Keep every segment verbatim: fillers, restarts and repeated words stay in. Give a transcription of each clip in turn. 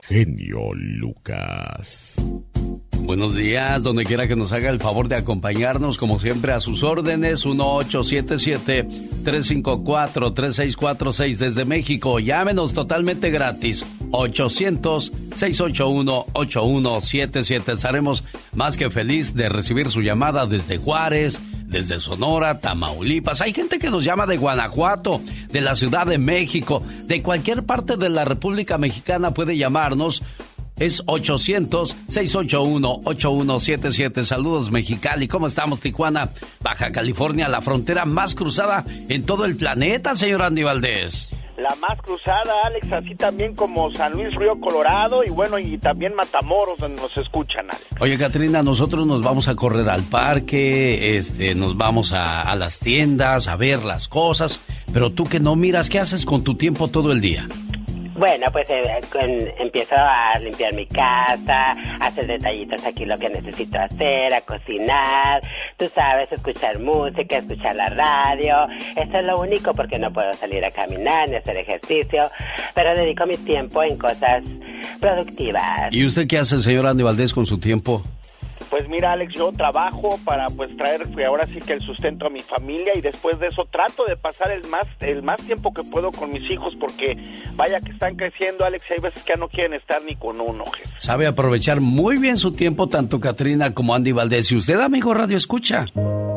genio Lucas. Buenos días, donde quiera que nos haga el favor de acompañarnos, como siempre, a sus órdenes, uno ocho siete siete, tres cinco cuatro, tres seis cuatro seis desde México. Llámenos totalmente gratis, ochocientos, seiscientos ochenta y uno, ochenta y uno setenta y siete. Estaremos más que feliz de recibir su llamada desde Juárez, desde Sonora, Tamaulipas. Hay gente que nos llama de Guanajuato, de la Ciudad de México, de cualquier parte de la República Mexicana puede llamarnos. Es ochocientos, seiscientos ochenta y uno, ochenta y uno setenta y siete. Saludos, Mexicali. ¿Cómo estamos, Tijuana, Baja California, la frontera más cruzada en todo el planeta, señor Andy Valdés? La más cruzada, Alex, así también como San Luis Río Colorado y bueno, y también Matamoros, donde nos escuchan, Alex. Oye, Catrina, nosotros nos vamos a correr al parque, este, nos vamos a, a las tiendas a ver las cosas, pero tú que no miras, ¿qué haces con tu tiempo todo el día? Bueno, pues eh, con, empiezo a limpiar mi casa, a hacer detallitos aquí lo que necesito hacer, a cocinar, tú sabes, escuchar música, escuchar la radio. Eso es lo único porque no puedo salir a caminar ni hacer ejercicio, pero dedico mi tiempo en cosas productivas. ¿Y usted qué hace, señor Andy Valdés, con su tiempo? Pues mira, Alex, yo trabajo para pues traer ahora sí que el sustento a mi familia y después de eso trato de pasar el más el más tiempo que puedo con mis hijos porque vaya que están creciendo, Alex, y hay veces que ya no quieren estar ni con uno. Jefe. Sabe aprovechar muy bien su tiempo tanto Catrina como Andy Valdés. Y usted, amigo Radio Escucha.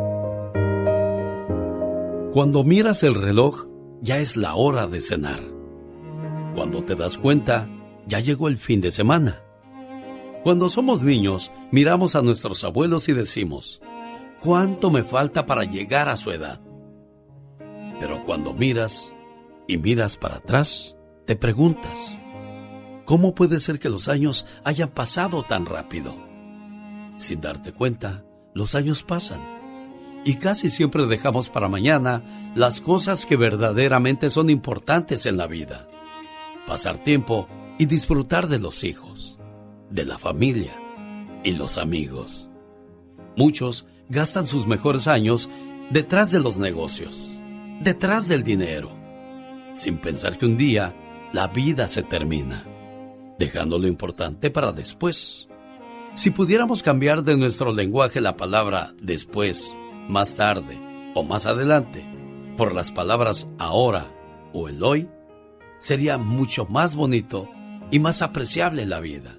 Cuando miras el reloj, ya es la hora de cenar. Cuando te das cuenta, ya llegó el fin de semana. Cuando somos niños, miramos a nuestros abuelos y decimos, ¿cuánto me falta para llegar a su edad? Pero cuando miras y miras para atrás, te preguntas, ¿cómo puede ser que los años hayan pasado tan rápido? Sin darte cuenta, los años pasan y casi siempre dejamos para mañana las cosas que verdaderamente son importantes en la vida. Pasar tiempo y disfrutar de los hijos, de la familia y los amigos. Muchos gastan sus mejores años detrás de los negocios, detrás del dinero, sin pensar que un día la vida se termina, dejando lo importante para después. Si pudiéramos cambiar de nuestro lenguaje la palabra después, más tarde o más adelante por las palabras ahora o el hoy, sería mucho más bonito y más apreciable la vida.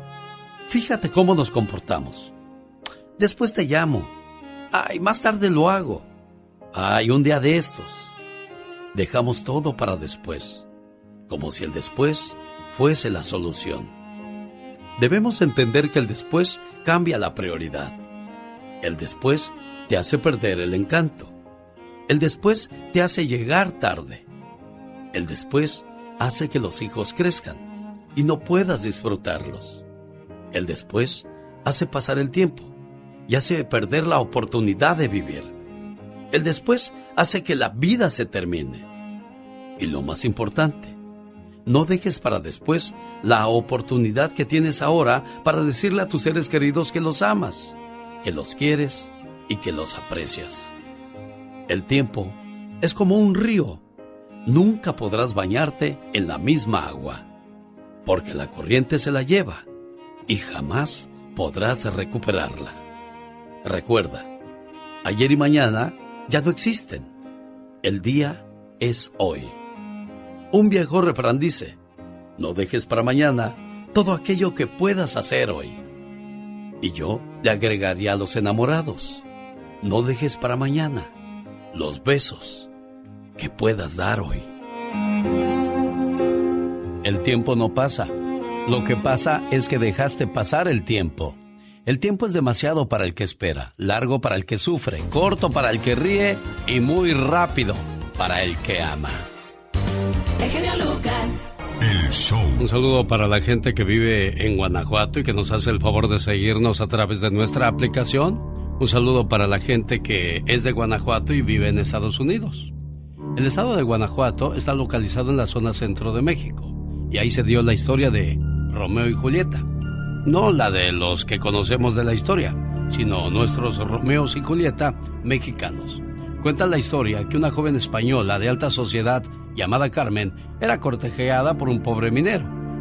Fíjate cómo nos comportamos. Después te llamo. Ay, más tarde lo hago. Ay, un día de estos. Dejamos todo para después, como si el después fuese la solución. Debemos entender que el después cambia la prioridad. El después te hace perder el encanto. El después te hace llegar tarde. El después hace que los hijos crezcan y no puedas disfrutarlos. El después hace pasar el tiempo y hace perder la oportunidad de vivir. El después hace que la vida se termine. Y lo más importante, no dejes para después la oportunidad que tienes ahora para decirle a tus seres queridos que los amas, que los quieres y que los aprecias. El tiempo es como un río. Nunca podrás bañarte en la misma agua, porque la corriente se la lleva y jamás podrás recuperarla. Recuerda, ayer y mañana ya no existen. El día es hoy. Un viejo refrán dice, no dejes para mañana todo aquello que puedas hacer hoy. Y yo le agregaría a los enamorados, no dejes para mañana los besos que puedas dar hoy. El tiempo no pasa. Lo que pasa es que dejaste pasar el tiempo. El tiempo es demasiado para el que espera, largo para el que sufre, corto para el que ríe y muy rápido para el que ama. El genio Lucas. El show. Un saludo para la gente que vive en Guanajuato y que nos hace el favor de seguirnos a través de nuestra aplicación. Un saludo para la gente que es de Guanajuato y vive en Estados Unidos. El estado de Guanajuato está localizado en la zona centro de México y ahí se dio la historia de Romeo y Julieta. No la de los que conocemos de la historia, sino nuestros Romeos y Julieta mexicanos. Cuenta la historia que una joven española de alta sociedad llamada Carmen era cortejada por un pobre minero,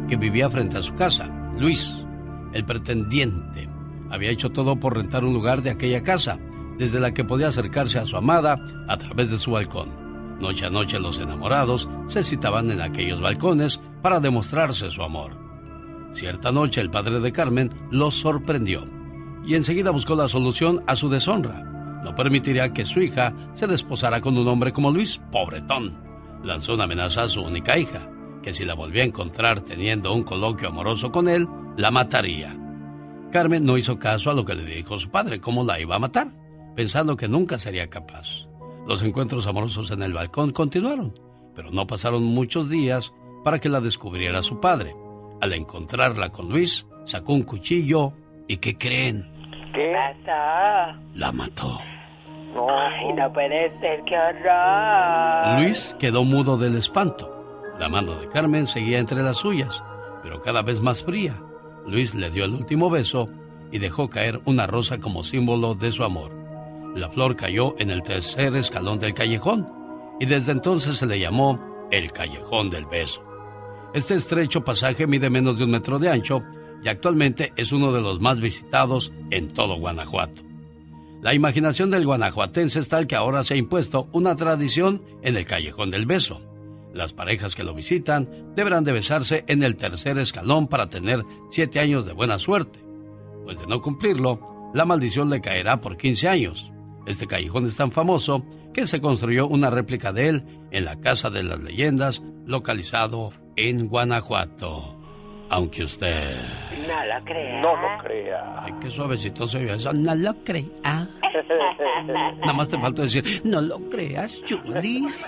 que vivía frente a su casa, Luis, el pretendiente. Había hecho todo por rentar un lugar de aquella casa, desde la que podía acercarse a su amada a través de su balcón. Noche a noche los enamorados se citaban en aquellos balcones para demostrarse su amor. Cierta noche el padre de Carmen los sorprendió y enseguida buscó la solución a su deshonra. No permitiría que su hija se desposara con un hombre como Luis, pobretón. Lanzó una amenaza a su única hija, que si la volvía a encontrar teniendo un coloquio amoroso con él, la mataría. Carmen no hizo caso a lo que le dijo su padre, cómo la iba a matar, pensando que nunca sería capaz. Los encuentros amorosos en el balcón continuaron, pero no pasaron muchos días para que la descubriera su padre. Al encontrarla con Luis, sacó un cuchillo y ¿qué creen? ¿Qué pasó? La mató. No. Ay, no puede ser, qué horror. Luis quedó mudo del espanto. La mano de Carmen seguía entre las suyas, pero cada vez más fría. Luis le dio el último beso y dejó caer una rosa como símbolo de su amor. La flor cayó en el tercer escalón del callejón y desde entonces se le llamó el Callejón del Beso. Este estrecho pasaje mide menos de un metro de ancho y actualmente es uno de los más visitados en todo Guanajuato. La imaginación del guanajuatense es tal que ahora se ha impuesto una tradición en el Callejón del Beso. Las parejas que lo visitan deberán de besarse en el tercer escalón para tener siete años de buena suerte. Pues de no cumplirlo, la maldición le caerá por quince años. Este callejón es tan famoso que se construyó una réplica de él en la Casa de las Leyendas, localizado en Guanajuato. Aunque usted... No lo crea. No lo crea. Ay, qué suavecito se oye eso. No lo crea. Nada más te falta decir, no lo creas, chulis.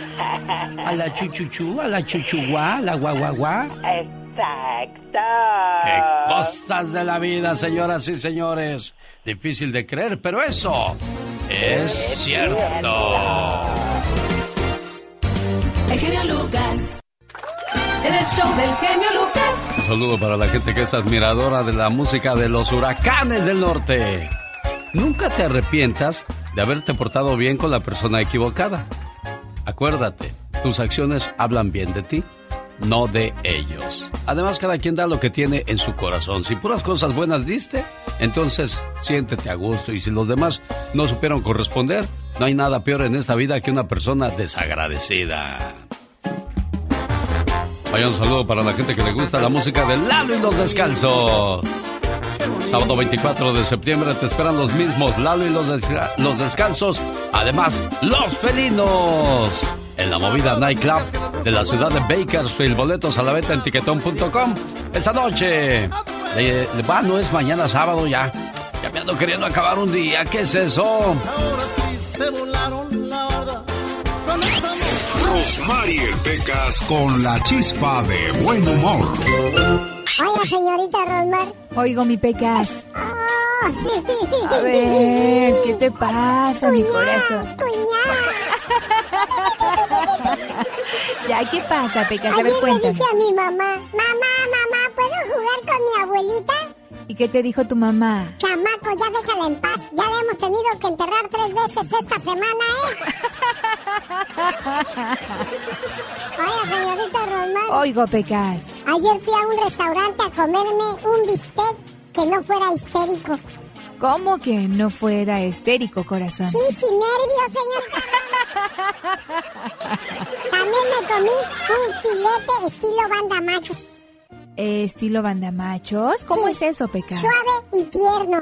A la chuchuchu, a la chuchuguá, a la guaguaguá. Exacto. Qué cosas de la vida, señoras y señores. Difícil de creer, pero eso es cierto. El genio Lucas. En el show del genio Lucas. Un saludo para la gente que es admiradora de la música de los Huracanes del Norte. Nunca te arrepientas de haberte portado bien con la persona equivocada. Acuérdate, tus acciones hablan bien de ti, no de ellos. Además, cada quien da lo que tiene en su corazón. Si puras cosas buenas diste, entonces siéntete a gusto. Y si los demás no supieron corresponder, no hay nada peor en esta vida que una persona desagradecida. Vaya, un saludo para la gente que le gusta la música de Lalo y los Descalzos. Sábado veinticuatro de septiembre te esperan los mismos Lalo y los, desca- los Descalzos. Además, Los Felinos. En la movida Nightclub de la ciudad de Bakersfield. Boletos a la venta en tiquetón punto com. Esta noche. Le, le, va, no es mañana sábado ya. Ya me ando queriendo acabar un día. ¿Qué es eso? Ahora sí se volaron la barda. Rosmarie Pecas con la chispa de buen humor. Hola, señorita Rosmar. Oigo, mi Pecas. Oh. A ver, ¿qué te pasa, mi Cuñá, corazón? cuñá. Ya, ¿qué pasa, Pecas? A ver, Ayer le cuéntame. dije a mi mamá, mamá, mamá, ¿puedo jugar con mi abuelita? ¿Y qué te dijo tu mamá? Chamaco, ya déjala en paz. Ya la hemos tenido que enterrar tres veces esta semana, ¿eh? Oiga, señorita Rosmar. Oigo, Pecas. Ayer fui a un restaurante a comerme un bistec que no fuera histérico. ¿Cómo que no fuera estérico, corazón? Sí, sin nervios, señor. También me comí un filete estilo banda machos. Eh, ¿Estilo bandamachos? ¿Cómo Sí. es eso, Pecas? Suave y tierno.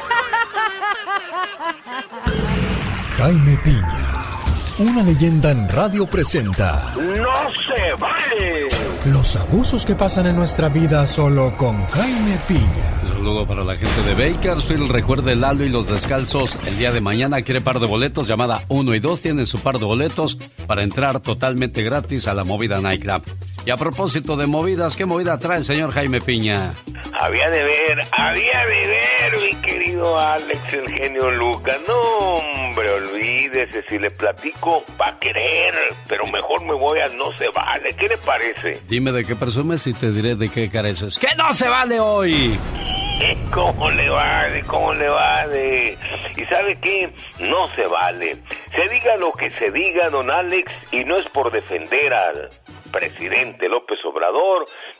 Jaime Piña, una leyenda en radio presenta ¡No se vale! los abusos que pasan en nuestra vida solo con Jaime Piña. Un saludo para la gente de Bakersfield. Recuerde, Lalo y los Descalzos el día de mañana quiere par de boletos. Llamada uno y dos tienen su par de boletos para entrar totalmente gratis a la movida Nightclub. Y a propósito de movidas, ¿qué movida trae el señor Jaime Piña? Había de ver, había de ver, mi querido Alex, el genio Lucas. No, hombre, olvídese, si le platico, va a querer, pero mejor me voy a No Se Vale. ¿Qué le parece? Dime de qué presumes y te diré de qué careces. ¡Que no se vale hoy! ¿Cómo le va de? ¿Cómo le va de? ¿Y sabe qué? No se vale. Se diga lo que se diga, don Alex, y no es por defender al presidente López Obrador,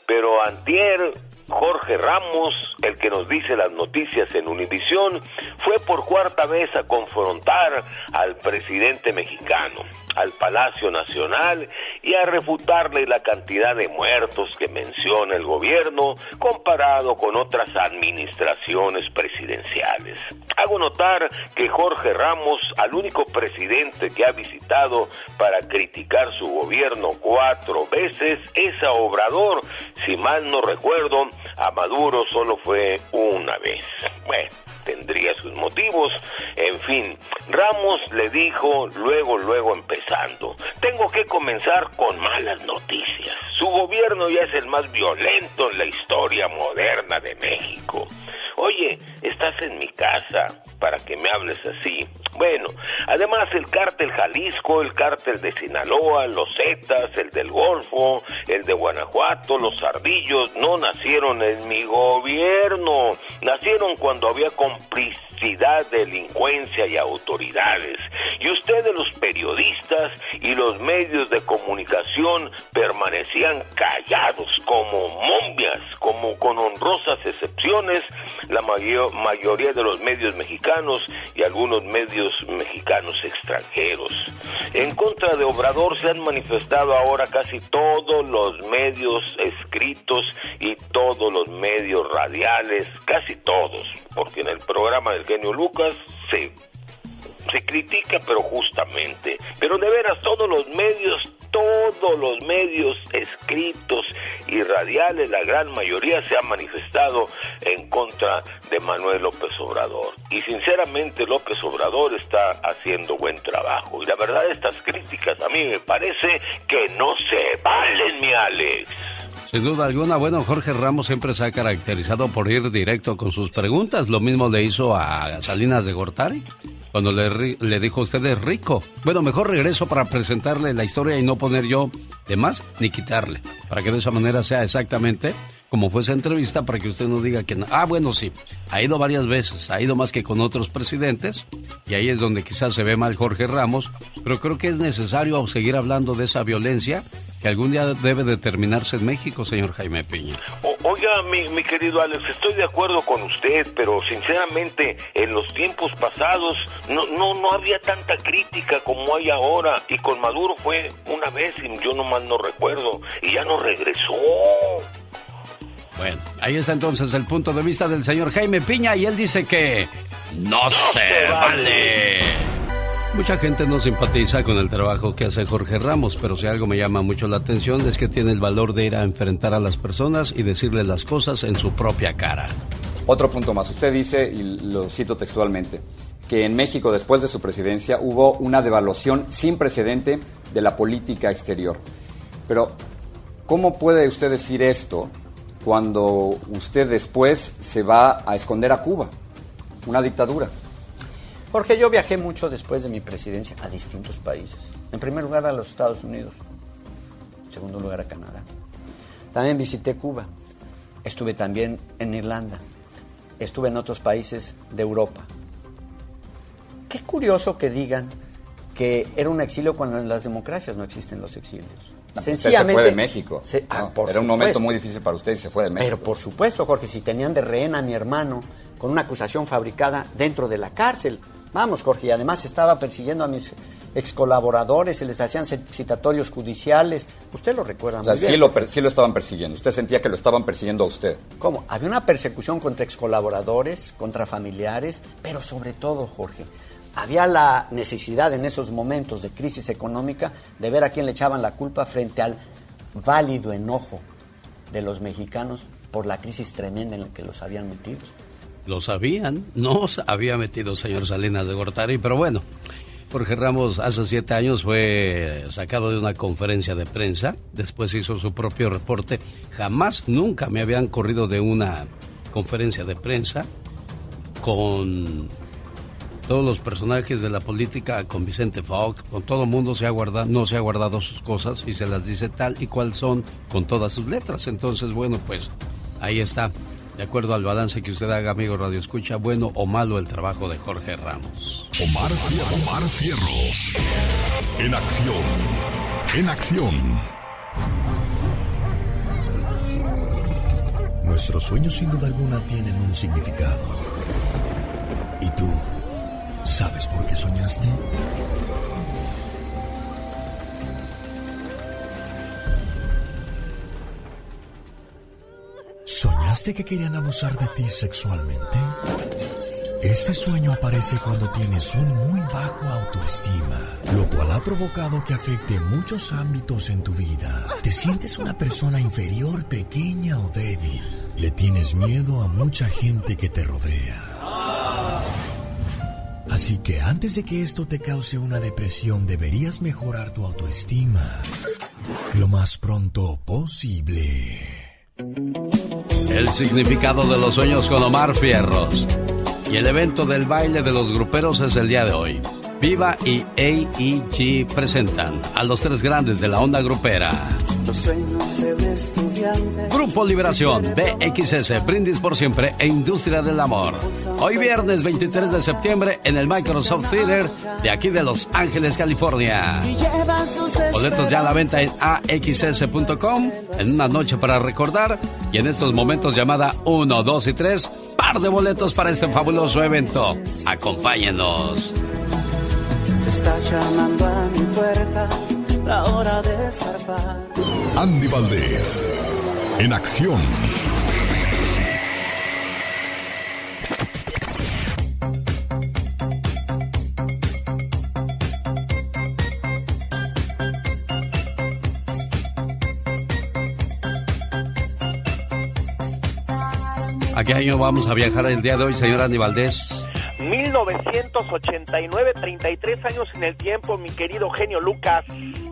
pero antier Jorge Ramos, el que nos dice las noticias en Univisión, fue por cuarta vez a confrontar al presidente mexicano, al Palacio Nacional, y a refutarle la cantidad de muertos que menciona el gobierno comparado con otras administraciones presidenciales. Hago notar que Jorge Ramos, al único presidente que ha visitado para criticar su gobierno cuatro veces, es a Obrador. Si mal no recuerdo, a Maduro solo fue una vez. Bueno, tendría sus motivos. En fin, Ramos le dijo luego, luego empezando: tengo que comenzar con malas noticias. Su gobierno ya es el más violento en la historia moderna de México. Oye, estás en mi casa para que me hables así. Bueno, además el cártel Jalisco, el cártel de Sinaloa, los Zetas, el del Golfo, el de Guanajuato, los Ardillos, no nacieron en mi gobierno. Nacieron cuando había complicidad, delincuencia y autoridades. Y ustedes, los periodistas y los medios de comunicación, permanecían callados como momias, como con honrosas excepciones, la mayor, mayoría de los medios mexicanos y algunos medios mexicanos extranjeros. En contra de Obrador se han manifestado ahora casi todos los medios escritos y todos los medios radiales, casi todos, porque en el programa del genio Lucas se, se critica, pero justamente, pero de veras todos los medios, todos los medios escritos y radiales, la gran mayoría se ha manifestado en contra de Manuel López Obrador. Y sinceramente López Obrador está haciendo buen trabajo. Y la verdad, estas críticas a mí me parece que no se valen, mi Alex. Sin duda alguna, bueno, Jorge Ramos siempre se ha caracterizado por ir directo con sus preguntas. Lo mismo le hizo a Salinas de Gortari, cuando le, le dijo: usted es rico. Bueno, mejor regreso para presentarle la historia y no poner yo de más ni quitarle, para que de esa manera sea exactamente como fue esa entrevista, para que usted no diga que no. Ah, bueno, sí, ha ido varias veces, ha ido más que con otros presidentes, y ahí es donde quizás se ve mal Jorge Ramos, pero creo que es necesario seguir hablando de esa violencia que algún día debe determinarse en México, señor Jaime Piña. O, oiga, mi, mi querido Alex, estoy de acuerdo con usted, pero sinceramente en los tiempos pasados no, no, no había tanta crítica como hay ahora, y con Maduro fue una vez, y yo nomás no recuerdo, y ya no regresó. Bueno, ahí está entonces el punto de vista del señor Jaime Piña, y él dice que no, no se vale. Mucha gente no simpatiza con el trabajo que hace Jorge Ramos, pero si algo me llama mucho la atención es que tiene el valor de ir a enfrentar a las personas y decirles las cosas en su propia cara. Otro punto más. Usted dice, y lo cito textualmente, que en México, después de su presidencia, hubo una devaluación sin precedente de la política exterior. Pero, ¿cómo puede usted decir esto cuando usted después se va a esconder a Cuba, una dictadura? Jorge, yo viajé mucho después de mi presidencia a distintos países. En primer lugar a los Estados Unidos, en segundo lugar a Canadá. También visité Cuba, estuve también en Irlanda, estuve en otros países de Europa. Qué curioso que digan que era un exilio cuando en las democracias no existen los exilios. No, Sencillamente, usted se fue de México. Se, ah, no, era supuesto. Un momento muy difícil para usted y se fue de México. Pero por supuesto, Jorge, si tenían de rehén a mi hermano con una acusación fabricada dentro de la cárcel. Vamos, Jorge, y además estaba persiguiendo a mis ex colaboradores, se les hacían citatorios judiciales. Usted lo recuerda muy o sea, bien. Sí lo, sí lo estaban persiguiendo. Usted sentía que lo estaban persiguiendo a usted. ¿Cómo? Había una persecución contra ex colaboradores, contra familiares, pero sobre todo, Jorge, había la necesidad en esos momentos de crisis económica de ver a quién le echaban la culpa frente al válido enojo de los mexicanos por la crisis tremenda en la que los habían metido. Lo sabían, no había metido señor Salinas de Gortari, pero bueno, Jorge Ramos hace siete años fue sacado de una conferencia de prensa, después hizo su propio reporte. Jamás, nunca me habían corrido de una conferencia de prensa con todos los personajes de la política, con Vicente Fox, con todo el mundo se ha guardado, no se ha guardado sus cosas y se las dice tal y cual son con todas sus letras. Entonces, bueno, pues ahí está. De acuerdo al balance que usted haga, amigo Radio Escucha, bueno o malo el trabajo de Jorge Ramos. Omar Fierros. Omar Fierros. En acción. En acción. nuestros sueños sin duda alguna tienen un significado. ¿Y tú, sabes por qué soñaste? ¿Soñaste que querían abusar de ti sexualmente? Este sueño aparece cuando tienes un muy bajo autoestima, lo cual ha provocado que afecte muchos ámbitos en tu vida. Te sientes una persona inferior, pequeña o débil. Le tienes miedo a mucha gente que te rodea. Así que antes de que esto te cause una depresión, deberías mejorar tu autoestima lo más pronto posible. El significado de los sueños con Omar Fierros. Y el evento del baile de los gruperos es el día de hoy. Viva y A E G presentan a los tres grandes de la onda grupera. Grupo Liberación, B X S, Brindis por Siempre e Industria del Amor. Hoy viernes veintitrés de septiembre en el Microsoft Theater de aquí de Los Ángeles, California. Boletos ya a la venta en A X S punto com, en una noche para recordar, y en estos momentos llamada uno, dos y tres, par de boletos para este fabuloso evento. Acompáñenos. Está llamando a mi puerta la hora de zarpar. Andy Valdés, en acción. ¿A qué año vamos a viajar el día de hoy, señor Andy Valdés? mil novecientos ochenta y nueve, treinta y tres años en el tiempo, mi querido genio Lucas.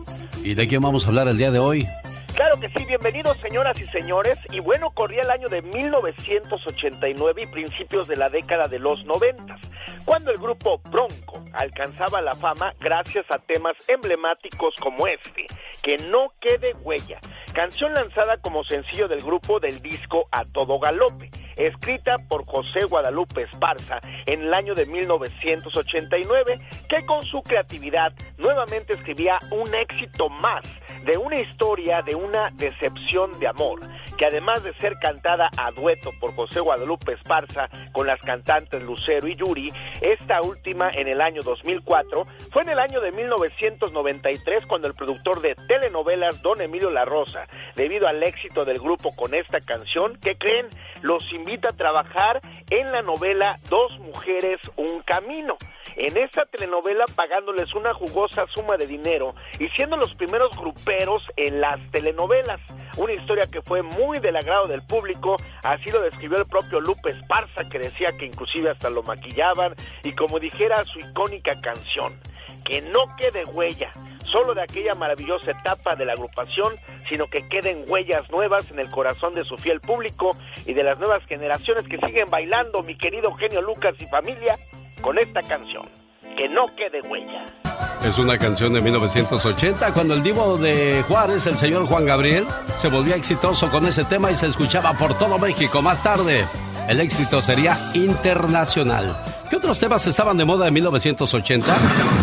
¿Y de quién vamos a hablar el día de hoy? Claro que sí, bienvenidos señoras y señores. Y bueno, corría el año de mil novecientos ochenta y nueve y principios de la década de los noventas, cuando el grupo Bronco alcanzaba la fama gracias a temas emblemáticos como este, Que no quede huella, canción lanzada como sencillo del grupo del disco A Todo Galope, escrita por José Guadalupe Esparza en el año de mil novecientos ochenta y nueve, que con su creatividad nuevamente escribía un éxito más de una historia de una decepción de amor, que además de ser cantada a dueto por José Guadalupe Esparza con las cantantes Lucero y Yuri, esta última en el año dos mil cuatro, fue en el año de mil novecientos noventa y tres cuando el productor de telenovelas Don Emilio La Rosa, debido al éxito del grupo con esta canción, ¿qué creen? Los invita a trabajar en la novela Dos Mujeres, Un Camino. En esta telenovela pagándoles una jugosa suma de dinero y siendo los primeros gruperos en las telenovelas. Una historia que fue muy del agrado del público, así lo describió el propio Lupe Esparza, que decía que inclusive hasta lo maquillaban, y como dijera su icónica canción, que no quede huella, solo de aquella maravillosa etapa de la agrupación, sino que queden huellas nuevas en el corazón de su fiel público y de las nuevas generaciones que siguen bailando, mi querido genio Lucas y familia, con esta canción, que no quede huella. Es una canción de mil novecientos ochenta, cuando el divo de Juárez, el señor Juan Gabriel, se volvía exitoso con ese tema y se escuchaba por todo México. Más tarde, el éxito sería internacional. ¿Qué otros temas estaban de moda en mil novecientos ochenta?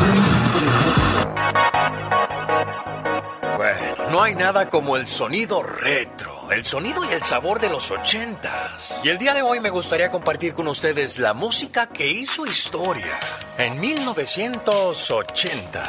Bueno, no hay nada como el sonido retro, el sonido y el sabor de los ochentas. Y el día de hoy me gustaría compartir con ustedes la música que hizo historia en mil novecientos ochenta.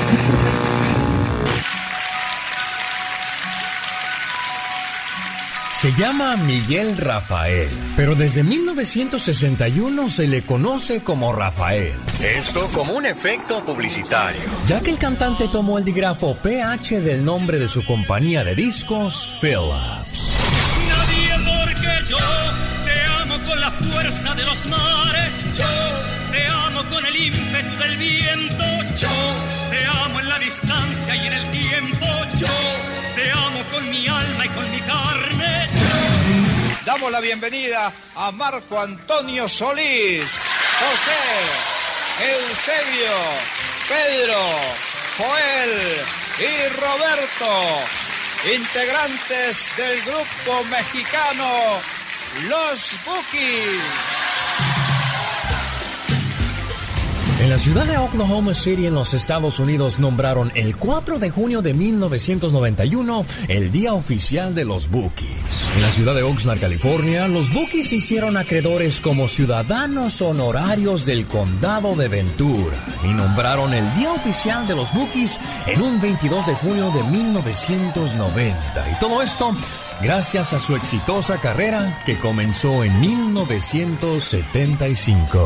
Se llama Miguel Rafael, pero desde mil novecientos sesenta y uno se le conoce como Rafael. Esto como un efecto publicitario, ya que el cantante tomó el dígrafo P H del nombre de su compañía de discos, Philips. Nadie porque yo te amo con la fuerza de los mares, yo te amo con el ímpetu del viento, yo te amo en la distancia y en el tiempo, yo te amo con mi alma y con mi carne. Damos la bienvenida a Marco Antonio Solís, José, Eusebio, Pedro, Joel y Roberto, integrantes del grupo mexicano Los Bukis. En la ciudad de Oklahoma City, en los Estados Unidos, nombraron el cuatro de junio de mil novecientos noventa y uno el Día Oficial de los Bookies. En la ciudad de Oxnard, California, los Bookies se hicieron acreedores como ciudadanos honorarios del condado de Ventura y nombraron el Día Oficial de los Bookies en un veintidós de junio de mil novecientos noventa. Y todo esto gracias a su exitosa carrera que comenzó en mil novecientos setenta y cinco.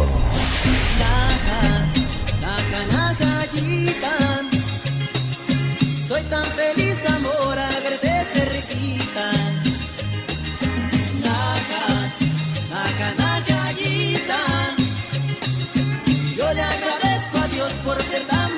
Soy tan feliz, amor, al verte cerquita. Naca, naca, nacallita. Yo le agradezco a Dios por ser tan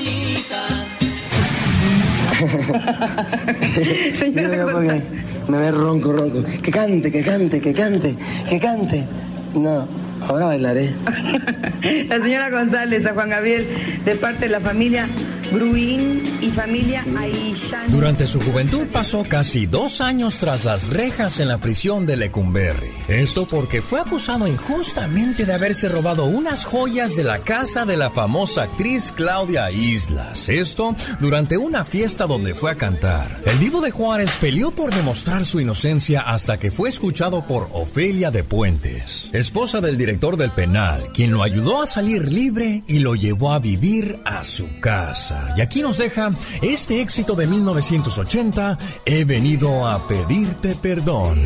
bonita. Señora, porque me ve ronco, ronco. Que cante, que cante, que cante, que cante. No, ahora bailaré. La señora González, a Juan Gabriel, de parte de la familia Bruín y familia Aishán. Durante su juventud pasó casi dos años tras las rejas en la prisión de Lecumberri. Esto porque fue acusado injustamente de haberse robado unas joyas de la casa de la famosa actriz Claudia Islas. Esto durante una fiesta donde fue a cantar. El Divo de Juárez peleó por demostrar su inocencia hasta que fue escuchado por Ofelia de Puentes, esposa del director del penal, quien lo ayudó a salir libre y lo llevó a vivir a su casa. Y aquí nos deja este éxito de mil novecientos ochenta, He venido a pedirte perdón.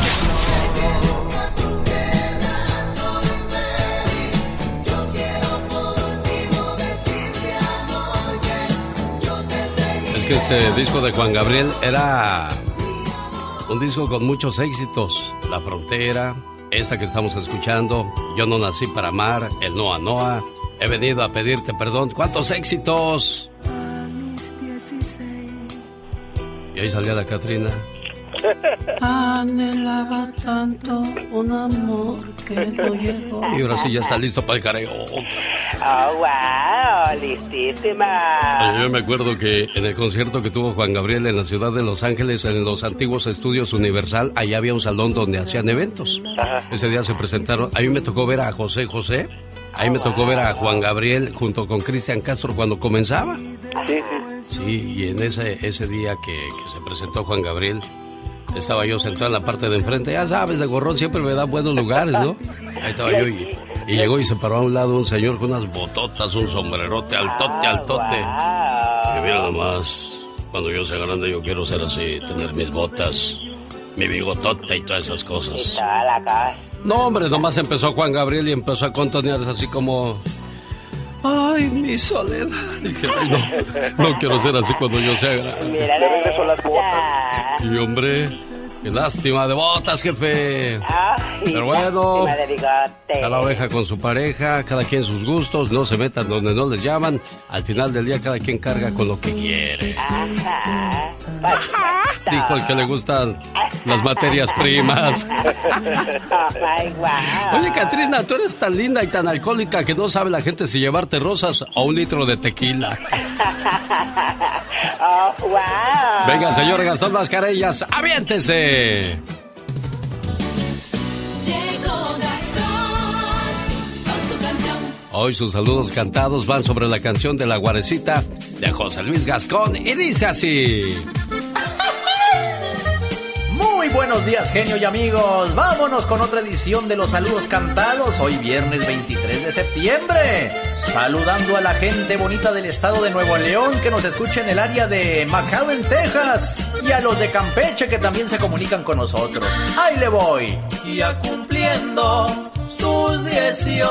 Es que este disco de Juan Gabriel era un disco con muchos éxitos. La Frontera, esta que estamos escuchando, Yo no nací para amar, El Noa Noa, He venido a pedirte perdón. ¡Cuántos éxitos! Y ahí salía la Catrina. Anhelaba tanto un amor que no llegó. Y ahora sí ya está listo para el karaoke. Oh, wow, listísima. Yo me acuerdo que en el concierto que tuvo Juan Gabriel en la ciudad de Los Ángeles, en los antiguos estudios Universal, allá había un salón donde hacían eventos. Ajá. Ese día se presentaron. A mí me tocó ver a José José. Ahí me tocó ver a Juan Gabriel junto con Cristian Castro cuando comenzaba. Sí, sí. Sí, y en ese, ese día que, que se presentó Juan Gabriel, estaba yo sentado en la parte de enfrente. Ya sabes, de gorrón siempre me da buenos lugares, ¿no? Ahí estaba yo y, y llegó y se paró a un lado un señor con unas bototas, un sombrerote, altote, altote. Y mira nomás, cuando yo sea grande yo quiero ser así, tener mis botas, mi bigotote y todas esas cosas. No, hombre, nomás empezó Juan Gabriel y empezó a contonear así como... Ay, mi soledad. Dije, ay, no, no quiero ser así cuando yo sea grande. Mira, le regreso las botas. Y hombre, qué lástima de botas, jefe. Ay, pero bueno, de bigote. Cada oveja con su pareja, cada quien sus gustos, no se metan donde no les llaman. Al final del día cada quien carga con lo que quiere. Ajá. Dijo el que le gustan las materias primas. Ay, wow. Oye, Catrina, tú eres tan linda y tan alcohólica que no sabe la gente si llevarte rosas o un litro de tequila. Oh, wow. Venga, señor Gastón Mascareñas, aviéntese. Llegó Gastón con su canción. Hoy sus saludos cantados van sobre la canción de La Guarecita de José Luis Gascón y dice así. Muy buenos días, genio y amigos. Vámonos con otra edición de los saludos cantados. Hoy viernes veintitrés de septiembre. Saludando a la gente bonita del estado de Nuevo León que nos escucha en el área de McAllen, Texas. Y a los de Campeche que también se comunican con nosotros. Ahí le voy. Ya cumpliendo sus dieciocho.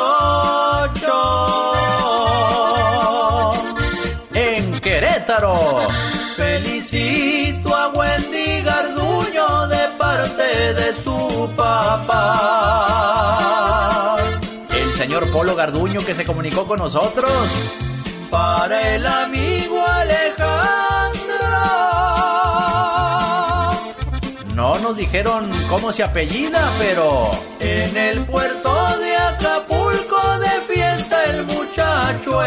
En Querétaro. Felicito a Wendy Garduño de parte de su papá. El señor Polo Garduño que se comunicó con nosotros. Para el amigo Alejandro. No nos dijeron cómo se apellida, pero en el puerto de Acapulco de fiesta el muchacho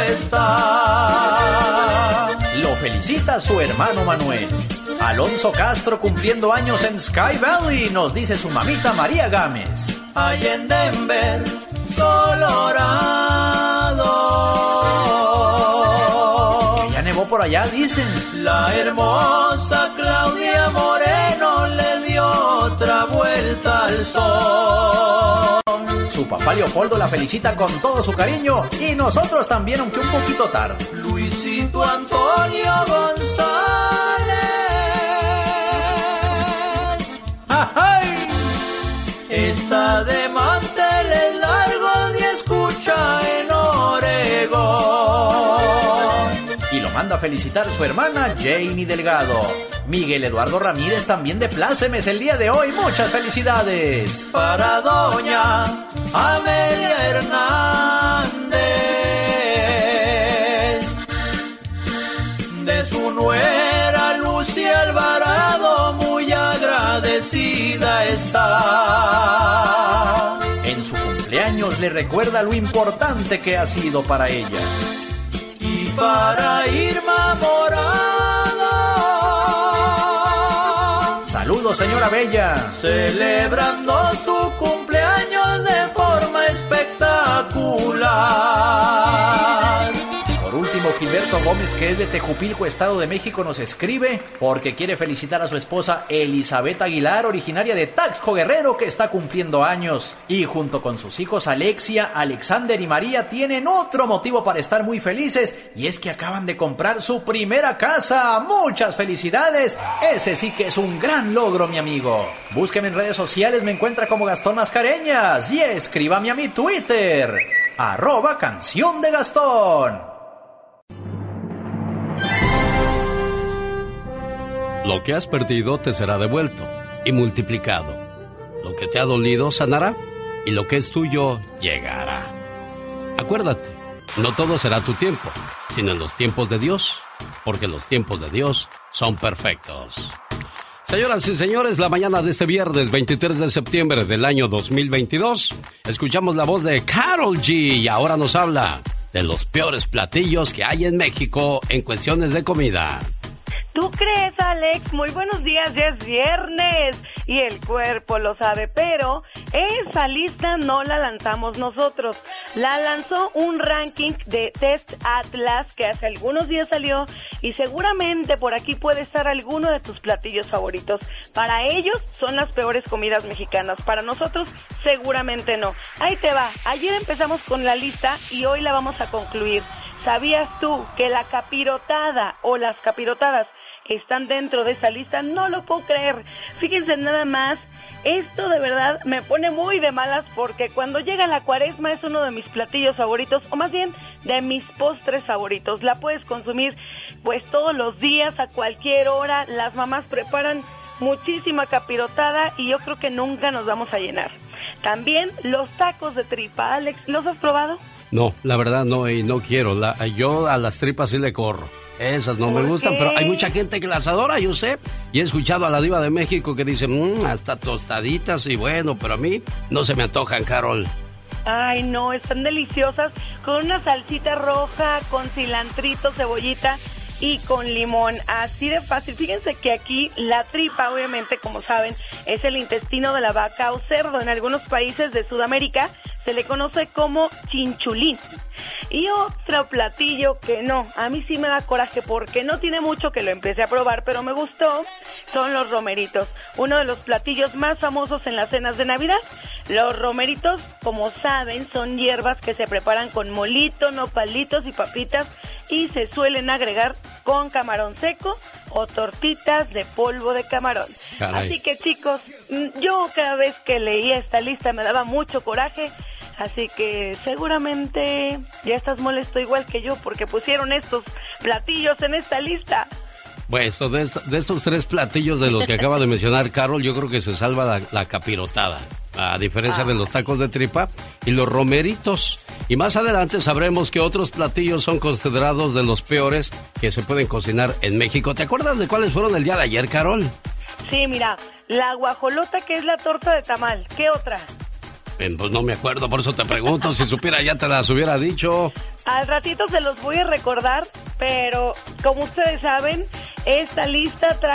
está. Lo felicita su hermano Manuel. Alonso Castro cumpliendo años en Sky Valley, nos dice su mamita María Gámez. Allá en Denver, Colorado. allá dicen: la hermosa Claudia Moreno le dio otra vuelta al sol. Su papá Leopoldo la felicita con todo su cariño y nosotros también, aunque un poquito tarde. Luisito Antonio González. ¡Ay! Está de manteles largos y escucha en Oregón. Y lo manda a felicitar su hermana Janie Delgado. Miguel Eduardo Ramírez también de plácemes el día de hoy. Muchas felicidades. Para doña Amelia Hernández, de su nuera Lucia Alvarado, muy agradecida está. En su cumpleaños le recuerda lo importante que ha sido para ella. Y para Irma Morado, saludos, señora Bella, celebrando su cumpleaños de forma espectacular. Por último, Gilberto Gómez, que es de Tejupilco, Estado de México, nos escribe porque quiere felicitar a su esposa Elizabeth Aguilar, originaria de Taxco, Guerrero, que está cumpliendo años. Y junto con sus hijos Alexia, Alexander y María tienen otro motivo para estar muy felices, y es que acaban de comprar su primera casa. ¡Muchas felicidades! Ese sí que es un gran logro, mi amigo. Búsqueme en redes sociales, me encuentra como Gastón Mascareñas, y escríbame a mi Twitter, arroba Canción de Gastón. Lo que has perdido te será devuelto y multiplicado. Lo que te ha dolido sanará y lo que es tuyo llegará. Acuérdate, no todo será tu tiempo, sino en los tiempos de Dios, porque los tiempos de Dios son perfectos. Señoras y señores, la mañana de este viernes veintitrés de septiembre del año dos mil veintidós, escuchamos la voz de Karol G y ahora nos habla de los peores platillos que hay en México en cuestiones de comida. ¿Tú crees, Alex? Muy buenos días, ya es viernes y el cuerpo lo sabe, pero esa lista no la lanzamos nosotros. La lanzó un ranking de Test Atlas que hace algunos días salió y seguramente por aquí puede estar alguno de tus platillos favoritos. Para ellos son las peores comidas mexicanas, para nosotros seguramente no. Ahí te va, ayer empezamos con la lista y hoy la vamos a concluir. ¿Sabías tú que la capirotada o las capirotadas están dentro de esa lista? No lo puedo creer. Fíjense nada más, esto de verdad me pone muy de malas porque cuando llega la cuaresma es uno de mis platillos favoritos, o más bien de mis postres favoritos. La puedes consumir pues todos los días, a cualquier hora. Las mamás preparan muchísima capirotada y yo creo que nunca nos vamos a llenar. También los tacos de tripa, Alex, ¿los has probado? No, la verdad no, y no quiero. La, yo a las tripas sí le corro. Esas no me gustan, qué? Pero hay mucha gente que las adora, yo sé. Y he escuchado a la diva de México que dice, mmm, hasta tostaditas y bueno, pero a mí no se me antojan, Carol. Ay, no, están deliciosas, con una salsita roja, con cilantrito, cebollita y con limón, así de fácil. Fíjense que aquí la tripa, obviamente, como saben, es el intestino de la vaca o cerdo. En algunos países de Sudamérica se le conoce como chinchulín. Y otro platillo que no, a mí sí me da coraje porque no tiene mucho que lo empecé a probar, pero me gustó, son los romeritos. Uno de los platillos más famosos en las cenas de Navidad. Los romeritos, como saben, son hierbas que se preparan con molito, nopalitos y papitas y se suelen agregar con camarón seco o tortitas de polvo de camarón. Caray. Así que, chicos, yo cada vez que leía esta lista me daba mucho coraje. Así que seguramente ya estás molesto igual que yo porque pusieron estos platillos en esta lista. Pues de, est- de estos tres platillos de los que acaba de mencionar Carol, yo creo que se salva la, la capirotada, a diferencia ah. de los tacos de tripa y los romeritos. Y más adelante sabremos que otros platillos son considerados de los peores que se pueden cocinar en México. ¿Te acuerdas de cuáles fueron el día de ayer, Carol? Sí, mira, la guajolota, que es la torta de tamal. ¿Qué otra? Pues no me acuerdo, por eso te pregunto. Si supiera ya te las hubiera dicho. Al ratito se los voy a recordar, pero como ustedes saben, esta lista trae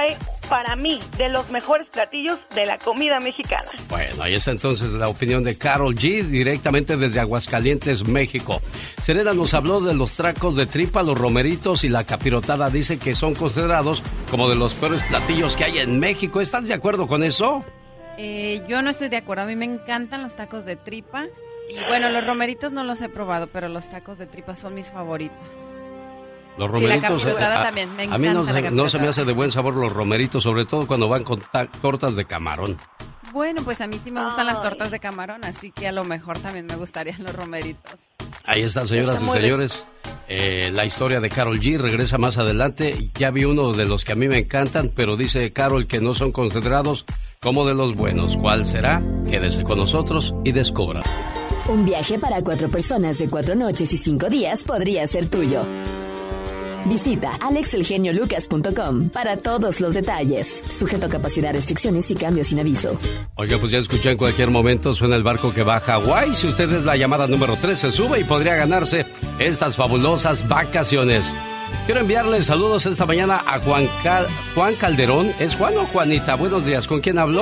para mí, de los mejores platillos de la comida mexicana. Bueno, ahí está entonces la opinión de Karol G, directamente desde Aguascalientes, México. Serena nos habló de los tacos de tripa, los romeritos y la capirotada. Dice que son considerados como de los peores platillos que hay en México. ¿Estás de acuerdo con eso? Eh, yo no estoy de acuerdo. A mí me encantan los tacos de tripa. Y bueno, los romeritos no los he probado, pero los tacos de tripa son mis favoritos. Los romeritos, y la capirotada a, también, me a mí no, encanta la no se me hace de buen sabor los romeritos, sobre todo cuando van con ta- tortas de camarón. Bueno, pues a mí sí me gustan las tortas de camarón, así que a lo mejor también me gustarían los romeritos. Ahí están, señoras Está y señores, eh, la historia de Karol G regresa más adelante. Ya vi uno de los que a mí me encantan, pero dice Karol que no son considerados como de los buenos. ¿Cuál será? Quédese con nosotros y descubra. Un viaje para cuatro personas de cuatro noches y cinco días podría ser tuyo. Visita alex el genio lucas punto com para todos los detalles. Sujeto a capacidad, restricciones y cambios sin aviso. Oiga, pues ya escuché, en cualquier momento suena el barco que va a Hawái. Si usted es la llamada número tres, se sube y podría ganarse estas fabulosas vacaciones. Quiero enviarle saludos esta mañana a Juan, Cal- Juan Calderón. ¿Es Juan o Juanita? Buenos días. ¿Con quién habló?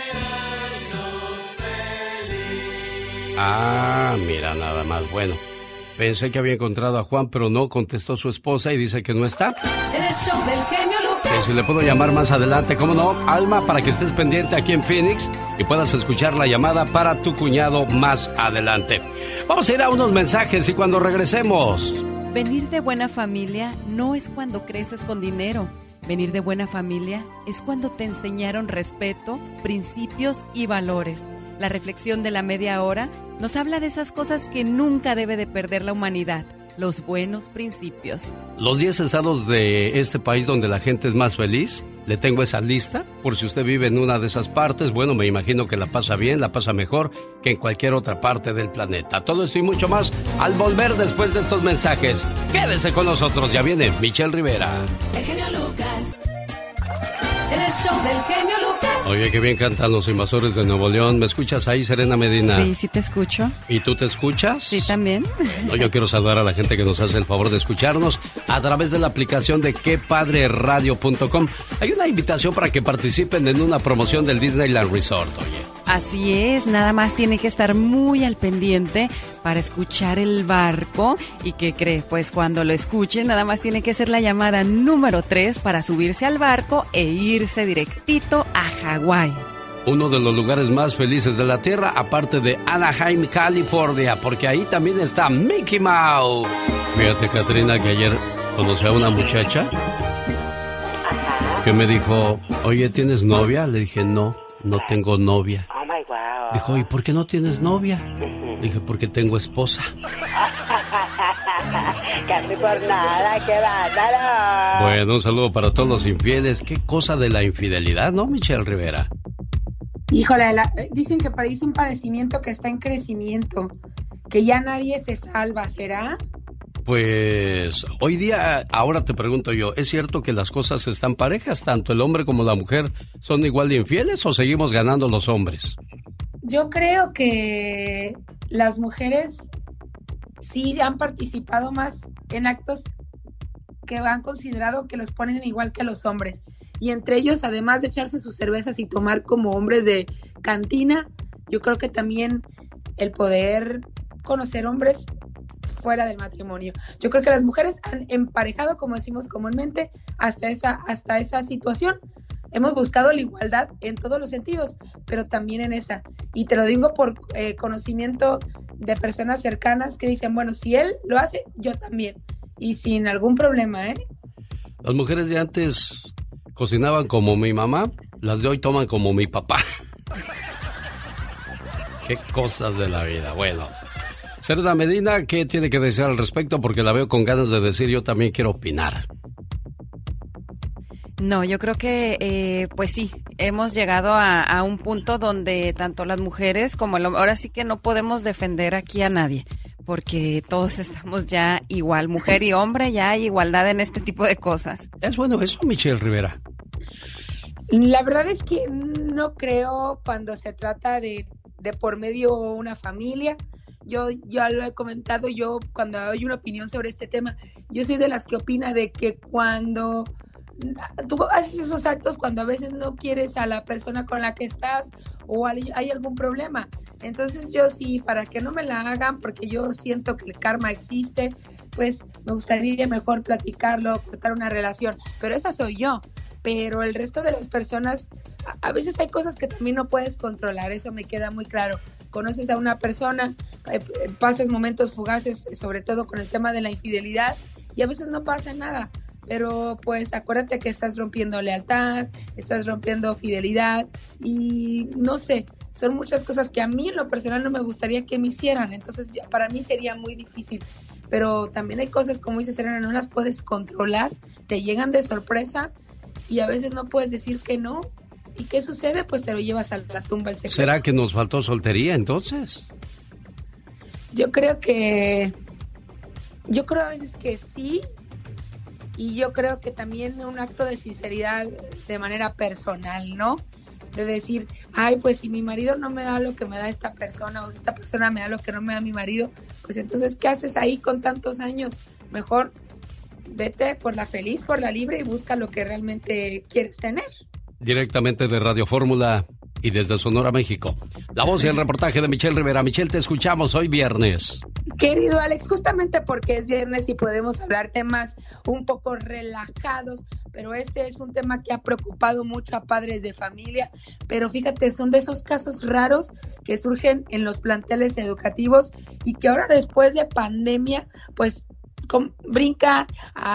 Ah, mira, nada más. Bueno, pensé que había encontrado a Juan, pero no, contestó su esposa y dice que no está. El show del genio Lucas. Que si le puedo llamar más adelante, ¿cómo no? Alma, para que estés pendiente aquí en Phoenix y puedas escuchar la llamada para tu cuñado más adelante. Vamos a ir a unos mensajes y cuando regresemos... Venir de buena familia no es cuando creces con dinero. Venir de buena familia es cuando te enseñaron respeto, principios y valores. La reflexión de la media hora nos habla de esas cosas que nunca debe de perder la humanidad, los buenos principios. Los diez estados de este país donde la gente es más feliz, le tengo esa lista, por si usted vive en una de esas partes, bueno, me imagino que la pasa bien, la pasa mejor que en cualquier otra parte del planeta. Todo esto y mucho más al volver después de estos mensajes. Quédese con nosotros, ya viene Michelle Rivera. El genio Lucas. El show del genio Lucas. Oye, qué bien cantan los Invasores de Nuevo León. ¿Me escuchas ahí, Serena Medina? Sí, sí te escucho. ¿Y tú te escuchas? Sí, también. No, yo quiero saludar a la gente que nos hace el favor de escucharnos a través de la aplicación de que padre radio punto com. Hay una invitación para que participen en una promoción del Disneyland Resort, oye. Así es, nada más tiene que estar muy al pendiente para escuchar el barco. ¿Y qué cree? Pues cuando lo escuche, nada más tiene que ser la llamada número tres para subirse al barco e irse directito a Hawái. Uno de los lugares más felices de la Tierra, aparte de Anaheim, California, porque ahí también está Mickey Mouse. Fíjate, Catrina, que ayer conocí a una muchacha que me dijo, oye, ¿tienes novia? Le dije, no, no tengo novia. Oh my wow. Dijo, ¿y por qué no tienes novia? Dije, porque tengo esposa. Casi por nada, qué bárbaro. Bueno, un saludo para todos los infieles. Qué cosa de la infidelidad, ¿no, Michelle Rivera? Híjole, la, dicen que parece un padecimiento que está en crecimiento, que ya nadie se salva, ¿será? Pues hoy día, ahora te pregunto yo, ¿es cierto que las cosas están parejas? ¿Tanto el hombre como la mujer son igual de infieles o seguimos ganando los hombres? Yo creo que las mujeres sí han participado más en actos que han considerado que los ponen igual que los hombres. Y entre ellos, además de echarse sus cervezas y tomar como hombres de cantina, yo creo que también el poder conocer hombres fuera del matrimonio. Yo creo que las mujeres han emparejado, como decimos comúnmente, hasta esa, hasta esa situación. Hemos buscado la igualdad en todos los sentidos, pero también en esa. Y te lo digo por eh, conocimiento de personas cercanas que dicen, bueno, si él lo hace, yo también. Y sin algún problema, ¿eh? Las mujeres de antes cocinaban como mi mamá, las de hoy toman como mi papá. Qué cosas de la vida. Bueno, Serena Medina, ¿qué tiene que decir al respecto? Porque la veo con ganas de decir, yo también quiero opinar. No, yo creo que, eh, pues sí, hemos llegado a, a un punto donde tanto las mujeres como el hombre, ahora sí que no podemos defender aquí a nadie, porque todos estamos ya igual, mujer y hombre, ya hay igualdad en este tipo de cosas. ¿Es bueno eso, Michelle Rivera? La verdad es que no creo cuando se trata de, de por medio una familia. Yo ya lo he comentado, yo cuando doy una opinión sobre este tema, yo soy de las que opina de que cuando tú haces esos actos cuando a veces no quieres a la persona con la que estás o hay, hay algún problema. Entonces yo sí, para que no me la hagan, porque yo siento que el karma existe, pues me gustaría mejor platicarlo, cortar una relación, pero esa soy yo. Pero el resto de las personas, a, a veces hay cosas que también no puedes controlar, eso me queda muy claro. Conoces a una persona, eh, pasas momentos fugaces, sobre todo con el tema de la infidelidad, y a veces no pasa nada. Pero pues acuérdate que estás rompiendo lealtad, estás rompiendo fidelidad y no sé, son muchas cosas que a mí en lo personal no me gustaría que me hicieran, entonces yo, para mí sería muy difícil. Pero también hay cosas, como dice Serena, no las puedes controlar, te llegan de sorpresa y a veces no puedes decir que no. ¿Y qué sucede? Pues te lo llevas a la tumba el secreto. ¿Será que nos faltó soltería entonces? Yo creo que, yo creo a veces que sí. Y yo creo que también un acto de sinceridad de manera personal, ¿no? De decir, ay, pues si mi marido no me da lo que me da esta persona, o si esta persona me da lo que no me da mi marido, pues entonces, ¿qué haces ahí con tantos años? Mejor vete por la feliz, por la libre y busca lo que realmente quieres tener. Directamente de Radio Fórmula y desde Sonora, México. La voz y el reportaje de Michelle Rivera. Michelle, te escuchamos hoy viernes. Querido Alex, justamente porque es viernes y podemos hablar temas un poco relajados, pero este es un tema que ha preocupado mucho a padres de familia, pero fíjate, son de esos casos raros que surgen en los planteles educativos y que ahora después de pandemia, pues Con, brinca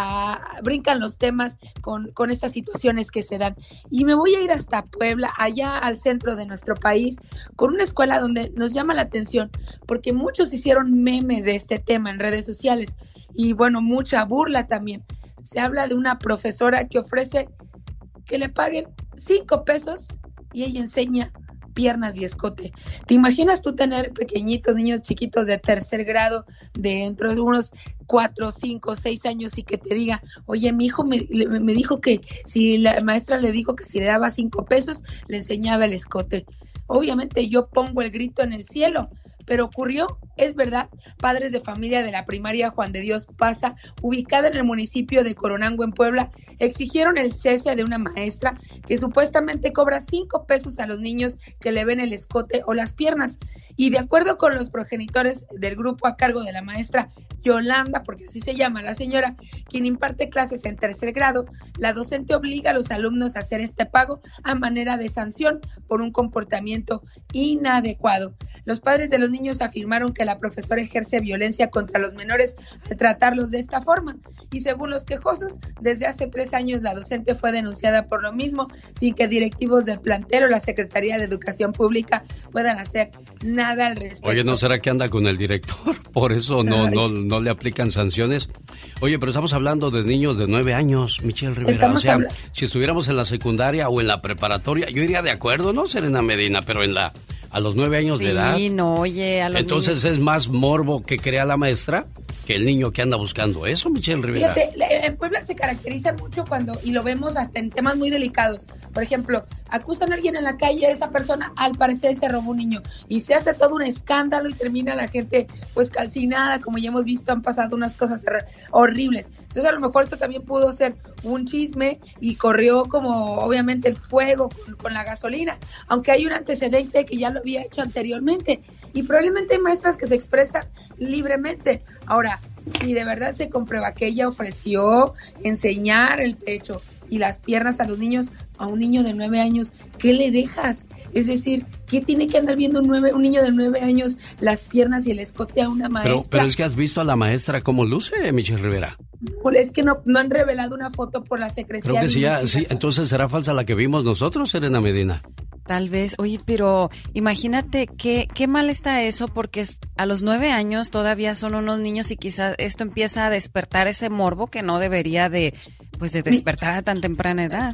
a, brincan los temas con, con estas situaciones que se dan. Y me voy a ir hasta Puebla, allá al centro de nuestro país, con una escuela donde nos llama la atención, porque muchos hicieron memes de este tema en redes sociales, y bueno, mucha burla también. Se habla de una profesora que ofrece que le paguen cinco pesos y ella enseña piernas y escote. ¿Te imaginas tú tener pequeñitos, niños chiquitos de tercer grado, de dentro de unos cuatro, cinco, seis años y que te diga, oye, mi hijo me, me dijo que si la maestra le dijo que si le daba cinco pesos, le enseñaba el escote? Obviamente yo pongo el grito en el cielo, pero ocurrió, es verdad. Padres de familia de la primaria Juan de Dios Paza, ubicada en el municipio de Coronango, en Puebla, exigieron el cese de una maestra que supuestamente cobra cinco pesos a los niños que le ven el escote o las piernas. Y de acuerdo con los progenitores del grupo a cargo de la maestra Yolanda, porque así se llama la señora, quien imparte clases en tercer grado, la docente obliga a los alumnos a hacer este pago a manera de sanción por un comportamiento inadecuado. Los padres de los niños afirmaron que la profesora ejerce violencia contra los menores al tratarlos de esta forma. Y según los quejosos, desde hace tres años la docente fue denunciada por lo mismo, sin que directivos del plantel o la Secretaría de Educación Pública puedan hacer nada al respecto. Oye, ¿no será que anda con el director? Por eso no, no, no le aplican sanciones. Oye, pero estamos hablando de niños de nueve años, Michelle Rivera. Estamos o sea, habla- si estuviéramos en la secundaria o en la preparatoria, yo iría de acuerdo, ¿no, Serena Medina? Pero en la a los nueve años sí, de edad. Sí, no, oye, a los Entonces niños... es más morbo que crea la maestra que el niño que anda buscando eso, Michelle Rivera. Fíjate, en Puebla se caracteriza mucho cuando, y lo vemos hasta en temas muy delicados. Por ejemplo, acusan a alguien en la calle, esa persona al parecer se robó un niño y se hace todo un escándalo y termina la gente pues calcinada, como ya hemos visto, han pasado unas cosas horribles. Entonces a lo mejor esto también pudo ser un chisme y corrió como obviamente el fuego con, con la gasolina, aunque hay un antecedente que ya lo había hecho anteriormente y probablemente hay maestras que se expresan libremente. Ahora, si de verdad se comprueba que ella ofreció enseñar el pecho y las piernas a los niños, a un niño de nueve años, ¿qué le dejas? Es decir, ¿qué tiene que andar viendo un, nueve, un niño de nueve años las piernas y el escote a una maestra? Pero, pero es que has visto a la maestra cómo luce, Michelle Rivera. No, es que no, no han revelado una foto por la secrecía. Creo que sí, ya, sí, entonces será falsa la que vimos nosotros, Serena Medina. Tal vez, oye, pero imagínate qué, qué mal está eso, porque a los nueve años todavía son unos niños y quizás esto empieza a despertar ese morbo que no debería de, pues de despertar a tan temprana edad.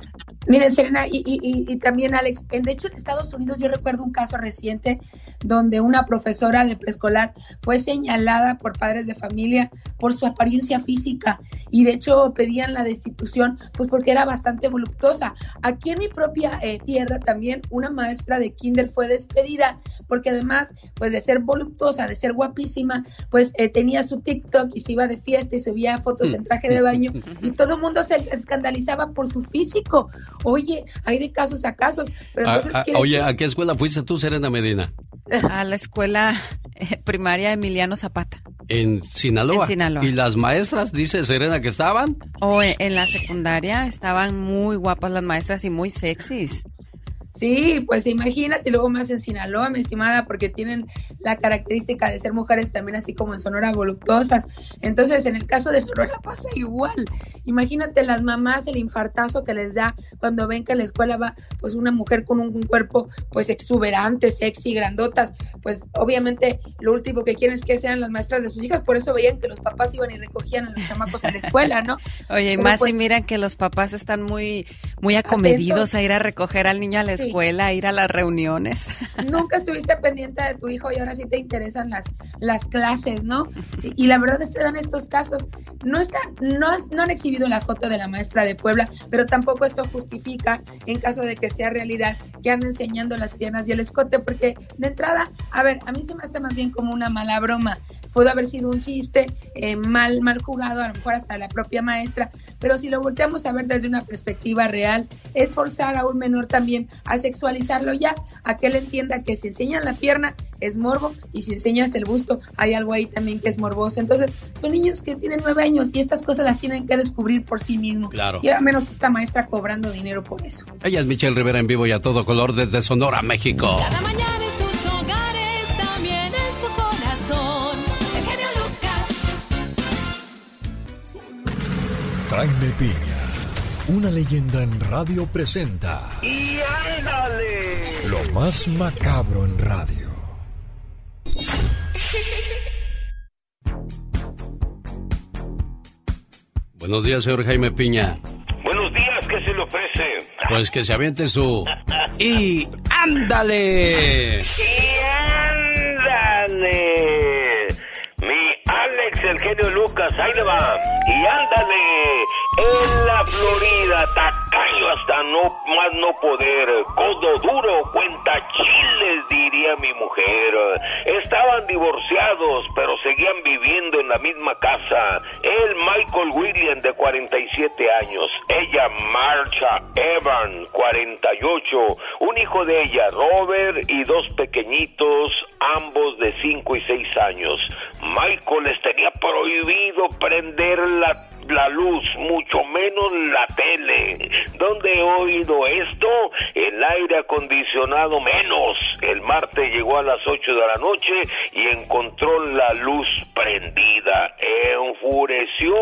Miren, Serena, y, y, y también Alex, de hecho en Estados Unidos yo recuerdo un caso reciente donde una profesora de preescolar fue señalada por padres de familia por su apariencia física y de hecho pedían la destitución pues porque era bastante voluptuosa. Aquí en mi propia eh, tierra también una maestra de kinder fue despedida porque además pues de ser voluptuosa, de ser guapísima, pues eh, tenía su TikTok y se iba de fiesta y subía fotos en traje de baño y todo el mundo se escandalizaba por su físico. Oye, hay de casos a casos. Pero entonces, a, a, oye, ¿a qué escuela fuiste tú, Serena Medina? A la escuela eh, primaria Emiliano Zapata. ¿En Sinaloa? En Sinaloa. ¿Y las maestras, dice Serena, que estaban? O en, en la secundaria estaban muy guapas las maestras y muy sexys. Sí, pues imagínate, luego más en Sinaloa, mi estimada, porque tienen la característica de ser mujeres también así como en Sonora voluptuosas. Entonces, en el caso de Sonora pasa igual. Imagínate las mamás, el infartazo que les da cuando ven que a la escuela va pues una mujer con un, un cuerpo pues exuberante, sexy, grandotas. Pues obviamente lo último que quieren es que sean las maestras de sus hijas, por eso veían que los papás iban y recogían a los chamacos a la escuela, ¿no? Oye, y Pero más pues, si miran que los papás están muy, muy acomedidos atentos a ir a recoger al niño a la escuela, a ir a las reuniones. Nunca estuviste pendiente de tu hijo y ahora sí te interesan las, las clases, ¿no? Y, y la verdad es que se dan estos casos. No, está, no, no han exhibido la foto de la maestra de Puebla, pero tampoco esto justifica, en caso de que sea realidad, que ande enseñando las piernas y el escote, porque de entrada, a ver, a mí se me hace más bien como una mala broma. Pudo haber sido un chiste eh, mal, mal jugado, a lo mejor hasta la propia maestra, pero si lo volteamos a ver desde una perspectiva real, es forzar a un menor también a sexualizarlo ya, a que él entienda que si enseñan la pierna es morbo y si enseñas el busto hay algo ahí también que es morboso. Entonces son niños que tienen nueve años y estas cosas las tienen que descubrir por sí mismos. Claro. Y al menos esta maestra cobrando dinero por eso. Ella es Michelle Rivera en vivo y a todo color desde Sonora, México. Cada mañana en sus hogares, también en su corazón. El genio Lucas. Jaime Piña, una leyenda en radio presenta. ¡Y ándale! Lo más macabro en radio. Buenos días, señor Jaime Piña. Buenos días, ¿qué se le ofrece? Pues que se aviente su... ¡Y ándale! ¡Y ándale! Mi Alex, el genio Lucas, ahí le va. ¡Y ándale! En la Florida, tacaño hasta no más no poder, codo duro, cuenta chiles, diría mi mujer. Estaban divorciados, pero seguían viviendo en la misma casa. Él, Michael William, de cuarenta y siete años. Ella, Marcia Evan, cuarenta y ocho. Un hijo de ella, Robert, y dos pequeñitos, ambos de cinco y seis años. Michael les tenía prohibido prender la la luz, mucho menos la tele. ¿Dónde he oído esto? El aire acondicionado menos. El martes llegó a las ocho de la noche y encontró la luz prendida. Enfureció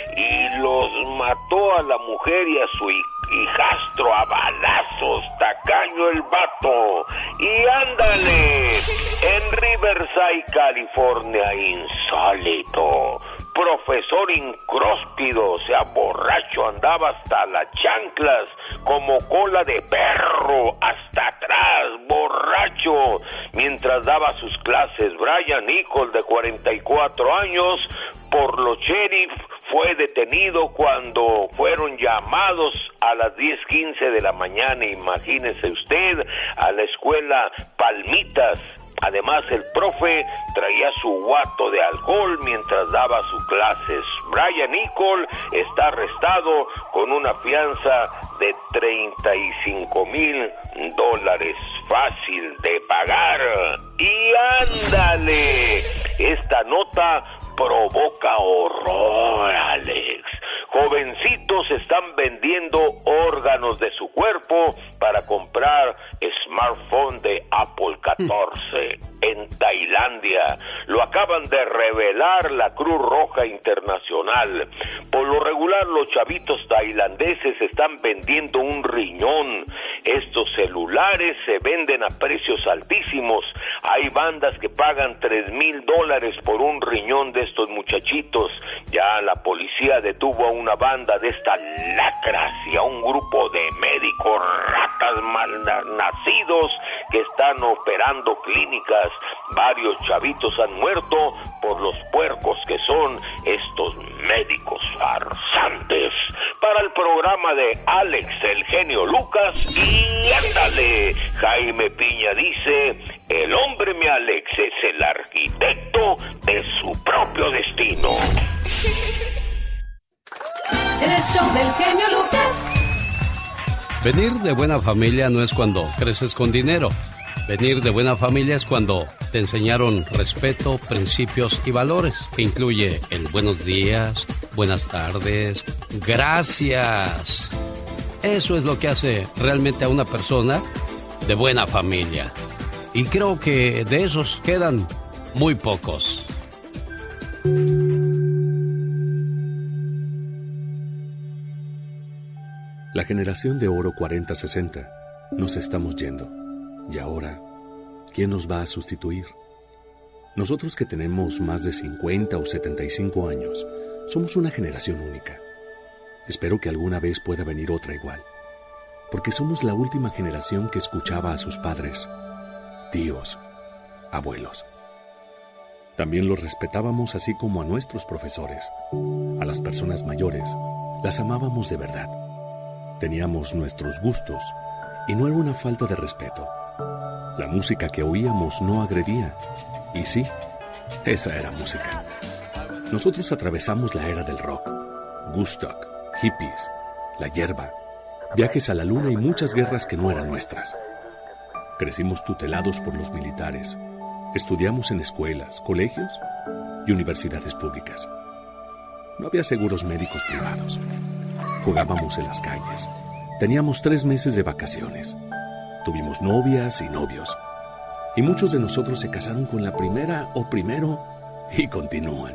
y los mató a la mujer y a su hijastro a balazos. Tacaño el vato. Y ándale, en Riverside, California, insólito. Profesor incróspido, o sea, borracho, andaba hasta las chanclas, como cola de perro, hasta atrás, borracho, mientras daba sus clases. Brian Nichols, de cuarenta y cuatro años, por los sheriff, fue detenido cuando fueron llamados a las diez quince de la mañana, imagínese usted, a la escuela Palmitas. Además, el profe traía su guato de alcohol mientras daba sus clases. Brian Nichols está arrestado con una fianza de treinta y cinco mil dólares. Fácil de pagar. Y ándale, esta nota provoca horror, Alex. Jovencitos están vendiendo órganos de su cuerpo para comprar smartphone de Apple catorce en Tailandia. Lo acaban de revelar la Cruz Roja Internacional. Por lo regular, los chavitos tailandeses están vendiendo un riñón. Estos celulares se venden a precios altísimos. Hay bandas que pagan tres mil dólares por un riñón de estos muchachitos. Ya la policía detuvo a una banda de estas lacras y a un grupo de médicos ratas malnacidos que están operando clínicas. Varios chavitos han muerto por los puercos que son estos médicos farsantes. Para el programa de Alex, el genio Lucas, y ándale, Jaime Piña dice: el hombre, mi Alex, es el arquitecto de su propio destino. El show del genio Lucas. Venir de buena familia no es cuando creces con dinero. Venir de buena familia es cuando te enseñaron respeto, principios y valores, que incluye el buenos días, buenas tardes, gracias. Eso es lo que hace realmente a una persona de buena familia. Y creo que de esos quedan muy pocos. La generación de oro cuarenta sesenta nos estamos yendo. Y ahora, ¿quién nos va a sustituir? Nosotros que tenemos más de cincuenta o setenta y cinco años, somos una generación única. Espero que alguna vez pueda venir otra igual, porque somos la última generación que escuchaba a sus padres, tíos, abuelos. También los respetábamos así como a nuestros profesores. A las personas mayores las amábamos de verdad. Teníamos nuestros gustos y no era una falta de respeto. La música que oíamos no agredía. Y sí, esa era música. Nosotros atravesamos la era del rock, Woodstock, hippies, la hierba, viajes a la luna y muchas guerras que no eran nuestras. Crecimos tutelados por los militares. Estudiamos en escuelas, colegios y universidades públicas. No había seguros médicos privados. Jugábamos en las calles. Teníamos tres meses de vacaciones. Tuvimos novias y novios. Y muchos de nosotros se casaron con la primera o primero y continúan.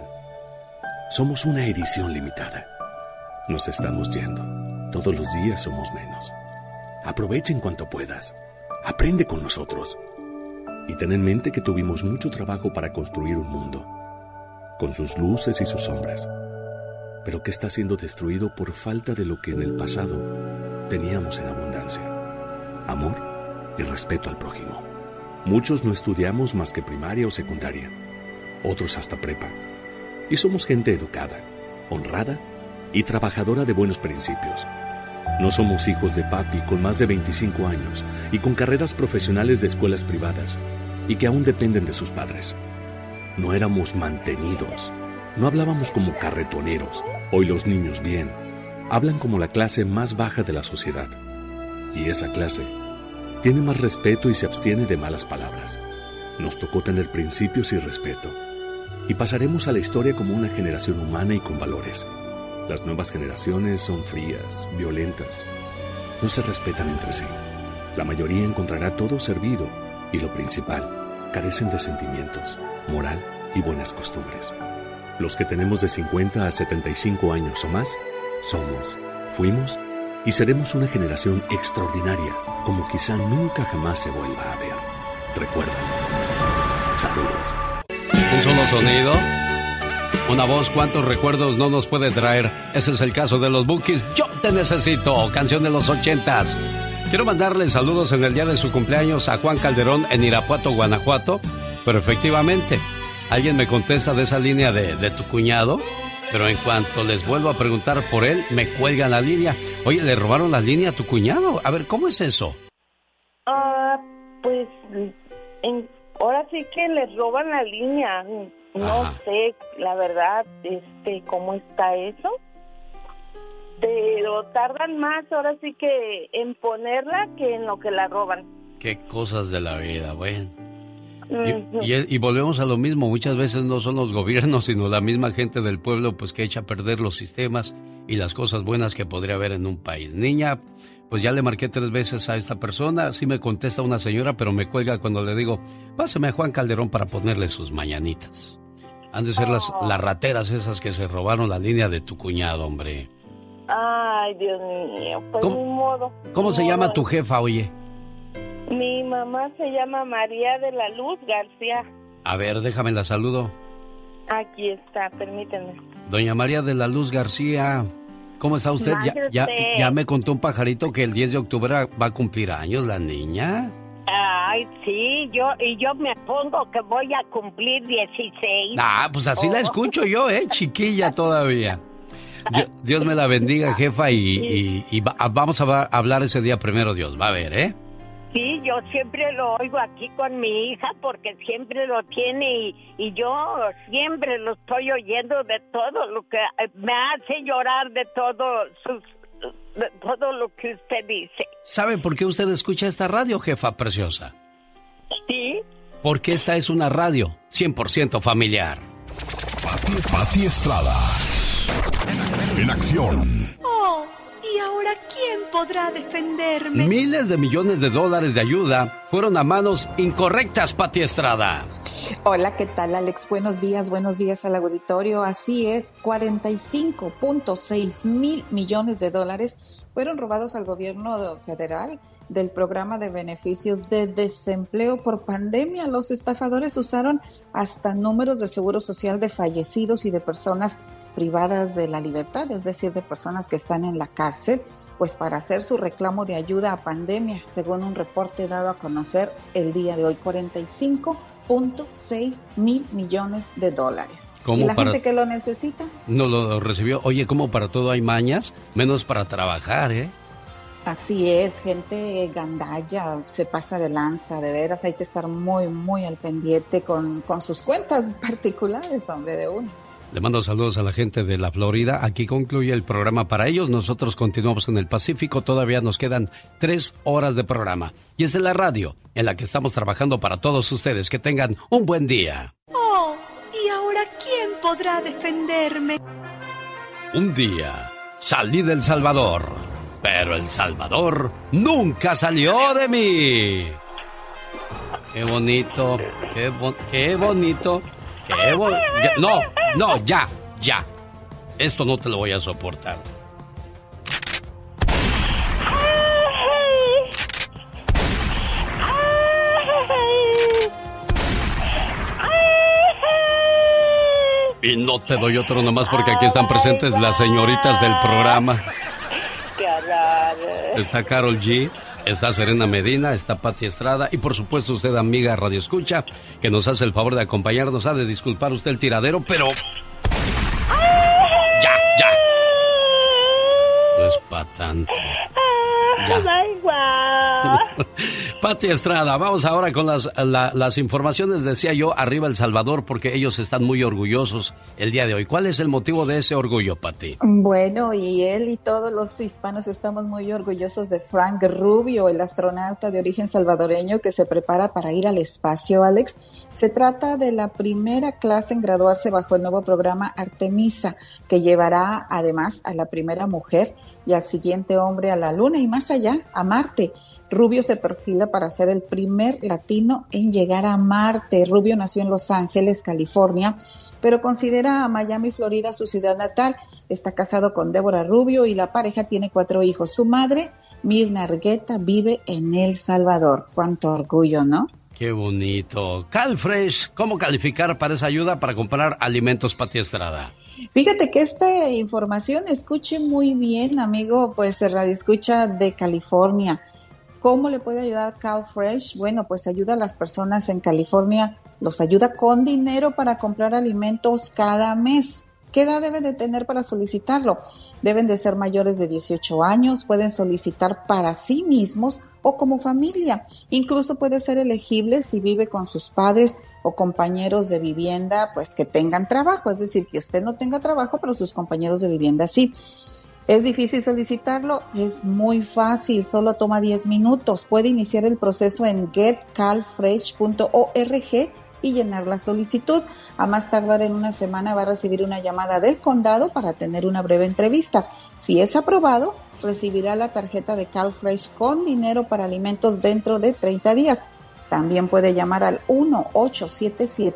Somos una edición limitada. Nos estamos yendo. Todos los días somos menos. Aprovecha en cuanto puedas. Aprende con nosotros. Y ten en mente que tuvimos mucho trabajo para construir un mundo, con sus luces y sus sombras, pero que está siendo destruido por falta de lo que en el pasado teníamos en abundancia: amor y respeto al prójimo. Muchos no estudiamos más que primaria o secundaria, otros hasta prepa, y somos gente educada, honrada y trabajadora de buenos principios. No somos hijos de papi con más de veinticinco años y con carreras profesionales de escuelas privadas y que aún dependen de sus padres. No éramos mantenidos, no hablábamos como carretoneros. Hoy los niños bien, hablan como la clase más baja de la sociedad. Y esa clase tiene más respeto y se abstiene de malas palabras. Nos tocó tener principios y respeto, y pasaremos a la historia como una generación humana y con valores. Las nuevas generaciones son frías, violentas, no se respetan entre sí. La mayoría encontrará todo servido y, lo principal, carecen de sentimientos, moral y buenas costumbres. Los que tenemos de cincuenta a setenta y cinco años o más, somos, fuimos y seremos una generación extraordinaria, como quizá nunca jamás se vuelva a ver. Recuerda. Saludos. Un solo sonido, una voz, ¿cuántos recuerdos no nos puede traer? Ese es el caso de los Bukis. Yo te necesito, canción de los ochentas. Quiero mandarle saludos en el día de su cumpleaños a Juan Calderón en Irapuato, Guanajuato. Pero efectivamente, alguien me contesta de esa línea de, de tu cuñado, pero en cuanto les vuelvo a preguntar por él, me cuelgan la línea. Oye, ¿le robaron la línea a tu cuñado? A ver, ¿cómo es eso? Ah, uh, pues, en, ahora sí que les roban la línea. No Ajá. sé, la verdad, este, cómo está eso. Pero tardan más, ahora sí que en ponerla que en lo que la roban. Qué cosas de la vida, bueno. Y, y, y volvemos a lo mismo, muchas veces no son los gobiernos, sino la misma gente del pueblo, pues que echa a perder los sistemas y las cosas buenas que podría haber en un país. Niña, pues ya le marqué tres veces a esta persona, sí me contesta una señora, pero me cuelga cuando le digo, pásame a Juan Calderón para ponerle sus mañanitas. Han de ser las, las rateras esas que se robaron la línea de tu cuñado, hombre. Ay, Dios mío, pues ¿Cómo, ni modo. ¿Cómo ni se modo. llama tu jefa, oye? Mi mamá se llama María de la Luz García. A ver, déjame la saludo. Aquí está, permíteme. Doña María de la Luz García, ¿cómo está usted? Ya, ya, ya me contó un pajarito que el diez de octubre va a cumplir años la niña. Ay, sí, yo y yo me pongo que voy a cumplir dieciséis. Ah, pues así oh. la escucho yo, ¿eh? Chiquilla todavía. Dios, Dios me la bendiga, jefa, y, y, y va, vamos a hablar ese día primero, Dios, va a ver, ¿eh? Sí, yo siempre lo oigo aquí con mi hija porque siempre lo tiene y, y yo siempre lo estoy oyendo de todo lo que me hace llorar, de todo sus, de todo lo que usted dice. ¿Sabe por qué usted escucha esta radio, jefa preciosa? Sí. Porque esta es una radio cien por ciento familiar. Pati, Pati Estrada. En acción. Oh, ¿y ahora quién podrá defenderme? Miles de millones de dólares de ayuda fueron a manos incorrectas, Pati Estrada. Hola, ¿qué tal, Alex? Buenos días, buenos días al auditorio. Así es, cuarenta y cinco punto seis mil millones de dólares fueron robados al gobierno federal del programa de beneficios de desempleo por pandemia. Los estafadores usaron hasta números de seguro social de fallecidos y de personas privadas de la libertad, es decir, de personas que están en la cárcel, pues para hacer su reclamo de ayuda a pandemia, según un reporte dado a conocer el día de hoy, cuarenta y cinco punto seis mil millones de dólares. ¿Y la para... gente que lo necesita? No lo recibió. Oye, como para todo hay mañas, menos para trabajar, ¿eh? Así es, gente gandalla, se pasa de lanza, de veras, hay que estar muy, muy al pendiente con, con sus cuentas particulares, hombre, de uno. Le mando saludos a la gente de la Florida. Aquí concluye el programa para ellos. Nosotros continuamos en el Pacífico. Todavía nos quedan tres horas de programa. Y esta es la radio en la que estamos trabajando para todos ustedes. Que tengan un buen día. Oh, ¿y ahora quién podrá defenderme? Un día salí del Salvador, pero El Salvador nunca salió de mí. Qué bonito, qué, bo- qué bonito. ¿Qué? Bo- ya, no, no, ya, ya. Esto no te lo voy a soportar. Y no te doy otro nomás porque aquí están presentes las señoritas del programa. Está Karol G, está Serena Medina, está Pati Estrada y por supuesto usted, amiga Radio Escucha, que nos hace el favor de acompañarnos. Ha de disculpar usted el tiradero, pero... ¡Ya, ya! No es para tanto. Ya. Pati Estrada, vamos ahora con las, la, las informaciones. Decía yo, arriba El Salvador, porque ellos están muy orgullosos el día de hoy. ¿Cuál es el motivo de ese orgullo, Pati? Bueno, y él y todos los hispanos estamos muy orgullosos de Frank Rubio, el astronauta de origen salvadoreño que se prepara para ir al espacio, Alex. Se trata de la primera clase en graduarse bajo el nuevo programa Artemisa, que llevará además a la primera mujer y al siguiente hombre a la Luna y más allá, a Marte. Rubio se perfila para ser el primer latino en llegar a Marte. Rubio nació en Los Ángeles, California, pero considera a Miami, Florida, su ciudad natal. Está casado con Débora Rubio y la pareja tiene cuatro hijos. Su madre, Mirna Argueta, vive en El Salvador. Cuánto orgullo, ¿no? Qué bonito. CalFresh, ¿cómo calificar para esa ayuda para comprar alimentos, Pati Estrada? Fíjate que esta información, escuche muy bien, amigo, pues Radio Escucha de California. ¿Cómo le puede ayudar CalFresh? Bueno, pues ayuda a las personas en California, los ayuda con dinero para comprar alimentos cada mes. ¿Qué edad deben de tener para solicitarlo? Deben de ser mayores de dieciocho años, pueden solicitar para sí mismos o como familia. Incluso puede ser elegible si vive con sus padres o compañeros de vivienda, pues que tengan trabajo. Es decir, que usted no tenga trabajo, pero sus compañeros de vivienda sí. ¿Es difícil solicitarlo? Es muy fácil, solo toma diez minutos. Puede iniciar el proceso en get cal fresh punto org y llenar la solicitud. A más tardar en una semana va a recibir una llamada del condado para tener una breve entrevista. Si es aprobado, recibirá la tarjeta de CalFresh con dinero para alimentos dentro de treinta días. También puede llamar al uno ocho siete siete,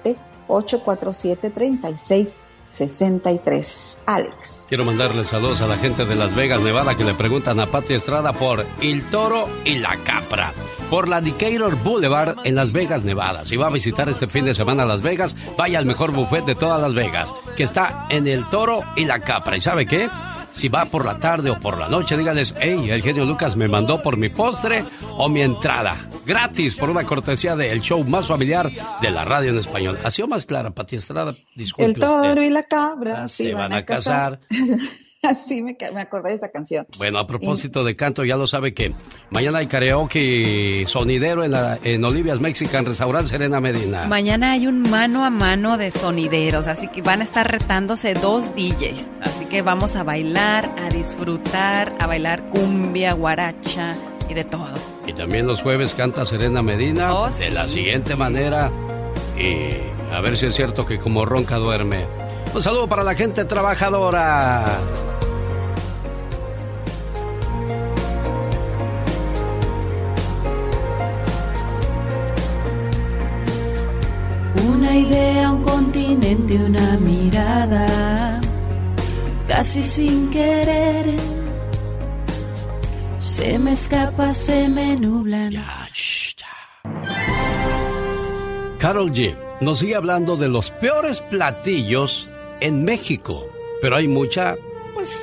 ocho cuatro siete, tres seis seis tres. Alex. Quiero mandarle saludos a la gente de Las Vegas, Nevada, que le preguntan a Pati Estrada por El Toro y la Capra. Por la Decatur Boulevard en Las Vegas, Nevada. Si va a visitar este fin de semana a Las Vegas, vaya al mejor buffet de todas Las Vegas, que está en El Toro y la Capra. ¿Y sabe qué? Si va por la tarde o por la noche, dígales, hey, el genio Lucas me mandó por mi postre o mi entrada. Gratis, por una cortesía del show más familiar de la radio en español. ¿Ha sido más clara, Pati Estrada? Disculpe El toro usted. y la cabra se van a casar. Así me, me acordé de esa canción. Bueno, a propósito de canto, ya lo sabe que mañana hay karaoke sonidero en, la, en Olivia's Mexican Restaurant Serena Medina. Mañana hay un mano a mano de sonideros, así que van a estar retándose dos D Js. Así que vamos a bailar, a disfrutar, a bailar cumbia, guaracha y de todo. Y también los jueves canta Serena Medina oh, de sí. la siguiente manera. Y a ver si es cierto que como ronca duerme. Un saludo para la gente trabajadora. Una idea, un continente, una mirada, casi sin querer, se me escapa, se me nublan. Ya, shh, ya. Karol G nos sigue hablando de los peores platillos en México, pero hay mucha, pues,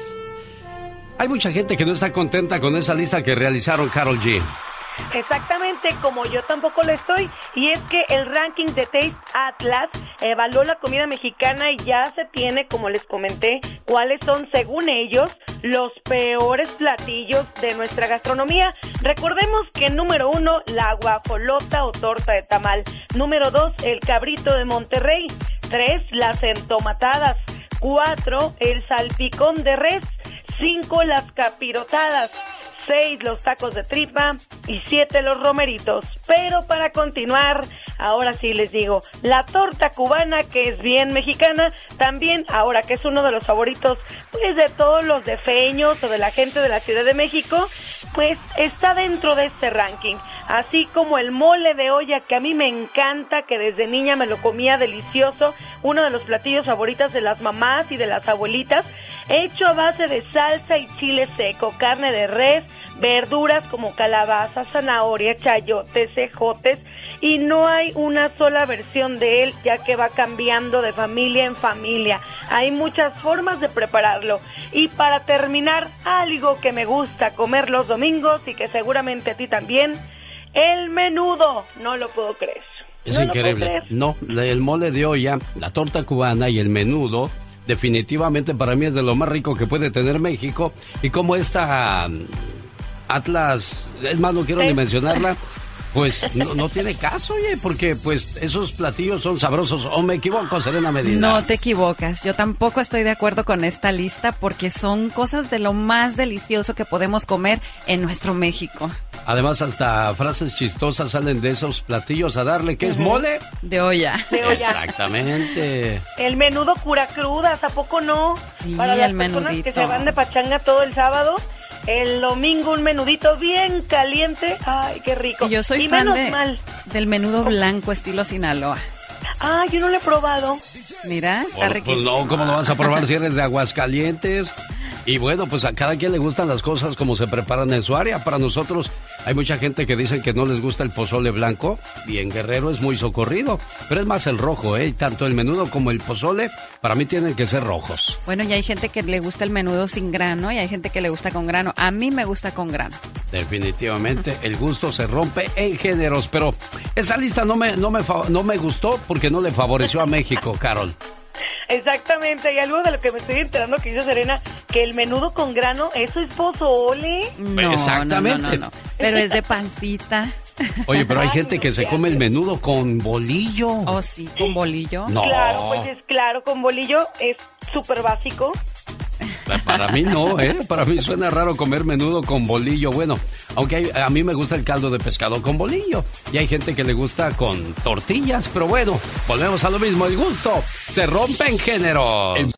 hay mucha gente que no está contenta con esa lista que realizaron, Karol G. Exactamente, como yo tampoco lo estoy, y es que el ranking de Taste Atlas evaluó la comida mexicana y ya se tiene, como les comenté, cuáles son, según ellos, los peores platillos de nuestra gastronomía. Recordemos que número uno, la guajolota o torta de tamal. Número dos, el cabrito de Monterrey. Tres, las entomatadas. Cuatro, el salpicón de res. Cinco, las capirotadas. Seis, los tacos de tripa. Y siete, los romeritos. Pero para continuar, ahora sí les digo, la torta cubana, que es bien mexicana, también, ahora que es uno de los favoritos, pues de todos los defeños o de la gente de la Ciudad de México, pues está dentro de este ranking. Así como el mole de olla, que a mí me encanta, que desde niña me lo comía delicioso, uno de los platillos favoritos de las mamás y de las abuelitas, hecho a base de salsa y chile seco, carne de res, verduras como calabaza, zanahoria, chayotes, ejotes, y no hay una sola versión de él, ya que va cambiando de familia en familia. Hay muchas formas de prepararlo. Y para terminar, algo que me gusta comer los domingos y que seguramente a ti también, el menudo. No lo puedo creer. Es no increíble. No, el mole de olla, la torta cubana y el menudo, definitivamente para mí es de lo más rico que puede tener México. Y como esta um, Atlas, es más, no quiero sí. ni mencionarla, pues no, no tiene caso, oye, porque pues esos platillos son sabrosos. ¿O me equivoco, Serena Medina? No te equivocas, yo tampoco estoy de acuerdo con esta lista porque son cosas de lo más delicioso que podemos comer en nuestro México. Además, hasta frases chistosas salen de esos platillos a darle. ¿Qué es mole? De olla. De olla. Exactamente. El menudo cura crudas, ¿a poco no? Sí, para las el personas menudito. que se van de pachanga todo el sábado, el domingo un menudito bien caliente. Ay, qué rico. Y yo soy y fan menos de, mal. del menudo blanco estilo Sinaloa. Ah, yo no lo he probado. Mira, está Por, riquísimo. Pues no, ¿cómo lo vas a probar si eres de Aguascalientes? Y bueno, pues a cada quien le gustan las cosas como se preparan en su área. Para nosotros hay mucha gente que dicen que no les gusta el pozole blanco y en Guerrero es muy socorrido. Pero es más el rojo, ¿eh? Tanto el menudo como el pozole para mí tienen que ser rojos. Bueno, y hay gente que le gusta el menudo sin grano y hay gente que le gusta con grano. A mí me gusta con grano. Definitivamente el gusto se rompe en géneros, pero esa lista no me, no me, no me gustó porque no le favoreció a México, Karol. Exactamente, y algo de lo que me estoy enterando que dice Serena, que el menudo con grano, ¿eso es pozole? No, Exactamente. no, no, no, no. Pero es de pancita. Oye, pero hay gente que se come el menudo con bolillo. Oh, sí, con bolillo. No. Claro, pues es claro, con bolillo es súper básico. Para mí no, ¿eh? Para mí suena raro comer menudo con bolillo. Bueno, aunque hay, a mí me gusta el caldo de pescado con bolillo. Y hay gente que le gusta con tortillas. Pero bueno, volvemos a lo mismo. El gusto se rompe en géneros. El,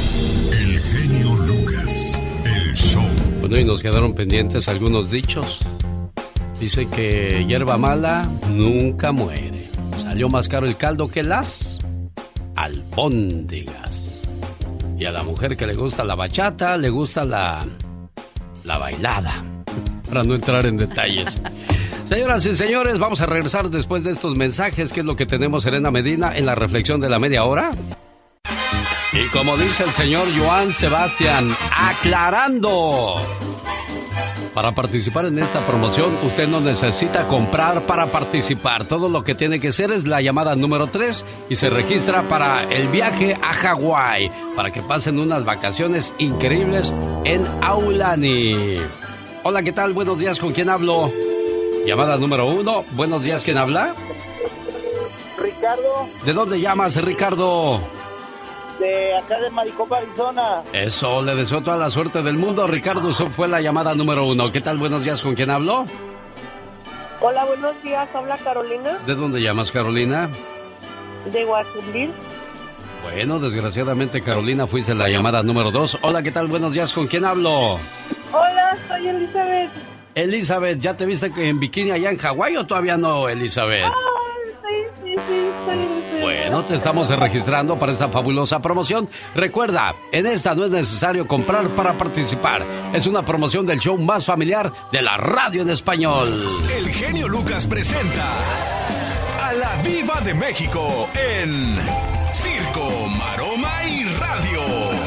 el genio Lucas, el show. Bueno, y nos quedaron pendientes algunos dichos. Dice que hierba mala nunca muere. Salió más caro el caldo que las albóndigas. Y a la mujer que le gusta la bachata, le gusta la, la bailada. Para no entrar en detalles. Señoras y señores, vamos a regresar después de estos mensajes. ¿Qué es lo que tenemos, Serena Medina, en la reflexión de la media hora? Y como dice el señor Joan Sebastián, aclarando. Para participar en esta promoción, usted no necesita comprar para participar. Todo lo que tiene que hacer es la llamada número tres y se registra para el viaje a Hawái, para que pasen unas vacaciones increíbles en Aulani. Hola, ¿qué tal? Buenos días, ¿con quién hablo? Llamada número uno. Buenos días, ¿quién habla? Ricardo. ¿De dónde llamas, Ricardo? De acá de Maricopa, Arizona. Eso, le deseo toda la suerte del mundo, Ricardo. Eso fue la llamada número uno. ¿Qué tal? Buenos días, ¿con quién hablo? Hola, buenos días, habla Carolina. ¿De dónde llamas, Carolina? De Watsonville. Bueno, desgraciadamente, Carolina, fuiste la llamada número dos. Hola, ¿qué tal? Buenos días, ¿con quién hablo? Hola, soy Elizabeth. Elizabeth, ¿ya te viste en bikini allá en Hawái o todavía no, Elizabeth? Ay, sí, sí, sí, estoy en Bueno, te estamos registrando para esta fabulosa promoción. Recuerda, en esta no es necesario comprar para participar. Es una promoción del show más familiar de la radio en español. El genio Lucas presenta a la Diva de México en Circo, Maroma y Radio.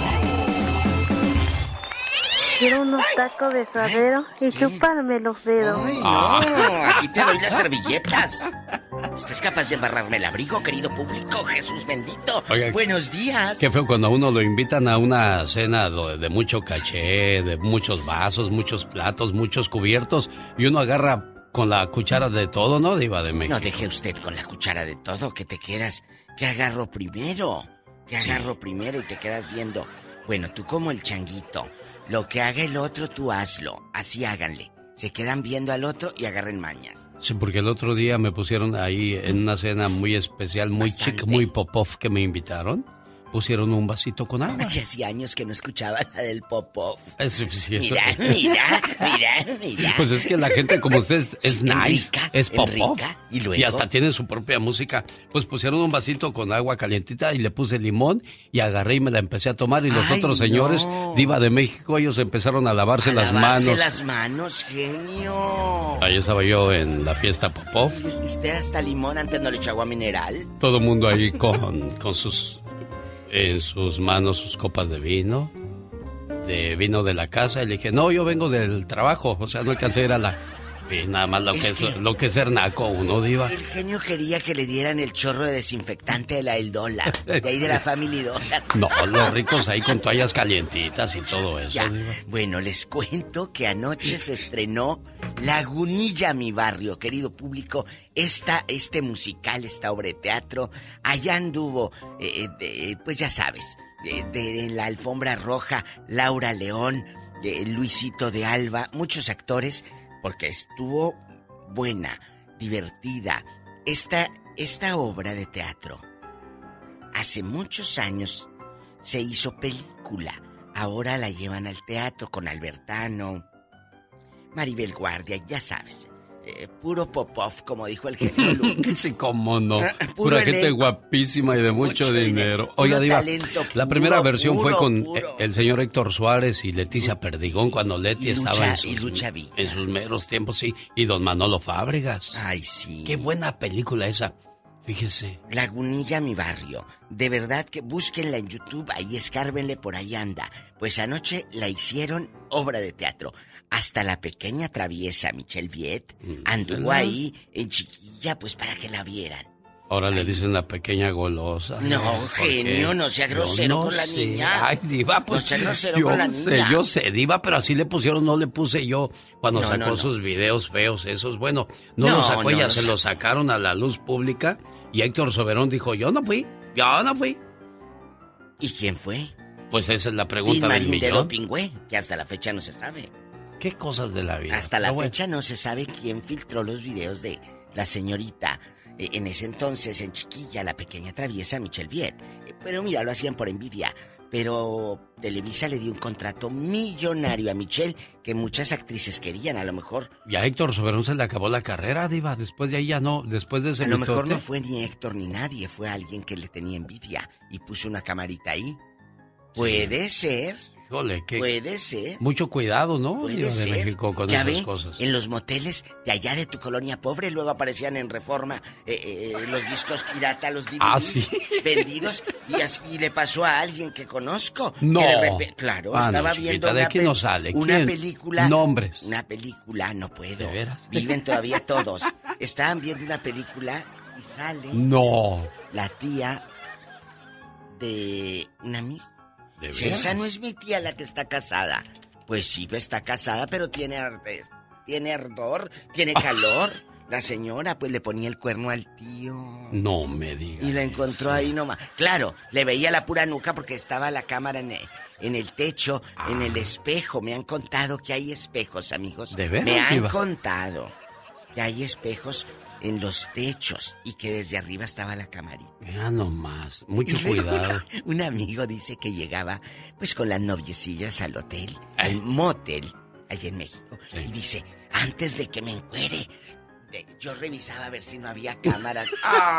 Quiero unos tacos de suadero y chuparme los dedos. Ay, no, aquí te doy las servilletas. ¿Estás capaz de embarrarme el abrigo, querido público? Jesús bendito. Oiga, buenos días. Qué feo cuando a uno lo invitan a una cena de, de mucho caché, de muchos vasos, muchos platos, muchos cubiertos, y uno agarra con la cuchara de todo, ¿no, Diva de México? No deje usted con la cuchara de todo, que te quedas. Que agarro primero. Que agarro sí. primero y te quedas viendo. Bueno, tú como el changuito. Lo que haga el otro, tú hazlo. Así háganle. Se quedan viendo al otro y agarren mañas. Sí, porque el otro día me pusieron ahí en una cena muy especial, muy chic, muy pop-off que me invitaron. Pusieron un vasito con agua. Ay, hacía años que no escuchaba la del pop-off. Eso, sí, eso. Mira, mira, mira, mira. Pues es que la gente como usted es, es sí, nice, Enrica, es pop-off. ¿Y, luego? Y hasta tiene su propia música. Pues pusieron un vasito con agua calientita y le puse limón y agarré y me la empecé a tomar. Y los Ay, otros señores, no. Diva de México, ellos empezaron a lavarse a las lavarse manos. las manos, genio. Ahí estaba yo en la fiesta pop-off. ¿Usted hasta limón antes no le echó agua mineral? Todo el mundo ahí con, con sus... en sus manos sus copas de vino, de vino de la casa, y le dije, no, yo vengo del trabajo, o sea, no alcancé a ir a la... Y nada más lo es que, que es lo que es ser naco uno, Diva. El genio quería que le dieran el chorro de desinfectante de la El Dólar, de ahí de la Family Dólar. No, los ricos ahí con toallas calientitas y todo eso, ya. Diva. Bueno, les cuento que anoche se estrenó Lagunilla, mi barrio, querido público. Esta, este musical, esta obra de teatro, allá anduvo, eh, de, pues ya sabes, de, de, en la alfombra roja, Laura León, de Luisito de Alba, muchos actores, porque estuvo buena, divertida. Esta, esta obra de teatro, hace muchos años se hizo película. Ahora la llevan al teatro con Albertano, Maribel Guardia, ya sabes. Eh, puro pop-off, como dijo el genio Lucas. Sí, cómo no. Uh, Pura elenco, gente guapísima y de mucho, mucho dinero. dinero. Oiga, Diva, talento, la puro, primera versión puro, fue con puro. el señor Héctor Suárez y Leticia Perdigón, cuando Leti y estaba Lucha, en, sus, y Lucha Villa. en sus meros tiempos, sí. Y don Manolo Fábregas. Ay, sí. Qué buena película esa. Fíjese. Lagunilla, mi barrio. De verdad que búsquenla en YouTube, ahí escárbenle, por ahí anda. Pues anoche la hicieron obra de teatro. Hasta la pequeña traviesa Michelle Viet anduvo ahí en chiquilla, pues para que la vieran. Ahora Ay. le dicen la pequeña golosa. No, genio, no sea grosero no con la sé. niña. Ay, Diva, pues. No sea grosero yo con la sé, niña. Yo sé, Diva, pero así le pusieron, no le puse yo cuando no, sacó no, no. sus videos feos esos. Bueno, no, no los sacó no, ella, no, se no. los sacaron a la luz pública y Héctor Soberón dijo, yo no fui, yo no fui. ¿Y quién fue? Pues esa es la pregunta y del Marín millón. de Dopingüe, que hasta la fecha no se sabe. ¿Qué cosas de la vida? Hasta la no, fecha no se sabe quién filtró los videos de la señorita, eh, en ese entonces, en chiquilla, la pequeña traviesa Michelle Viet. Eh, pero mira, lo hacían por envidia. pero Televisa le dio un contrato millonario a Michelle que muchas actrices querían, a lo mejor. Y a Héctor Soberón se le acabó la carrera, Diva. Después de ahí ya no, después de ese A lo mitote. mejor no fue ni Héctor ni nadie, fue alguien que le tenía envidia y puso una camarita ahí. Puede sí. ser. Híjole, que puede ser. Mucho cuidado, ¿no? Puede Diva de ser. México con ya esas ve, cosas. En los moteles de allá de tu colonia pobre luego aparecían en Reforma eh, eh, los discos pirata, los D V Ds ¿Ah, sí? vendidos y así y le pasó a alguien que conozco. No. Que de repente, claro, ah, estaba no, chiquita, viendo ¿de una, aquí no sale? una ¿Quién? película. Nombres. Una película, no puedo. ¿De veras? Viven todavía todos. Estaban viendo una película y sale. No. La tía de un amigo. ¿De Si veras? esa no es mi tía la que está casada. Pues sí, está casada, pero tiene arte, tiene ardor, tiene calor. La señora, pues le ponía el cuerno al tío. No me digas. Y la encontró ahí nomás. Claro, le veía la pura nuca porque estaba la cámara en el, en el techo, ah. en el espejo. Me han contado que hay espejos, amigos. ¿De veras? Me han Iba? contado que hay espejos en los techos y que desde arriba estaba la camarita. Ya nomás, mucho cuidado. Un amigo dice que llegaba pues con las noviecillas al hotel, Ay. al motel, allá en México, sí. y dice, antes de que me encuere, yo revisaba a ver si no había cámaras.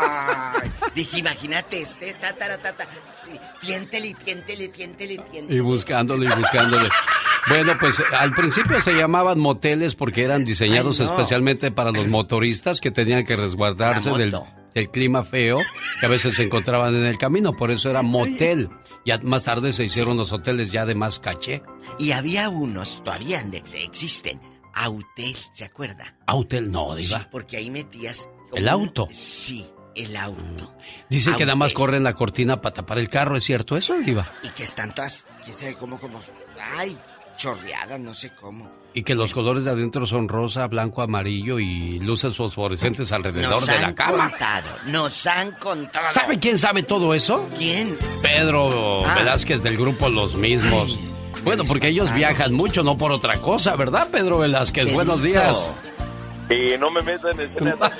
¡Ay! Dije, imagínate este, tatara, tata, tiéntele, tiéntele, tiéntele, tiéntele. Y buscándole, y buscándole. Bueno, pues al principio se llamaban moteles porque eran diseñados Ay, no. especialmente para los motoristas que tenían que resguardarse del, del clima feo que a veces se encontraban en el camino, por eso era motel. Ya más tarde se hicieron los hoteles ya de más caché. Y había unos, todavía existen, Autel, ¿se acuerda? Autel no, Diva. Sí, porque ahí metías... ¿El auto? Sí, el auto. Dicen Autel. que nada más corren la cortina para tapar el carro, ¿es cierto eso, Diva? Y que están todas, quién sabe cómo, como... Ay, chorreadas, no sé cómo. Y que los colores de adentro son rosa, blanco, amarillo y luces fosforescentes alrededor nos de la cama. Nos han contado, nos han contado. ¿Sabe quién sabe todo eso? ¿Quién? Pedro ah. Velázquez del grupo Los Mismos. Ay. Bueno, porque ellos viajan mucho, no por otra cosa, ¿verdad, Pedro Velázquez? Pedrito. Buenos días. Sí, no me metan en ese me vas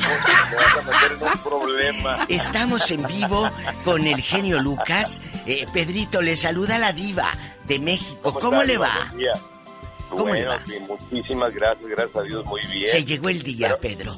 a meter en un problema. Estamos en vivo con el genio Lucas. Eh, Pedrito, le saluda la diva de México. ¿Cómo, ¿Cómo le va? ¿Cómo bueno, le va? Sí, muchísimas gracias, gracias a Dios, muy bien. Se llegó el día, Pero, Pedro.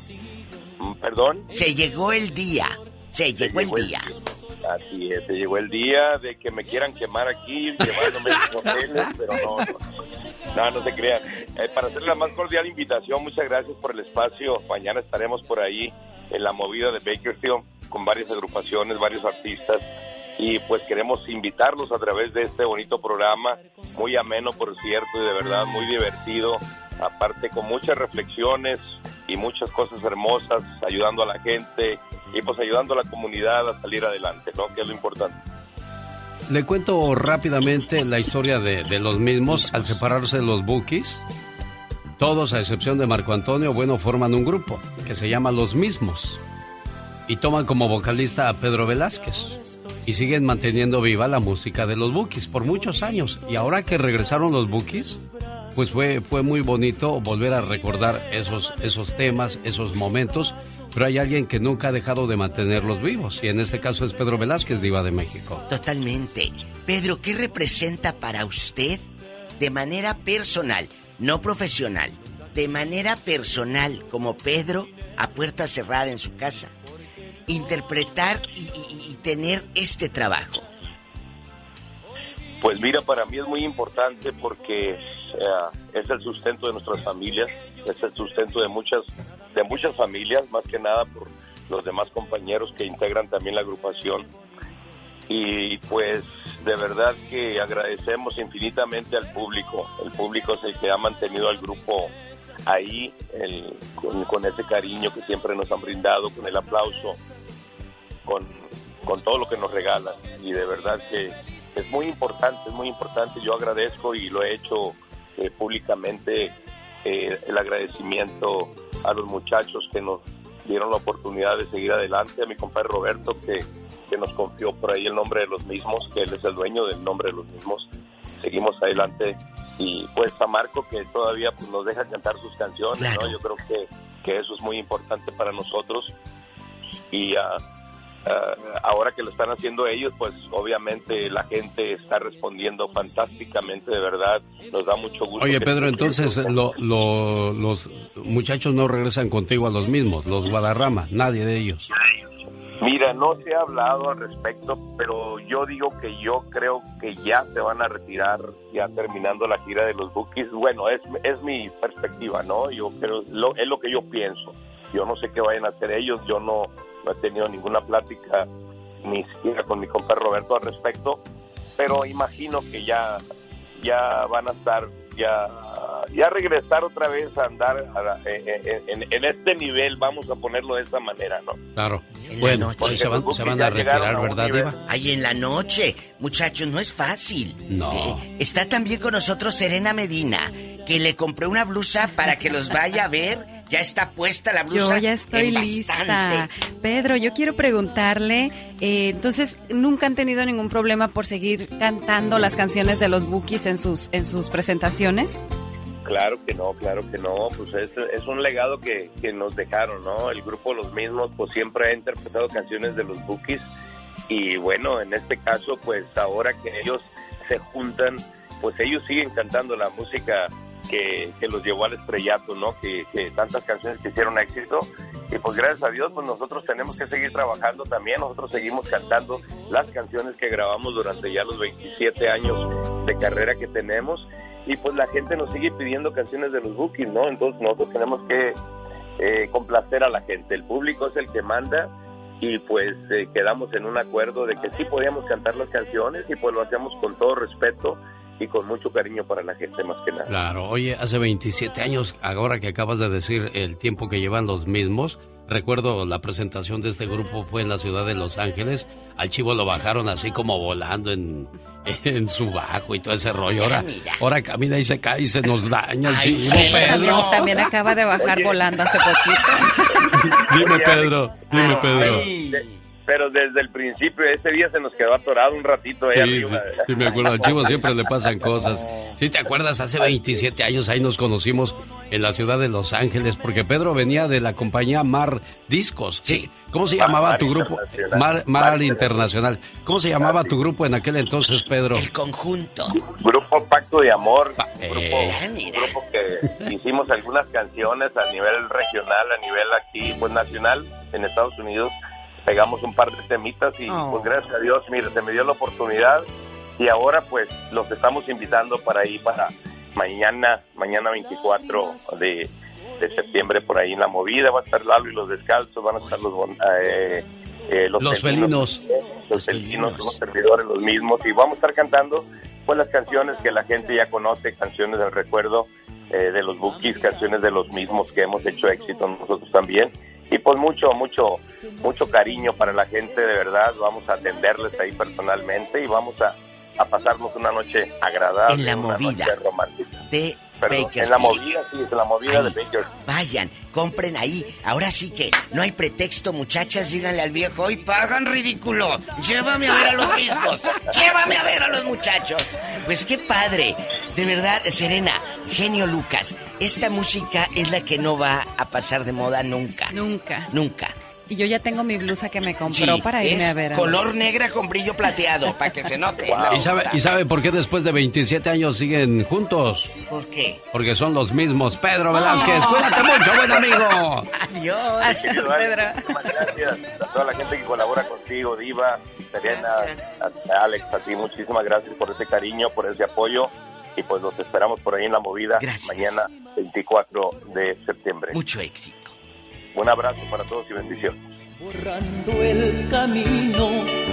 ¿Perdón? Se llegó el día, se, se llegó, llegó el día. El día. Así es, se llegó el día de que me quieran quemar aquí, llevándome a los hoteles, pero no, no, no, no se crean. Eh, para hacerle la más cordial invitación, muchas gracias por el espacio. Mañana estaremos por ahí en la movida de Bakersfield con varias agrupaciones, varios artistas. Y pues queremos invitarlos a través de este bonito programa, muy ameno por cierto, y de verdad muy divertido, aparte con muchas reflexiones y muchas cosas hermosas, ayudando a la gente y pues ayudando a la comunidad a salir adelante, ¿no? Que es lo importante. Le cuento rápidamente la historia de, de los mismos. Al separarse de los Bukis, todos a excepción de Marco Antonio, bueno, forman un grupo que se llama Los Mismos y toman como vocalista a Pedro Velázquez. Y siguen manteniendo viva la música de los Bukis por muchos años. Y ahora que regresaron los Bukis, pues fue, fue muy bonito volver a recordar esos, esos temas, esos momentos. Pero hay alguien que nunca ha dejado de mantenerlos vivos. Y en este caso es Pedro Velázquez, diva de México. Totalmente. Pedro, ¿qué representa para usted de manera personal, no profesional, de manera personal, como Pedro, a puerta cerrada en su casa, interpretar y, y, y tener este trabajo? Pues mira, para mí es muy importante porque eh, es el sustento de nuestras familias, es el sustento de muchas, de muchas familias, más que nada por los demás compañeros que integran también la agrupación. Y pues de verdad que agradecemos infinitamente al público. El público es el que ha mantenido al grupo ahí, el, con, con ese cariño que siempre nos han brindado, con el aplauso, con, con todo lo que nos regalan. Y de verdad que es muy importante, es muy importante. Yo agradezco y lo he hecho eh, públicamente, eh, el agradecimiento a los muchachos que nos dieron la oportunidad de seguir adelante, a mi compadre Roberto que, que nos confió por ahí el nombre de los mismos, que él es el dueño del nombre de los mismos. Seguimos adelante y pues a Marco que todavía pues, nos deja cantar sus canciones, claro. ¿no? Yo creo que, que eso es muy importante para nosotros y a uh, ahora que lo están haciendo ellos, pues obviamente la gente está respondiendo fantásticamente, de verdad, nos da mucho gusto. Oye, Pedro, entonces lo, lo, los muchachos no regresan contigo a los mismos, los Guadarrama, nadie de ellos. Mira, no se ha hablado al respecto, pero yo digo que yo creo que ya se van a retirar, ya terminando la gira de los Bukis. Bueno, es, es mi perspectiva, ¿no? Yo creo, lo, es lo que yo pienso. Yo no sé qué vayan a hacer ellos, yo no, no he tenido ninguna plática, ni siquiera con mi compa Roberto al respecto, pero imagino que ya, ya van a estar, ya, ya regresar otra vez a andar a, en, en, en este nivel, vamos a ponerlo de esa manera, ¿no? Claro. En bueno, la noche. se van, se van a retirar, ¿verdad, Diva? Ay, en la noche. Muchachos, no es fácil. No. Eh, está también con nosotros Serena Medina, que le compré una blusa para que los vaya a ver. Ya está puesta la blusa. Yo ya estoy lista. Pedro, yo quiero preguntarle, eh, entonces, ¿nunca han tenido ningún problema por seguir cantando las canciones de los Bukis en sus, en sus presentaciones? Claro que no, claro que no, pues es, es un legado que, que nos dejaron, ¿no? El grupo Los Mismos pues siempre ha interpretado canciones de los Bukis y bueno, en este caso pues ahora que ellos se juntan, pues ellos siguen cantando la música que, que los llevó al estrellato, ¿no? Que, que tantas canciones que hicieron éxito y pues gracias a Dios pues nosotros tenemos que seguir trabajando también, nosotros seguimos cantando las canciones que grabamos durante ya los veintisiete años de carrera que tenemos. Y pues la gente nos sigue pidiendo canciones de los Bukis, ¿no? Entonces nosotros tenemos que eh, complacer a la gente. El público es el que manda y pues eh, quedamos en un acuerdo de que sí podíamos cantar las canciones y pues lo hacemos con todo respeto y con mucho cariño para la gente más que nada. Claro, oye, hace veintisiete años, ahora que acabas de decir el tiempo que llevan Los Mismos, recuerdo la presentación de este grupo fue en la ciudad de Los Ángeles. Al Chivo lo bajaron así como volando en, en su bajo y todo ese rollo. Ahora, ahora camina y se cae y se nos daña el Chivo, Pedro. También, también acaba de bajar Oye. volando hace poquito. Dime, Pedro, dime, Pedro. Ay. Pero desde el principio, ese día se nos quedó atorado un ratito ahí sí, arriba. Sí, sí, me acuerdo, al Chivo siempre le pasan cosas. ¿Sí te acuerdas? Hace veintisiete años ahí nos conocimos en la ciudad de Los Ángeles, porque Pedro venía de la compañía Mar Discos. Sí. ¿Cómo se llamaba Mar tu grupo? Mar, Mar, Mar Internacional. ¿Cómo se llamaba tu grupo en aquel entonces, Pedro? El Conjunto. Grupo Pacto de Amor. Pa un, grupo, un grupo que hicimos algunas canciones a nivel regional, a nivel aquí, pues nacional, en Estados Unidos. Pegamos un par de temitas y oh. pues gracias a Dios, mire, se me dio la oportunidad y ahora pues los estamos invitando para ir para mañana, mañana veinticuatro de, de septiembre por ahí en La Movida, va a estar Lalo y los Descalzos, van a estar los eh, eh, los, los felinos, felinos, los felinos, los servidores, los mismos y vamos a estar cantando pues las canciones que la gente ya conoce, canciones del recuerdo eh, de los Bukis, canciones de Los Mismos que hemos hecho éxito nosotros también. Y pues mucho, mucho, mucho cariño para la gente, de verdad. Vamos a atenderles ahí personalmente y vamos a, a pasarnos una noche agradable. En la movida noche romántica. de Perdón, En la movida, sí, en la movida ahí, de Baker. Vayan, compren ahí. Ahora sí que no hay pretexto, muchachas. Díganle al viejo, ¡y pagan, ridículo! Llévame a ver a los mismos. Llévame a ver a los muchachos. Pues qué padre. De verdad, Serena, genio Lucas. Esta música es la que no va a pasar de moda nunca. Nunca. Nunca. Y yo ya tengo mi blusa que me compró sí, para irme a ver. A color ver. negra con brillo plateado, para que se note. Wow. ¿Y, sabe, ¿Y sabe por qué después de veintisiete años siguen juntos? ¿Por qué? Porque son los mismos. Pedro Velázquez, oh. cuídate mucho, buen amigo. Adiós. Adiós, Pedro. Muchas gracias a toda la gente que colabora contigo, Diva, Serena, a, a Alex, a ti. Muchísimas gracias por ese cariño, por ese apoyo. Y pues los esperamos por ahí en La Movida. Gracias. Mañana, veinticuatro de septiembre. Mucho éxito. Un abrazo para todos y bendiciones. Borrando el camino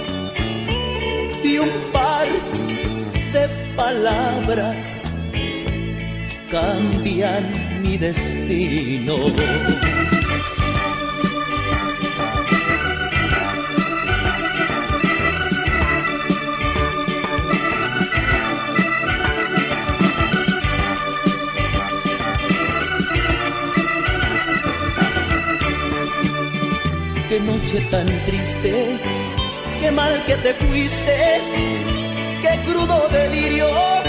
y un par de palabras cambian mi destino. Qué noche tan triste, qué mal que te fuiste, qué crudo delirio.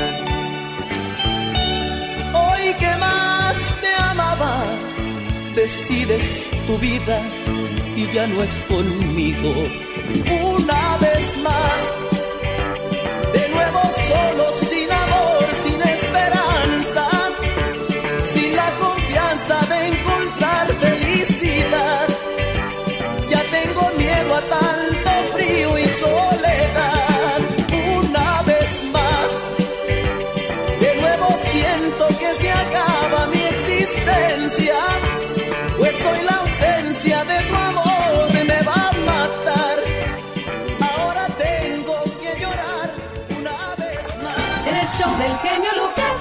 Hoy que más te amaba, decides tu vida y ya no es conmigo. una vez más. De nuevo solo, sin amor, sin esperanza, sin la confianza de encontrar felicidad. Ya tengo miedo a tanto frío y soledad. Una vez más, de nuevo siento que se acaba mi existencia, pues soy la ausencia de tu amor, me va a matar. Ahora tengo que llorar una vez más. El show del genio Lucas.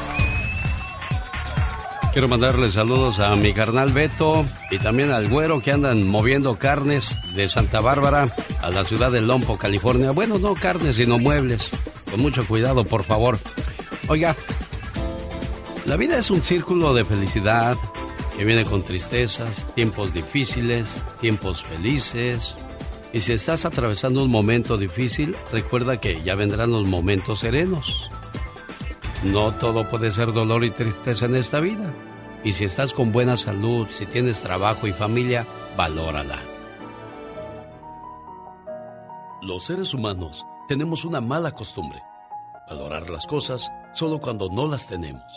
Quiero mandarle saludos a mi carnal Beto y también al güero que andan moviendo carnes de Santa Bárbara a la ciudad de Lompo, California. Bueno, no carnes, sino muebles. Con mucho cuidado, por favor. Oiga, la vida es un círculo de felicidad que viene con tristezas, tiempos difíciles, tiempos felices. Y si estás atravesando un momento difícil, recuerda que ya vendrán los momentos serenos. No todo puede ser dolor y tristeza en esta vida. Y si estás con buena salud, si tienes trabajo y familia, valórala. Los seres humanos tenemos una mala costumbre: valorar las cosas solo cuando no las tenemos.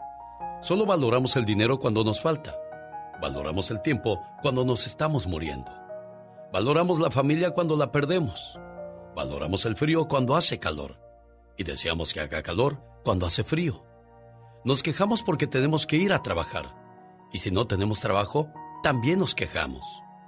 Solo valoramos el dinero cuando nos falta. Valoramos el tiempo cuando nos estamos muriendo. Valoramos la familia cuando la perdemos. Valoramos el frío cuando hace calor. Y deseamos que haga calor cuando hace frío. Nos quejamos porque tenemos que ir a trabajar. Y si no tenemos trabajo, también nos quejamos.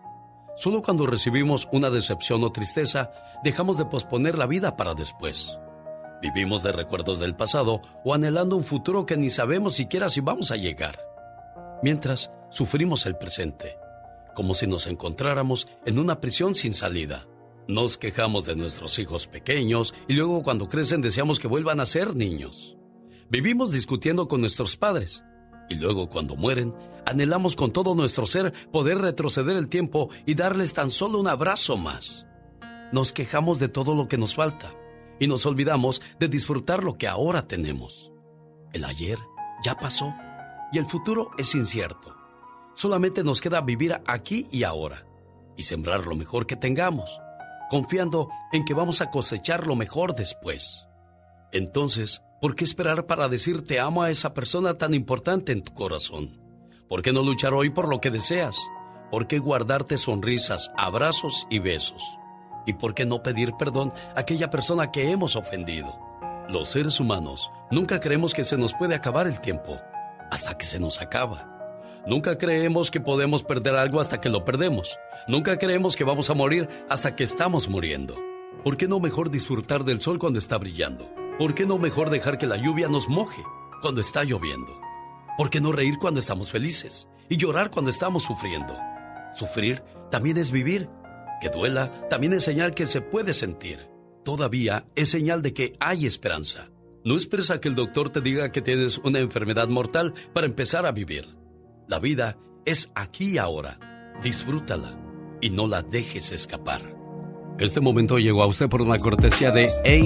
Solo cuando recibimos una decepción o tristeza, dejamos de posponer la vida para después. Vivimos de recuerdos del pasado o anhelando un futuro que ni sabemos siquiera si vamos a llegar. Mientras, sufrimos el presente, como si nos encontráramos en una prisión sin salida. Nos quejamos de nuestros hijos pequeños y luego cuando crecen deseamos que vuelvan a ser niños. Vivimos discutiendo con nuestros padres y luego cuando mueren anhelamos con todo nuestro ser poder retroceder el tiempo y darles tan solo un abrazo más. Nos quejamos de todo lo que nos falta y nos olvidamos de disfrutar lo que ahora tenemos. El ayer ya pasó y el futuro es incierto. Solamente nos queda vivir aquí y ahora y sembrar lo mejor que tengamos, confiando en que vamos a cosechar lo mejor después. Entonces, ¿por qué esperar para decir te amo a esa persona tan importante en tu corazón? ¿Por qué no luchar hoy por lo que deseas? ¿Por qué guardarte sonrisas, abrazos y besos? ¿Y por qué no pedir perdón a aquella persona que hemos ofendido? Los seres humanos nunca creemos que se nos puede acabar el tiempo hasta que se nos acaba. Nunca creemos que podemos perder algo hasta que lo perdemos. Nunca creemos que vamos a morir hasta que estamos muriendo. ¿Por qué no mejor disfrutar del sol cuando está brillando? ¿Por qué no mejor dejar que la lluvia nos moje cuando está lloviendo? ¿Por qué no reír cuando estamos felices y llorar cuando estamos sufriendo? Sufrir también es vivir. Que duela también es señal que se puede sentir. Todavía es señal de que hay esperanza. No esperes a que el doctor te diga que tienes una enfermedad mortal para empezar a vivir. La vida es aquí y ahora. Disfrútala y no la dejes escapar. Este momento llegó a usted por una cortesía de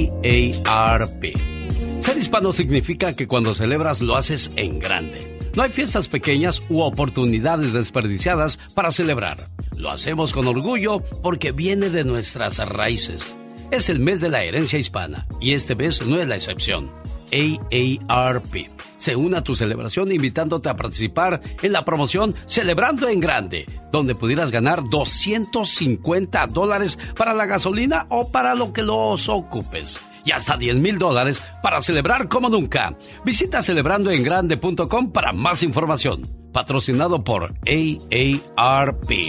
A A R P. Ser hispano significa que cuando celebras lo haces en grande. No hay fiestas pequeñas u oportunidades desperdiciadas para celebrar. Lo hacemos con orgullo porque viene de nuestras raíces. Es el mes de la herencia hispana y este mes no es la excepción. A A R P se une a tu celebración invitándote a participar en la promoción Celebrando en Grande, donde pudieras ganar doscientos cincuenta dólares para la gasolina o para lo que los ocupes. Y hasta diez mil dólares para celebrar como nunca. Visita celebrando en grande punto com para más información. Patrocinado por A A R P.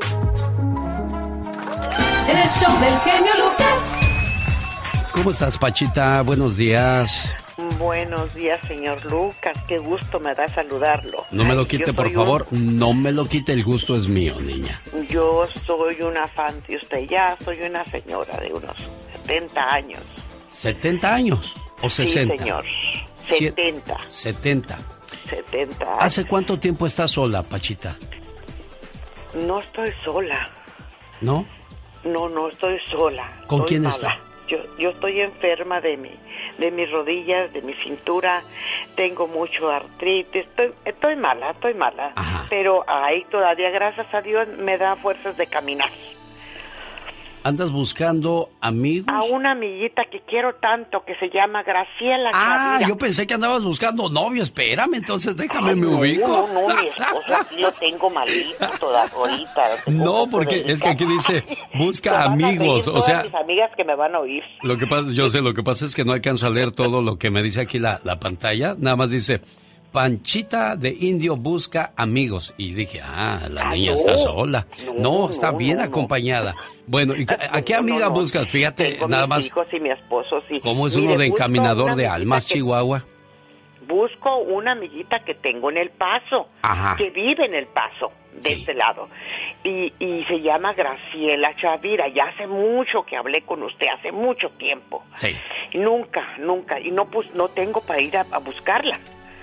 El show del genio Lucas. ¿Cómo estás, Pachita? Buenos días. Buenos días, señor Lucas. Qué gusto me da saludarlo. No me lo Ay, quite, yo por soy favor. un- No me lo quite. El gusto es mío, niña. Yo soy una fan de usted ya. Soy una señora de unos setenta años. ¿setenta años o sesenta? Sí, señor. Sie- setenta. setenta. setenta años. ¿Hace cuánto tiempo estás sola, Pachita? No estoy sola. ¿No? No, no estoy sola. ¿Con Estoy quién mala. está? Yo, yo estoy enferma de mi, de mis rodillas, de mi cintura. Tengo mucho artritis. Estoy, estoy mala, estoy mala. Pero ahí todavía, gracias a Dios, me da fuerzas de caminar. ¿Andas buscando amigos? A una amiguita que quiero tanto, que se llama Graciela Ah, Chavira. yo pensé que andabas buscando novio. Espérame, entonces déjame, Ay, me no, ubico. No, no, mi esposo aquí lo tengo malito toda ahorita. No, porque es que aquí dice, busca amigos, o sea... mis amigas que me van a oír. Lo que pasa, yo sé, lo que pasa es que no alcanzo a leer todo lo que me dice aquí la, la pantalla. Nada más dice, Panchita de Indio busca amigos. Y dije, ah, la Ah, niña no. está sola. No, No, está no, bien no, no. acompañada. Bueno, ¿y a qué No, amiga no, no. buscas? Fíjate, Tengo nada mis más, hijos y mi esposo, sí. ¿cómo es Mire, uno de busco encaminador una de amiguita almas, que- Chihuahua? Busco una amiguita que tengo en El Paso, Ajá. que vive en El Paso, de este lado. Y, y se llama Graciela Chavira. Ya hace mucho que hablé con usted, hace mucho tiempo. Sí. Y nunca, nunca. Y no, pues, no tengo para ir a, a buscarla.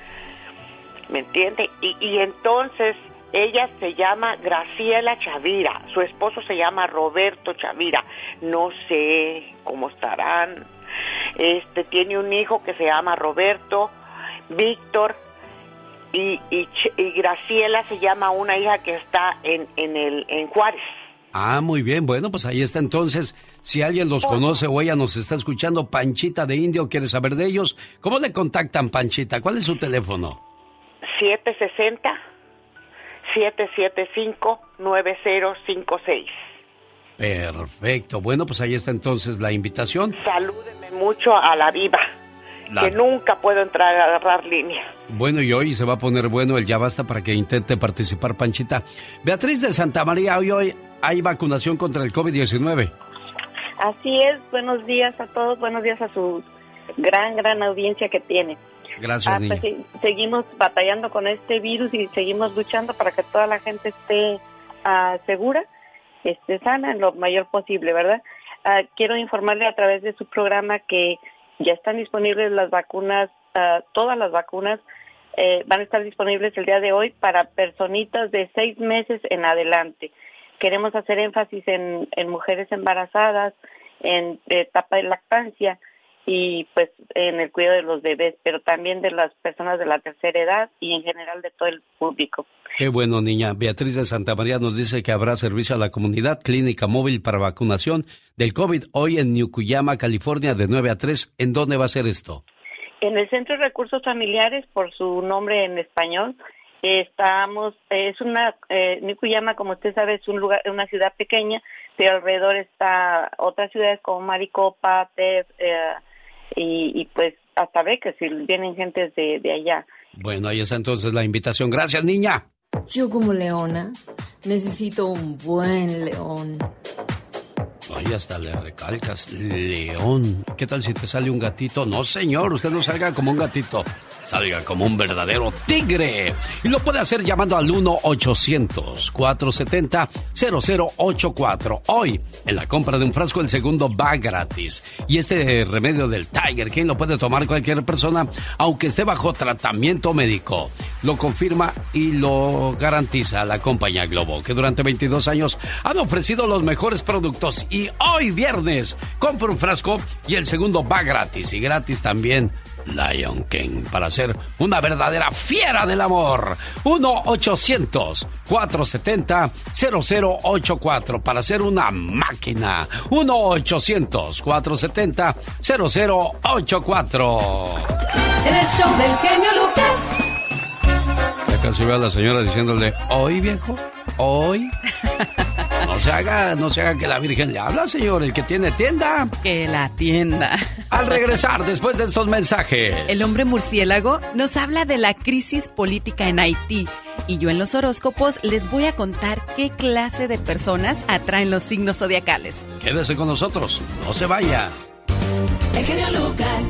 ¿Me entiende? Y, y entonces ella se llama Graciela Chavira. Su esposo se llama Roberto Chavira. No sé cómo estarán. Este tiene un hijo que se llama Roberto, Víctor, y, y, Ch- y Graciela se llama una hija que está en, en, el, en Juárez. Ah, muy bien. Bueno, pues ahí está entonces. Si alguien los conoce o ella nos está escuchando, Panchita de Indio, ¿quiere saber de ellos? ¿Cómo le contactan, Panchita? ¿Cuál es su teléfono? siete seis cero, siete siete cinco, nueve cero cinco seis. Perfecto. Bueno, pues ahí está entonces la invitación. Salúdeme mucho a la viva, La- que nunca puedo entrar a agarrar línea. Bueno, y hoy se va a poner bueno el Ya Basta para que intente participar, Panchita. Beatriz de Santa María, hoy, hoy hay vacunación contra el COVID diecinueve. Así es, buenos días a todos, buenos días a su gran, gran audiencia que tiene. Gracias, Ah, niña. pues sí, seguimos batallando con este virus y seguimos luchando para que toda la gente esté ah, segura, esté sana en lo mayor posible, ¿verdad? Ah, quiero informarle a través de su programa que ya están disponibles las vacunas, ah, todas las vacunas eh, van a estar disponibles el día de hoy para personitas de seis meses en adelante. Queremos hacer énfasis en, en mujeres embarazadas, en etapa de lactancia y pues en el cuidado de los bebés, pero también de las personas de la tercera edad y en general de todo el público. Qué bueno, niña. Beatriz de Santa María nos dice que habrá servicio a la comunidad, clínica móvil para vacunación del COVID hoy en Niukuyama, California, de nueve a tres. ¿En dónde va a ser esto? En el Centro de Recursos Familiares, por su nombre en español, estamos, es una, eh, Niukuyama, como usted sabe, es un lugar, una ciudad pequeña, pero alrededor está otras ciudades como Maricopa, Tef, eh, y, y pues hasta Beques, si vienen gentes de, de allá. Bueno, ahí está entonces la invitación. Gracias, niña. Yo como leona necesito un buen león. Ay, hasta le recalcas, león. ¿Qué tal si te sale un gatito? No, señor, usted no salga como un gatito. Salga como un verdadero tigre. Y lo puede hacer llamando al uno ochocientos, cuatrocientos setenta, cero cero ochenta y cuatro. Hoy, en la compra de un frasco, el segundo va gratis. Y este remedio del Tiger, ¿quién lo puede tomar? Cualquier persona, aunque esté bajo tratamiento médico. Lo confirma y lo garantiza la compañía Globo, que durante veintidós años han ofrecido los mejores productos. Y hoy viernes, compra un frasco y el segundo va gratis. Y gratis también Lion King, para ser una verdadera fiera del amor. uno ochocientos, cuatrocientos setenta, cero cero ochenta y cuatro, para ser una máquina. uno ochocientos, cuatrocientos setenta, cero cero ochenta y cuatro. En el show del genio Lucas. Ya casi veo a la señora diciéndole, ¿hoy, viejo? ¿Hoy? No se haga, no se haga que la Virgen le habla, señor, el que tiene tienda. Que la tienda. Al regresar, después de estos mensajes. El hombre murciélago nos habla de la crisis política en Haití. Y yo en los horóscopos les voy a contar qué clase de personas atraen los signos zodiacales. Quédese con nosotros, no se vaya. El genio Lucas.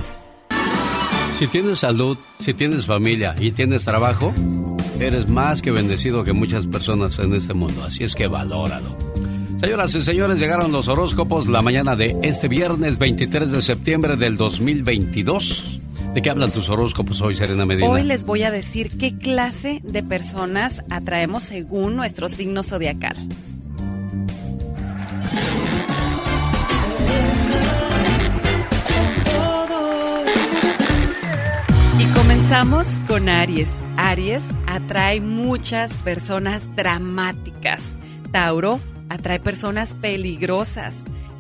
Si tienes salud, si tienes familia y tienes trabajo, eres más que bendecido que muchas personas en este mundo, así es que valóralo. Señoras y señores, llegaron los horóscopos la mañana de este viernes veintitrés de septiembre del dos mil veintidós. ¿De qué hablan tus horóscopos hoy, Serena Medina? Hoy les voy a decir qué clase de personas atraemos según nuestro signo zodiacal. Y comenzamos con Aries. Aries atrae muchas personas dramáticas. Tauro atrae personas peligrosas.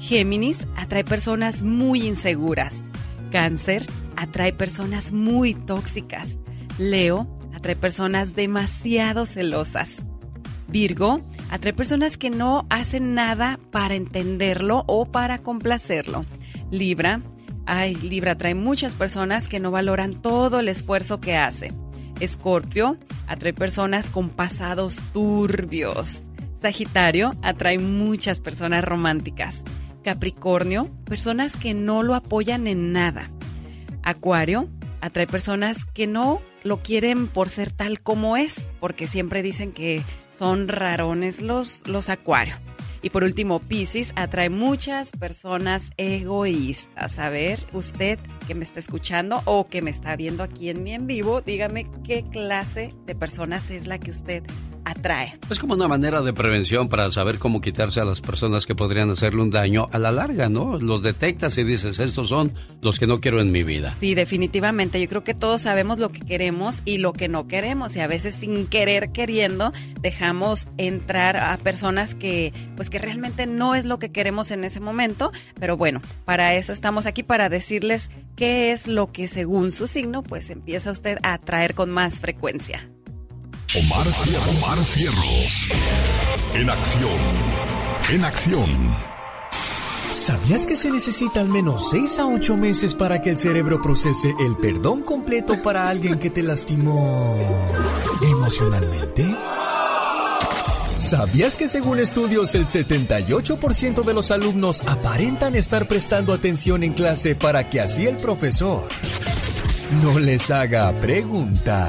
Géminis atrae personas muy inseguras. Cáncer atrae personas muy tóxicas. Leo atrae personas demasiado celosas. Virgo atrae personas que no hacen nada para entenderlo o para complacerlo. Libra, ay, Libra atrae muchas personas que no valoran todo el esfuerzo que hace. Escorpio atrae personas con pasados turbios. Sagitario atrae muchas personas románticas. Capricornio, personas que no lo apoyan en nada. Acuario atrae personas que no lo quieren por ser tal como es, porque siempre dicen que son rarones los, los Acuario. Y por último, Piscis atrae muchas personas egoístas. A ver, usted que me está escuchando o que me está viendo aquí en mi en vivo, dígame qué clase de personas es la que usted atrae. Es como una manera de prevención para saber cómo quitarse a las personas que podrían hacerle un daño a la larga, ¿no? Los detectas y dices, estos son los que no quiero en mi vida. Sí, definitivamente. Yo creo que todos sabemos lo que queremos y lo que no queremos. Y a veces sin querer, queriendo, dejamos entrar a personas que, pues que realmente no es lo que queremos en ese momento. Pero bueno, para eso estamos aquí, para decirles qué es lo que según su signo, pues empieza usted a atraer con más frecuencia. Omar Fierros. Omar Fierros. En acción. En acción. ¿Sabías que se necesita al menos seis a ocho meses para que el cerebro procese el perdón completo para alguien que te lastimó emocionalmente? ¿Sabías que según estudios el setenta y ocho por ciento de los alumnos aparentan estar prestando atención en clase para que así el profesor no les haga preguntas?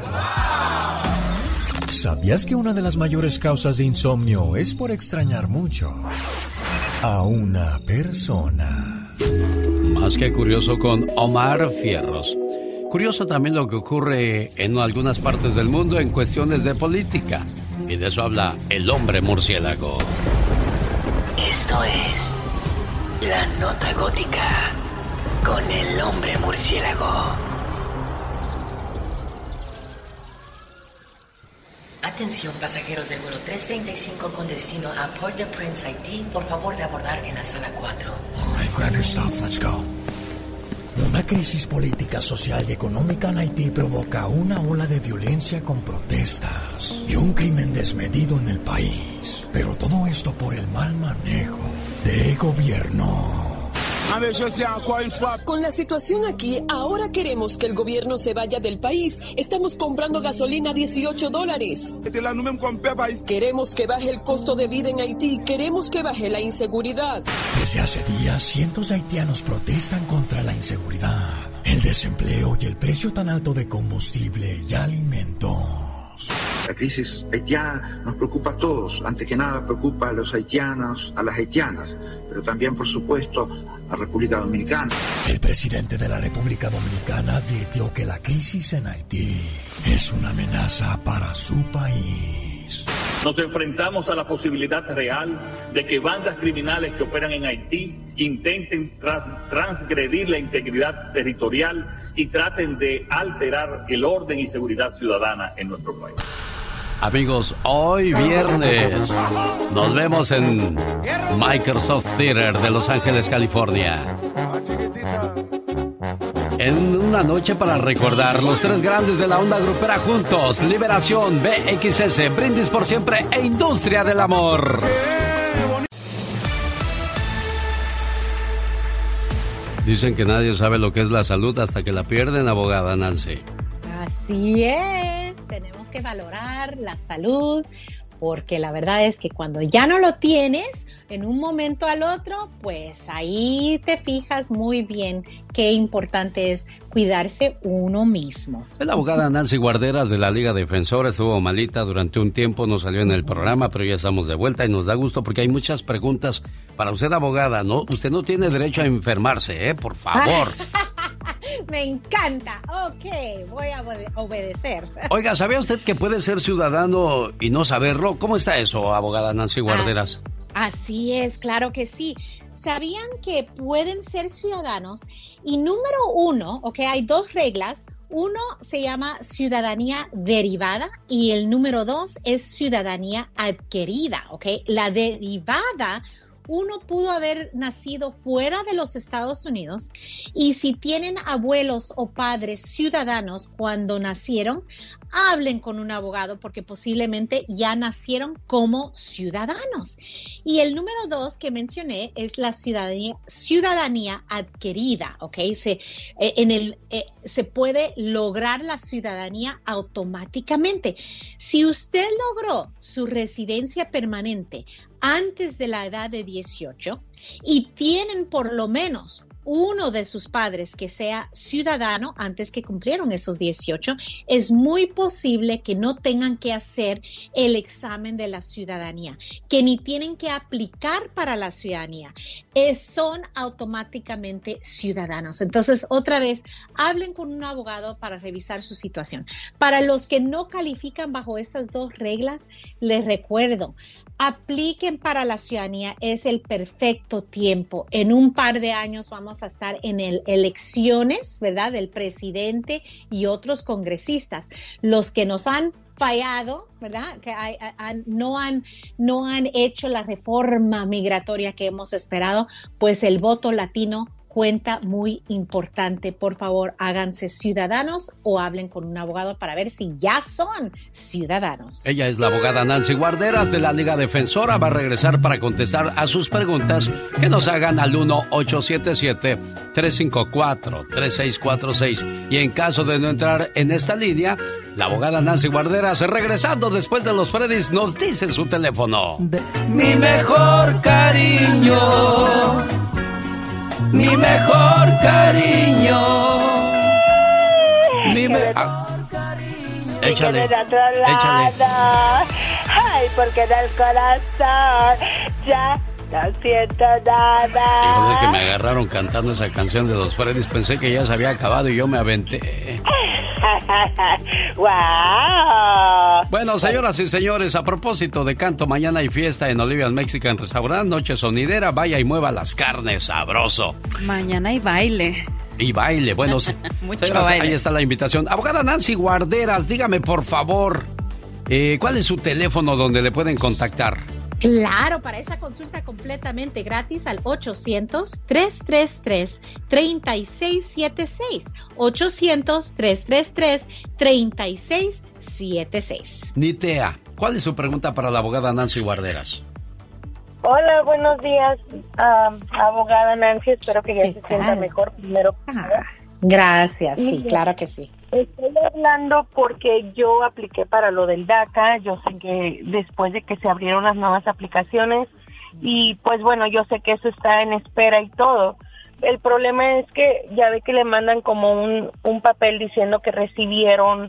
¿Sabías que una de las mayores causas de insomnio es por extrañar mucho a una persona? Más que curioso con Omar Fierros. Curioso también lo que ocurre en algunas partes del mundo en cuestiones de política. Y de eso habla el hombre murciélago. Esto es La Nota Gótica con el hombre murciélago. Atención pasajeros del vuelo trescientos treinta y cinco con destino a Port-au-Prince, Haití. Por favor de abordar en la sala cuatro. All right, grab your stuff, let's go. Una crisis política, social y económica en Haití provoca una ola de violencia con protestas y un crimen desmedido en el país. Pero todo esto por el mal manejo del gobierno. Con la situación aquí, ahora queremos que el gobierno se vaya del país. Estamos comprando gasolina a dieciocho dólares. Queremos que baje el costo de vida en Haití. Queremos que baje la inseguridad. Desde hace días, cientos de haitianos protestan contra la inseguridad, el desempleo y el precio tan alto de combustible y alimentos. La crisis haitiana nos preocupa a todos. Antes que nada preocupa a los haitianos, a las haitianas, pero también, por supuesto, a República Dominicana. El presidente de la República Dominicana advirtió que la crisis en Haití es una amenaza para su país. Nos enfrentamos a la posibilidad real de que bandas criminales que operan en Haití intenten tras, transgredir la integridad territorial y traten de alterar el orden y seguridad ciudadana en nuestro país. Amigos, hoy viernes nos vemos en Microsoft Theater de Los Ángeles, California. En una noche para recordar los tres grandes de la onda grupera juntos: Liberación, B X S, Brindis por Siempre e Industria del Amor. Dicen que nadie sabe lo que es la salud hasta que la pierden, abogada Nancy. Así es, tenemos que valorar la salud, porque la verdad es que cuando ya no lo tienes, en un momento al otro, pues ahí te fijas muy bien qué importante es cuidarse uno mismo. La abogada Nancy Guarderas de la Liga Defensora estuvo malita durante un tiempo, no salió en el programa, pero ya estamos de vuelta y nos da gusto porque hay muchas preguntas para usted, abogada. No, usted no tiene derecho a enfermarse, ¿eh? Por favor. Me encanta. Ok, voy a obedecer. Oiga, ¿sabía usted que puede ser ciudadano y no saberlo? ¿Cómo está eso, abogada Nancy Guarderas? Ah, así es, claro que sí. ¿Sabían que pueden ser ciudadanos? Y número uno, ok, hay dos reglas. Uno se llama ciudadanía derivada y el número dos es ciudadanía adquirida, ok. La derivada uno pudo haber nacido fuera de los Estados Unidos y si tienen abuelos o padres ciudadanos cuando nacieron, hablen con un abogado porque posiblemente ya nacieron como ciudadanos. Y el número dos que mencioné es la ciudadanía, ciudadanía adquirida, ¿ok? Se, eh, en el, eh, se puede lograr la ciudadanía automáticamente. Si usted logró su residencia permanente antes de la edad de dieciocho y tienen por lo menos uno de sus padres que sea ciudadano antes que cumplieron esos dieciocho, es muy posible que no tengan que hacer el examen de la ciudadanía, que ni tienen que aplicar para la ciudadanía, es, son automáticamente ciudadanos. Entonces, otra vez, hablen con un abogado para revisar su situación. Para los que no califican bajo estas dos reglas, les recuerdo, apliquen para la ciudadanía, es el perfecto tiempo. En un par de años vamos a estar en el, elecciones, ¿verdad?, del presidente y otros congresistas. Los que nos han fallado, ¿verdad?, que hay, han, no, han, no han hecho la reforma migratoria que hemos esperado, pues el voto latino cuenta muy importante. Por favor, háganse ciudadanos o hablen con un abogado para ver si ya son ciudadanos. Ella es la abogada Nancy Guarderas de la Liga Defensora. Va a regresar para contestar a sus preguntas que nos hagan al uno ocho siete siete, tres cinco cuatro, tres seis cuatro seis. Y en caso de no entrar en esta línea, la abogada Nancy Guarderas, regresando después de los Freddys, nos dice su teléfono. Mi mejor cariño, mi mejor cariño, mi mejor cariño. Échale, échale. Ay, porque en el corazón ya no siento nada. Híjole, es que me agarraron cantando esa canción de los Freddys. Pensé que ya se había acabado y yo me aventé. ¡Wow! Bueno, señoras y señores, a propósito de canto, mañana hay fiesta en Olivia's Mexican Restaurant, noche sonidera, vaya y mueva las carnes, sabroso. Mañana hay baile. Y baile, bueno, Mucho señoras, baile. ahí está la invitación. Abogada Nancy Guarderas, dígame por favor, eh, ¿cuál es su teléfono donde le pueden contactar? Claro, para esa consulta completamente gratis al ochocientos, tres tres tres, tres seis siete seis. ochocientos, tres tres tres, tres seis siete seis. Nitea, ¿cuál es su pregunta para la abogada Nancy Guarderas? Hola, buenos días, um, abogada Nancy. Espero que ya se sienta mejor. Primero, ah, gracias, sí, Mira, claro que sí. Estoy hablando porque yo apliqué para lo del DACA. Yo sé que después de que se abrieron las nuevas aplicaciones, y pues bueno, yo sé que eso está en espera y todo. El problema es que ya ve que le mandan como un, un papel diciendo que recibieron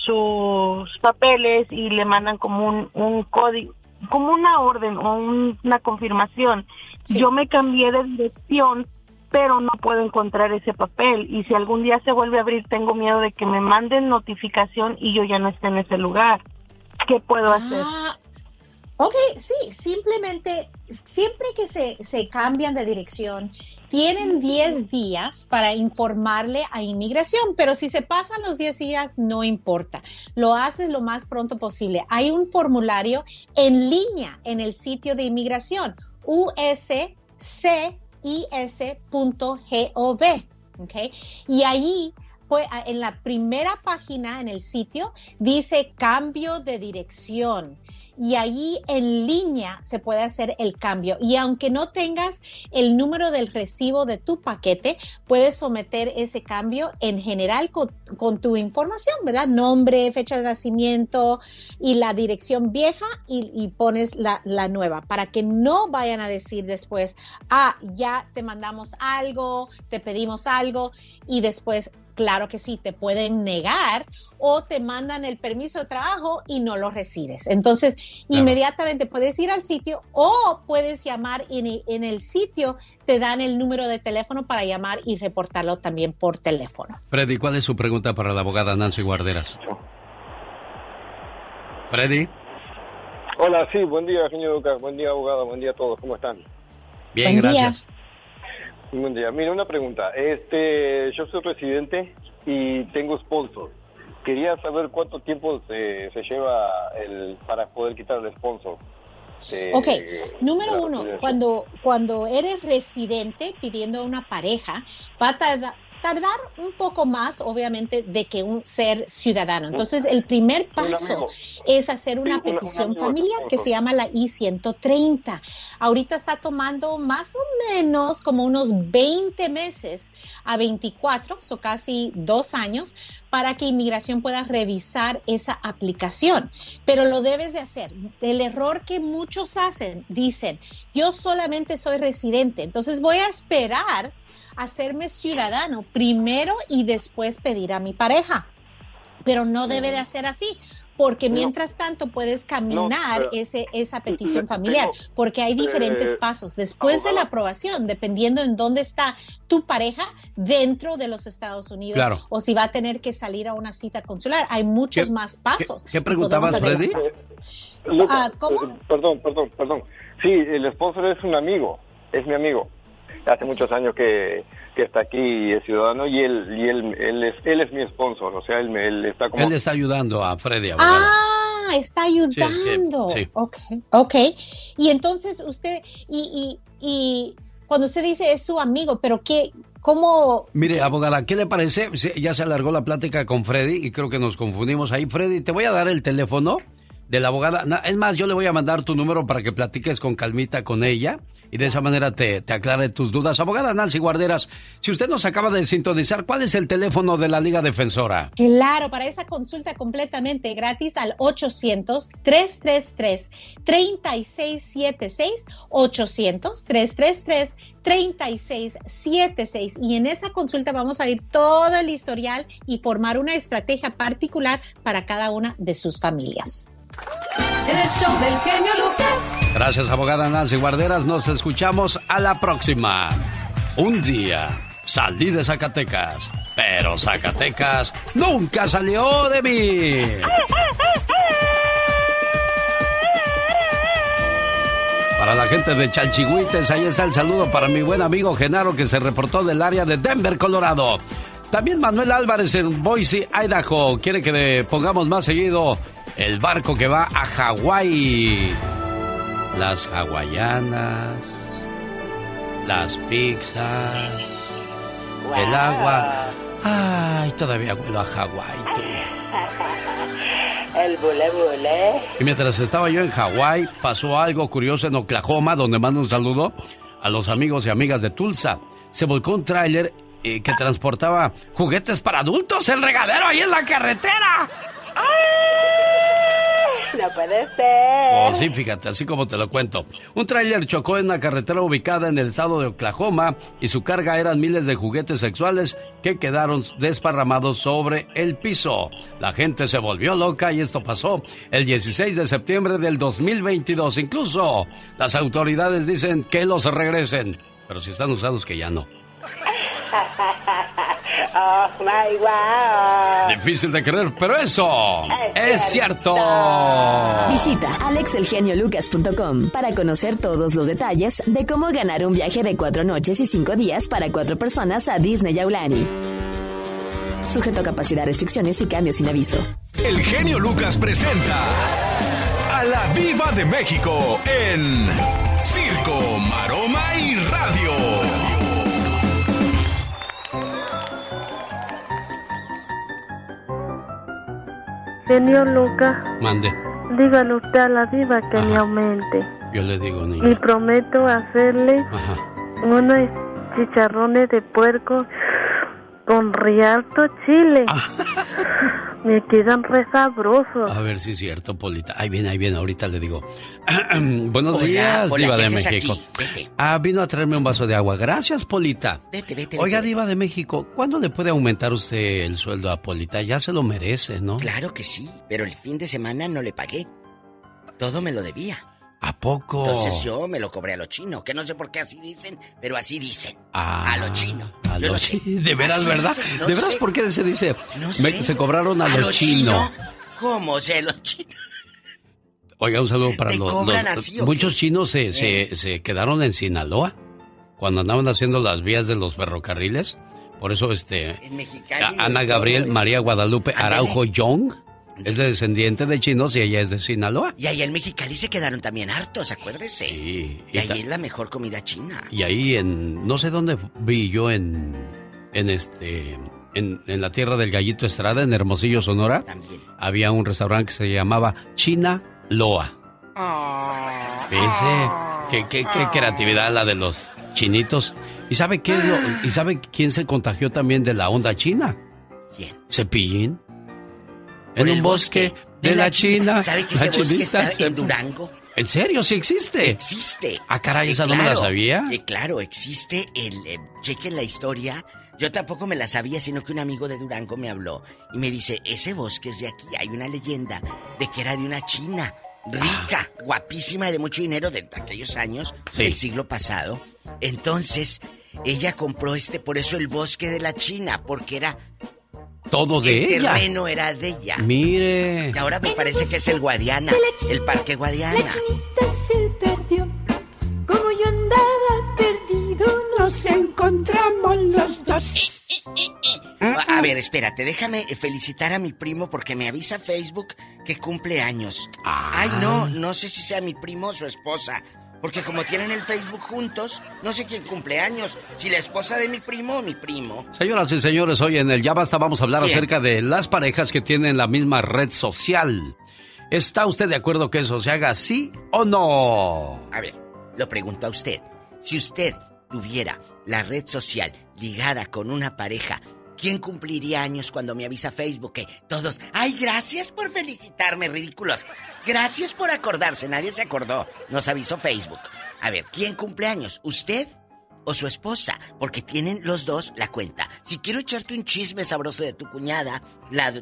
sus papeles y le mandan como un, un código, como una orden o un, una confirmación. Sí. Yo me cambié de dirección, pero no puedo encontrar ese papel, y si algún día se vuelve a abrir, tengo miedo de que me manden notificación y yo ya no esté en ese lugar. ¿Qué puedo ah, hacer? Ok, sí, simplemente, siempre que se, se cambian de dirección, tienen diez días para informarle a inmigración, pero si se pasan los diez días, no importa. Lo haces lo más pronto posible. Hay un formulario en línea en el sitio de inmigración, U S C I S punto gov, ¿ok? Y ahí, pues, en la primera página en el sitio, dice cambio de dirección. Y ahí en línea se puede hacer el cambio. Y aunque no tengas el número del recibo de tu paquete, puedes someter ese cambio en general con, con tu información, ¿verdad? Nombre, fecha de nacimiento y la dirección vieja, y, y pones la, la nueva, para que no vayan a decir después, ah, ya te mandamos algo, te pedimos algo, y después, claro que sí, te pueden negar o te mandan el permiso de trabajo y no lo recibes. Entonces, claro, inmediatamente puedes ir al sitio o puedes llamar en, en el sitio, te dan el número de teléfono para llamar y reportarlo también por teléfono. Freddy, ¿cuál es su pregunta para la abogada Nancy Guarderas? Freddy. Hola, sí, buen día, señor Lucas, buen día, abogado, buen día a todos, ¿cómo están? Bien, buen gracias. Día. Buen día. Mira, una pregunta. Este, yo soy residente y tengo sponsor. Quería saber cuánto tiempo se, se lleva el, para poder quitar el sponsor. Eh, Ok, número la uno, residencia. cuando, cuando eres residente pidiendo una pareja, va a tarda- tardar un poco más, obviamente, de que un ser ciudadano. Entonces, el primer paso amigo. es hacer una Sí, un- un petición amigo, familiar que se llama la I ciento treinta. Ahorita está tomando más o menos como unos veinte meses a veinticuatro, o casi dos años, para que inmigración pueda revisar esa aplicación. Pero lo debes de hacer. El error que muchos hacen, dicen, yo solamente soy residente, entonces voy a esperar hacerme ciudadano primero y después pedir a mi pareja. Pero no debe de hacer así, porque No. mientras tanto puedes caminar pero- ese, esa petición le familiar, tengo, porque hay diferentes eh, pasos. Después de la aprobación, dependiendo en dónde está tu pareja dentro de los Estados Unidos, Claro. o si va a tener que salir a una cita consular, hay muchos ¿Qué- más pasos. qué preguntabas, que podemos Freddy? adelantar. Lucas, Ah, ¿cómo? eh, perdón, perdón, perdón. Sí, el esposo es un amigo, es mi amigo. Hace muchos años que, que está aquí y es ciudadano y él y él, él es él es mi sponsor, o sea, él, me- él está como Él le está ayudando a Freddy, abogada. Ah, está ayudando. Sí, es que- sí. Ok, ok. Y entonces usted, y, y, y cuando usted dice es su amigo, pero qué, ¿cómo? Mire, abogada, ¿qué le parece? Sí, ya se alargó la plática con Freddy y creo que nos confundimos ahí. Freddy, te voy a dar el teléfono de la abogada. Na- Es más, yo le voy a mandar tu número para que platiques con calmita con ella y de esa manera te, te aclare tus dudas. Abogada Nancy Guarderas, si usted nos acaba de sintonizar, ¿cuál es el teléfono de la Liga Defensora? Claro, para esa consulta completamente gratis al ochocientos, tres tres tres, tres seis siete seis, ochocientos, tres tres tres, tres seis siete seis. Y en esa consulta vamos a ir todo el historial y formar una estrategia particular para cada una de sus familias. El show del genio Lucas. Gracias, abogada Nancy Guarderas. Nos escuchamos a la próxima. Un día salí de Zacatecas, pero Zacatecas nunca salió de mí. Para la gente de Chalchihuites, ahí está el saludo para mi buen amigo Genaro, que se reportó del área de Denver, Colorado. También Manuel Álvarez en Boise, Idaho, quiere que le pongamos más seguido el barco que va a Hawái. Las hawaianas, las pizzas, el agua. Ay, todavía huelo a Hawái, tú. El bule bule. Y mientras estaba yo en Hawái, pasó algo curioso en Oklahoma, donde mando un saludo a los amigos y amigas de Tulsa. Se volcó un tráiler eh, que transportaba juguetes para adultos, el regadero ahí en la carretera. No puede ser. Oh, sí, fíjate, así como te lo cuento. Un tráiler chocó en una carretera ubicada en el estado de Oklahoma y su carga eran miles de juguetes sexuales que quedaron desparramados sobre el piso. La gente se volvió loca y esto pasó el dieciséis de septiembre del dos mil veintidós. Incluso las autoridades dicen que los regresen, pero si están usados que ya no. Oh my wow. Difícil de creer, pero eso es cierto. Visita alex el genio lucas punto com para conocer todos los detalles de cómo ganar un viaje de cuatro noches y cinco días para cuatro personas a Disney Aulani. Sujeto a capacidad, restricciones y cambios sin aviso. El genio Lucas presenta a la Viva de México en Circo, Maroma y Radio. Genio Lucas, Mande, dígale usted a la diva que me aumente. yo le digo, Y niña. prometo hacerle Ajá. unos chicharrones de puerco con rialto chile. Me quedan re sabrosos. A ver si es cierto, Polita. Ahí viene, ahí viene, ahorita le digo. Buenos Hola, días, hola, Diva ¿qué de haces México. aquí? Vete. Ah, vino a traerme un vaso de agua. Gracias, Polita. Vete, vete, Oiga, vete. Diva de México, ¿cuándo le puede aumentar usted el sueldo a Polita? Ya se lo merece, ¿no? Claro que sí, pero el fin de semana no le pagué. Todo me lo debía. ¿A poco? Entonces yo me lo cobré a lo chino, que no sé por qué así dicen, pero así dicen. Ah, a lo chino. a Yo lo no sé. chi- De veras, Así ¿verdad? dicen, no ¿De veras sé. por qué se dice? No Me- sé. se cobraron a, lo chino. ¿Cómo se lo chino? Oiga, un saludo para ¿Te los, cobran los- así o muchos qué? chinos se, ¿Eh? se, se quedaron en Sinaloa cuando andaban haciendo las vías de los ferrocarriles. Por eso, este, En Mexicali. a- Ana todo Gabriel, eso. María Guadalupe Ándale. Araujo Young Es de descendiente de chinos y ella es de Sinaloa. Y ahí en Mexicali se quedaron también hartos, acuérdese. Sí. Y ahí es la mejor comida china. Y ahí en... No sé dónde vi yo en... En este... En, en la tierra del Gallito Estrada, en Hermosillo, Sonora. También. Había un restaurante que se llamaba China Loa. Ese... Qué, qué, qué creatividad la de los chinitos. ¿Y sabe qué es lo, ¿Y sabe quién se contagió también de la onda china? ¿Quién? Cepillín. En un bosque, bosque de, de la, la China. China. ¿Sabe que ese bosque está se... en Durango? ¿En serio? ¿Sí existe? Existe. Ah, caray, esa eh, no claro, me la sabía. Eh, claro, existe el... Eh, chequen la historia. Yo tampoco me la sabía, sino que un amigo de Durango me habló y me dice, ese bosque es de aquí. Hay una leyenda de que era de una china rica, ah. guapísima, de mucho dinero de aquellos años, sí. del siglo pasado. Entonces, ella compró este, por eso el bosque de la China, porque era... Todo de el ella. El terreno era de ella. Mire. Y ahora me parece que es el Guadiana, el Parque Guadiana. La chinita se perdió, como yo andaba perdido, nos encontramos los dos. A ver, espérate, déjame felicitar a mi primo porque me avisa Facebook que cumple años. Ah. Ay, no, no sé si sea mi primo o su esposa. Porque como tienen el Facebook juntos, no sé quién cumple años. Si la esposa de mi primo o mi primo. Señoras y señores, hoy en el Ya Basta vamos a hablar Bien. acerca de las parejas que tienen la misma red social. ¿Está usted de acuerdo que eso se haga sí o no? A ver, lo pregunto a usted. Si usted tuviera la red social ligada con una pareja, ¿quién cumpliría años cuando me avisa Facebook? Que todos, ay, gracias por felicitarme, ridículos. Gracias por acordarse, nadie se acordó. Nos avisó Facebook. A ver, ¿quién cumple años? ¿Usted o su esposa? Porque tienen los dos la cuenta. Si quiero echarte un chisme sabroso de tu cuñada, la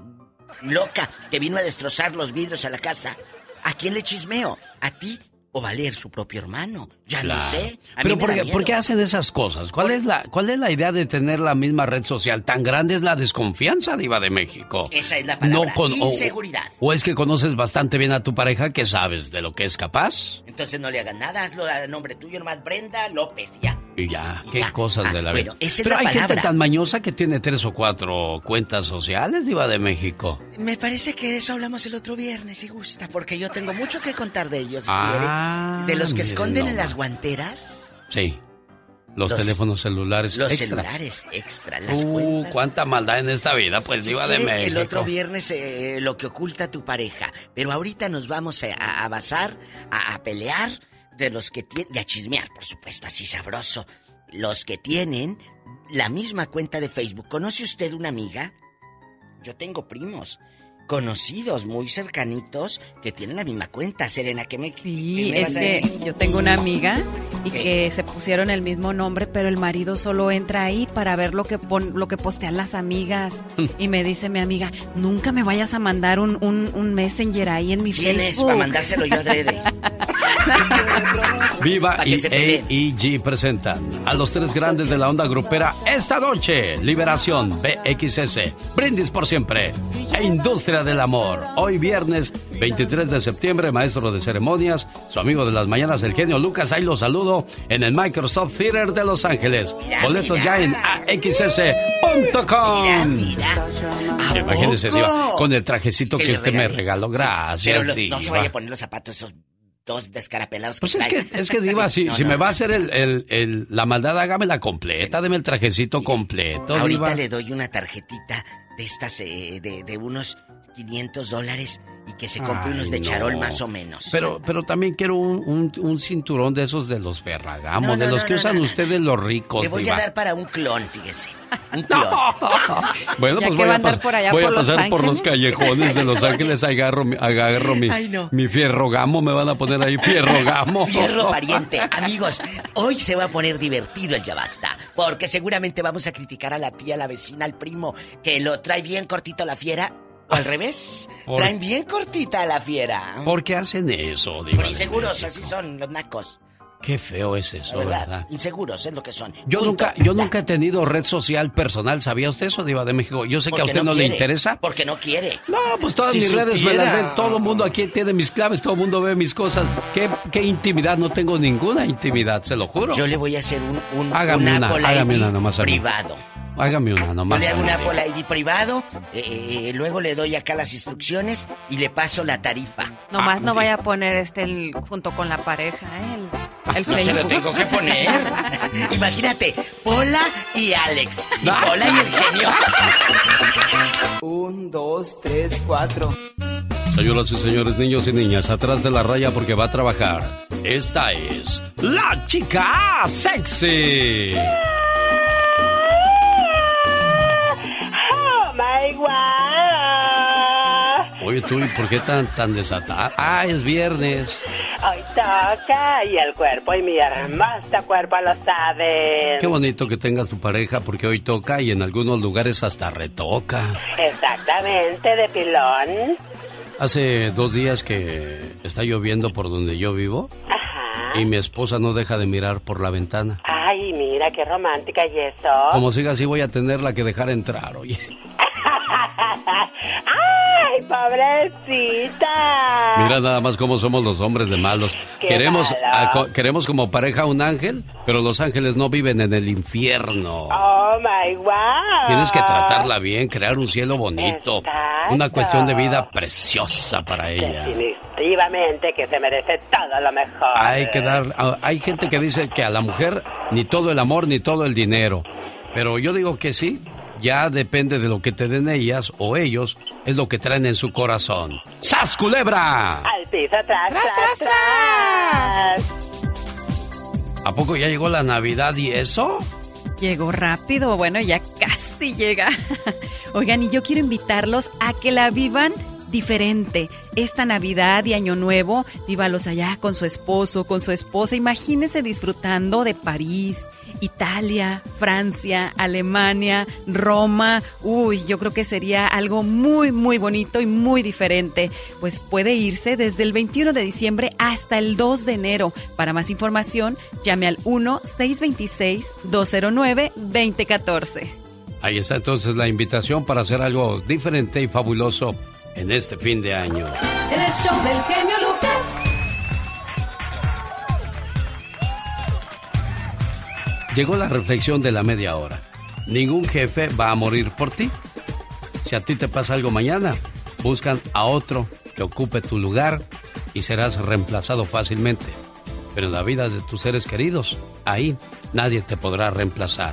loca que vino a destrozar los vidrios a la casa, ¿a quién le chismeo? ¿A ti? ¿O va a leer su propio hermano? Ya claro. no sé. A Pero mí me ¿por, da qué, miedo. ¿por qué hacen esas cosas? ¿Cuál, Por... es la, ¿Cuál es la idea de tener la misma red social? ¿Tan grande es la desconfianza, Diva de México? Esa es la palabra, no con, inseguridad. O, o es que conoces bastante bien a tu pareja que sabes de lo que es capaz. Entonces no le hagan nada, hazlo a nombre tuyo, nomás Brenda López, ya. Y ya, y qué ya. cosas ah, de la bueno, vida. Esa es Pero la hay palabra. gente tan mañosa que tiene tres o cuatro cuentas sociales, Diva de México. Me parece que de eso hablamos el otro viernes, si gusta, porque yo tengo mucho que contar de ellos, si ah, quiere. De los que esconden no. en las guanteras. Sí. Los, los teléfonos celulares Los extras. celulares extra, las uh, cuentas. Cuánta maldad en esta vida, pues, Diva de México. El otro viernes eh, lo que oculta tu pareja. Pero ahorita nos vamos a, a, a basar, a, a pelear de los que tienen, y a chismear, por supuesto, así sabroso. Los que tienen la misma cuenta de Facebook. ¿Conoce usted una amiga? Yo tengo primos conocidos, muy cercanitos, que tienen la misma cuenta. Serena, ¿qué me, sí, ¿qué me es vas a que decir? yo tengo una amiga y ¿Qué? que se pusieron el mismo nombre, pero el marido solo entra ahí para ver lo que pon, lo que postean las amigas. Y me dice mi amiga, nunca me vayas a mandar un, un, un messenger ahí en mi ¿Quién Facebook. es? Para mandárselo yo adrede. Viva y A E G presentan a los tres grandes de la onda grupera esta noche. Liberación, B X S, Brindis por Siempre e Industria del Amor. Hoy viernes veintitrés de septiembre, maestro de ceremonias, su amigo de las mañanas, el genio Lucas. Ahí lo saludo en el Microsoft Theater de Los Ángeles. Mira, Boletos mira. ya en A X S punto com. Mira, mira. Imagínese, Diva, con el trajecito que, que usted me regaló. Gracias, Pero los, Diva. no se vaya a poner los zapatos esos dos descarapelados que Pues es que, trae. es que Diva, si, no, si no, me no. va a hacer el, el, el, la maldad, hágamela completa, deme el trajecito completo, Ahorita Diva. le doy una tarjetita de estas, eh, de, de unos quinientos dólares y que se compre Ay, unos de no. charol más o menos. Pero, pero también quiero un, un, un cinturón de esos de los Ferragamo, No, no, de los no, que no, usan no, no. ustedes los ricos, Le voy Diva. a dar para un clon, fíjese. Un clon. Bueno, Ya pues que voy va a a, andar pas- por allá voy por a Los pasar por los Ángeles. callejones de Los Ángeles, agarro, mi- agarro mi, Ay, no. mi fierrogamo, me van a poner ahí fierrogamo. Fierro pariente. Amigos, hoy se va a poner divertido el Ya Basta, porque seguramente vamos a criticar a la tía, a la vecina, al primo, que lo trae bien cortito la fiera, o al revés, Por- traen bien cortita a la fiera. ¿Por qué hacen eso, Diva? Por de inseguros, México? así son los nacos. Qué feo es eso, La verdad, ¿verdad? inseguros es lo que son. Yo Punto. nunca, yo Ya. nunca he tenido red social personal, ¿sabía usted eso, Diva de México? Yo sé que a Porque usted no, le quiere, interesa. Porque no quiere. No, pues todas Si mis redes me supiera. las ven, todo el mundo aquí tiene mis claves, todo el mundo ve mis cosas. ¿Qué, qué intimidad? No tengo ninguna intimidad, se lo juro. Yo le voy a hacer un, un, Hágame un una, Apple hágame I D una nomás a mí. privado. Hágame una nomás. Yo le hago un Apple I D privado, eh, eh, luego le doy acá las instrucciones y le paso la tarifa. Nomás Ah, no sí. vaya a poner este el, junto con la pareja, ¿eh? El, el No se Facebook. lo tengo que poner. Imagínate, Pola y Alex. Y Pola y el genio. Un, dos, tres, cuatro. Señoras y señores, niños y niñas, atrás de la raya porque va a trabajar. Esta es la chica sexy. Oh my God. Oye, tú, ¿y por qué tan, tan desatada? Ah, es viernes. Hoy toca y el cuerpo y mi hermoso cuerpo lo saben. Qué bonito que tengas tu pareja porque hoy toca y en algunos lugares hasta retoca. Exactamente, de pilón. Hace dos días que está lloviendo por donde yo vivo. Ajá. Y mi esposa no deja de mirar por la ventana. Ay, mira, qué romántica y eso. Como siga así voy a tenerla que dejar entrar, oye. ¡Ay, pobrecita! Mira nada más cómo somos los hombres de malos. Qué Queremos, malo. a- co- queremos como pareja un ángel, pero los ángeles no viven en el infierno. Oh my God. Tienes que tratarla bien, crear un cielo bonito. Exacto. Una cuestión de vida preciosa para ella. Definitivamente que se merece todo lo mejor. Hay que dar, a- hay gente que dice que a la mujer ni todo el amor ni todo el dinero. Pero yo digo que sí, ya depende de lo que te den ellas o ellos, es lo que traen en su corazón. ¡Sas, culebra! Al piso, tras, tras, tras. tras. ¿A poco ya llegó la Navidad y eso? Llegó rápido, bueno, ya casi llega. Oigan, y yo quiero invitarlos a que la vivan diferente. Esta Navidad y Año Nuevo, vívalos allá con su esposo, con su esposa. Imagínense disfrutando de París, Italia, Francia, Alemania, Roma. Uy, yo creo que sería algo muy, muy bonito y muy diferente. Pues puede irse desde el veintiuno de diciembre hasta el dos de enero. Para más información, llame al uno seis dos seis, dos cero nueve, dos cero uno cuatro. Ahí está entonces la invitación para hacer algo diferente y fabuloso en este fin de año. En el show del genio Lucas. Llegó la reflexión de la media hora. Ningún jefe va a morir por ti. Si a ti te pasa algo mañana, buscan a otro que ocupe tu lugar y serás reemplazado fácilmente. Pero en la vida de tus seres queridos, ahí nadie te podrá reemplazar.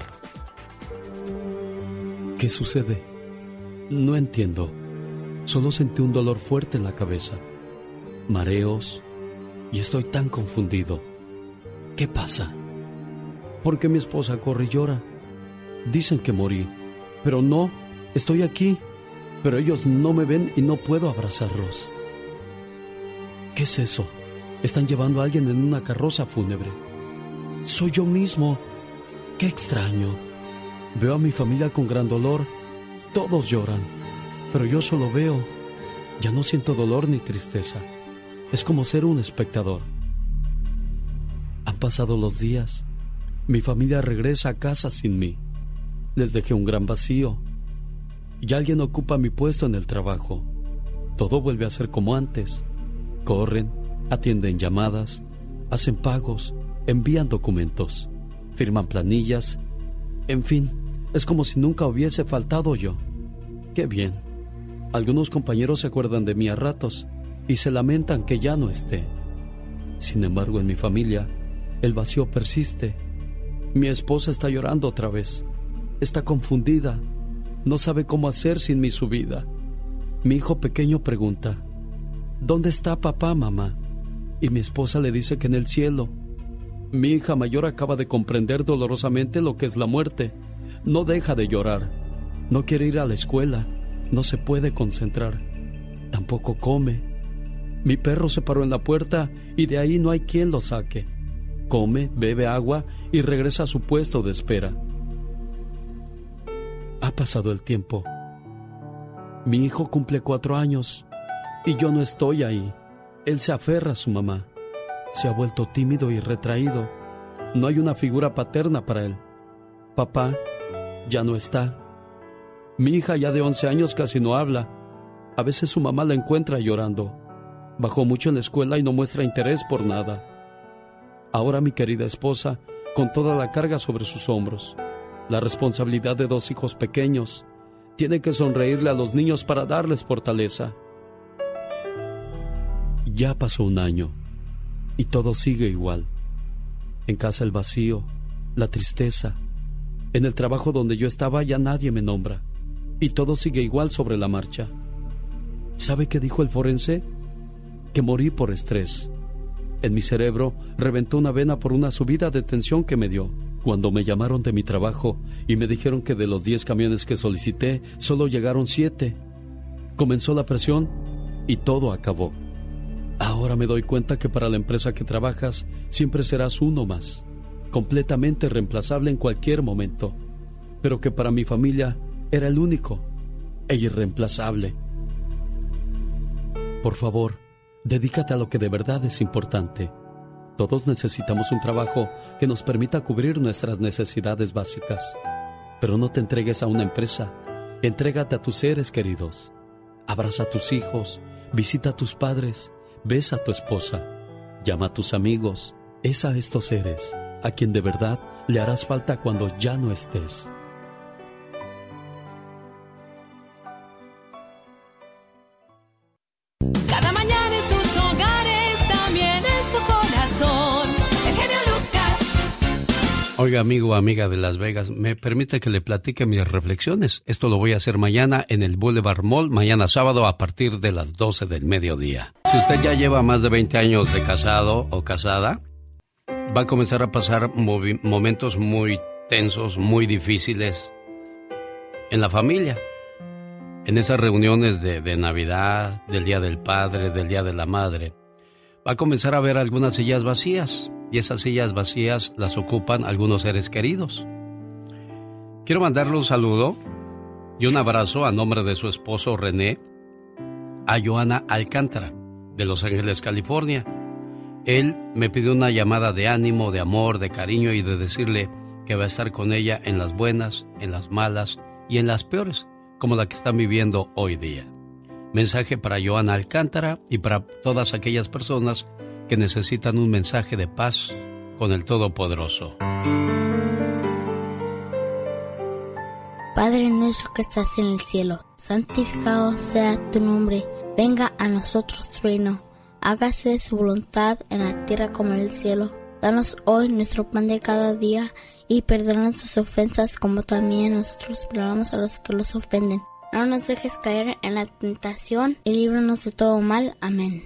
¿Qué sucede? No entiendo. Solo sentí un dolor fuerte en la cabeza, mareos, y estoy tan confundido. ¿Qué pasa? ¿Por qué mi esposa corre y llora? Dicen que morí, pero no, estoy aquí, pero ellos no me ven y no puedo abrazarlos. ¿Qué es eso? Están llevando a alguien en una carroza fúnebre. Soy yo mismo. ¡Qué extraño! Veo a mi familia con gran dolor. Todos lloran, pero yo solo veo. Ya no siento dolor ni tristeza. Es como ser un espectador. Han pasado los días. Mi familia regresa a casa sin mí. Les dejé un gran vacío. Y alguien ocupa mi puesto en el trabajo. Todo vuelve a ser como antes. Corren, atienden llamadas, hacen pagos, envían documentos, firman planillas. En fin, es como si nunca hubiese faltado yo. ¡Qué bien! Algunos compañeros se acuerdan de mí a ratos y se lamentan que ya no esté. Sin embargo, en mi familia, el vacío persiste. Mi esposa está llorando otra vez. Está confundida. No sabe cómo hacer sin mí su vida. Mi hijo pequeño pregunta: ¿dónde está papá, mamá? Y mi esposa le dice que en el cielo. Mi hija mayor acaba de comprender dolorosamente lo que es la muerte. No deja de llorar. No quiere ir a la escuela. No se puede concentrar. Tampoco come. Mi perro se paró en la puerta y de ahí no hay quien lo saque. Come, bebe agua y regresa a su puesto de espera. Ha pasado el tiempo. Mi hijo cumple cuatro años y yo no estoy ahí. Él se aferra a su mamá. Se ha vuelto tímido y retraído. No hay una figura paterna para él. Papá ya no está. Mi hija ya de once años casi no habla. A veces su mamá la encuentra llorando. Bajó mucho en la escuela y no muestra interés por nada. Ahora mi querida esposa, con toda la carga sobre sus hombros. la responsabilidad de dos hijos pequeños. Tiene que sonreírle a los niños para darles fortaleza. Ya pasó un año y todo sigue igual. En casa el vacío, la tristeza. En el trabajo donde yo estaba ya nadie me nombra y todo sigue igual sobre la marcha. ¿Sabe qué dijo el forense? Que morí por estrés. En mi cerebro reventó una vena por una subida de tensión que me dio. Cuando me llamaron de mi trabajo y me dijeron que de los diez camiones que solicité, solo llegaron siete. Comenzó la presión y todo acabó. Ahora me doy cuenta que para la empresa que trabajas siempre serás uno más, completamente reemplazable en cualquier momento, pero que para mi familia era el único e irreemplazable. Por favor, dedícate a lo que de verdad es importante. Todos necesitamos un trabajo que nos permita cubrir nuestras necesidades básicas. Pero no te entregues a una empresa. Entrégate a tus seres queridos. Abraza a tus hijos, visita a tus padres, besa a tu esposa, llama a tus amigos. Es a estos seres a quien de verdad le harás falta cuando ya no estés. Cada mañana en sus hogares, también en su corazón, el genio Lucas. Oiga, amigo o amiga de Las Vegas, ¿me permite que le platique mis reflexiones? Esto lo voy a hacer mañana en el Boulevard Mall, mañana sábado a partir de las doce del mediodía. Si usted ya lleva más de veinte años de casado o casada, va a comenzar a pasar movi- momentos muy tensos, muy difíciles en la familia. En esas reuniones de, de Navidad, del Día del Padre, del Día de la Madre, va a comenzar a ver algunas sillas vacías, y esas sillas vacías las ocupan algunos seres queridos. Quiero mandarle un saludo y un abrazo a nombre de su esposo René, a Joana Alcántara, de Los Ángeles, California. Él me pidió una llamada de ánimo, de amor, de cariño y de decirle que va a estar con ella en las buenas, en las malas y en las peores, como la que están viviendo hoy día. Mensaje para Joana Alcántara y para todas aquellas personas que necesitan un mensaje de paz con el Todopoderoso. Padre nuestro que estás en el cielo, santificado sea tu nombre. Venga a nosotros tu reino. Hágase su voluntad en la tierra como en el cielo. Danos hoy nuestro pan de cada día y perdona nuestras ofensas como también nosotros perdonamos a los que los ofenden. No nos dejes caer en la tentación y líbranos de todo mal. Amén.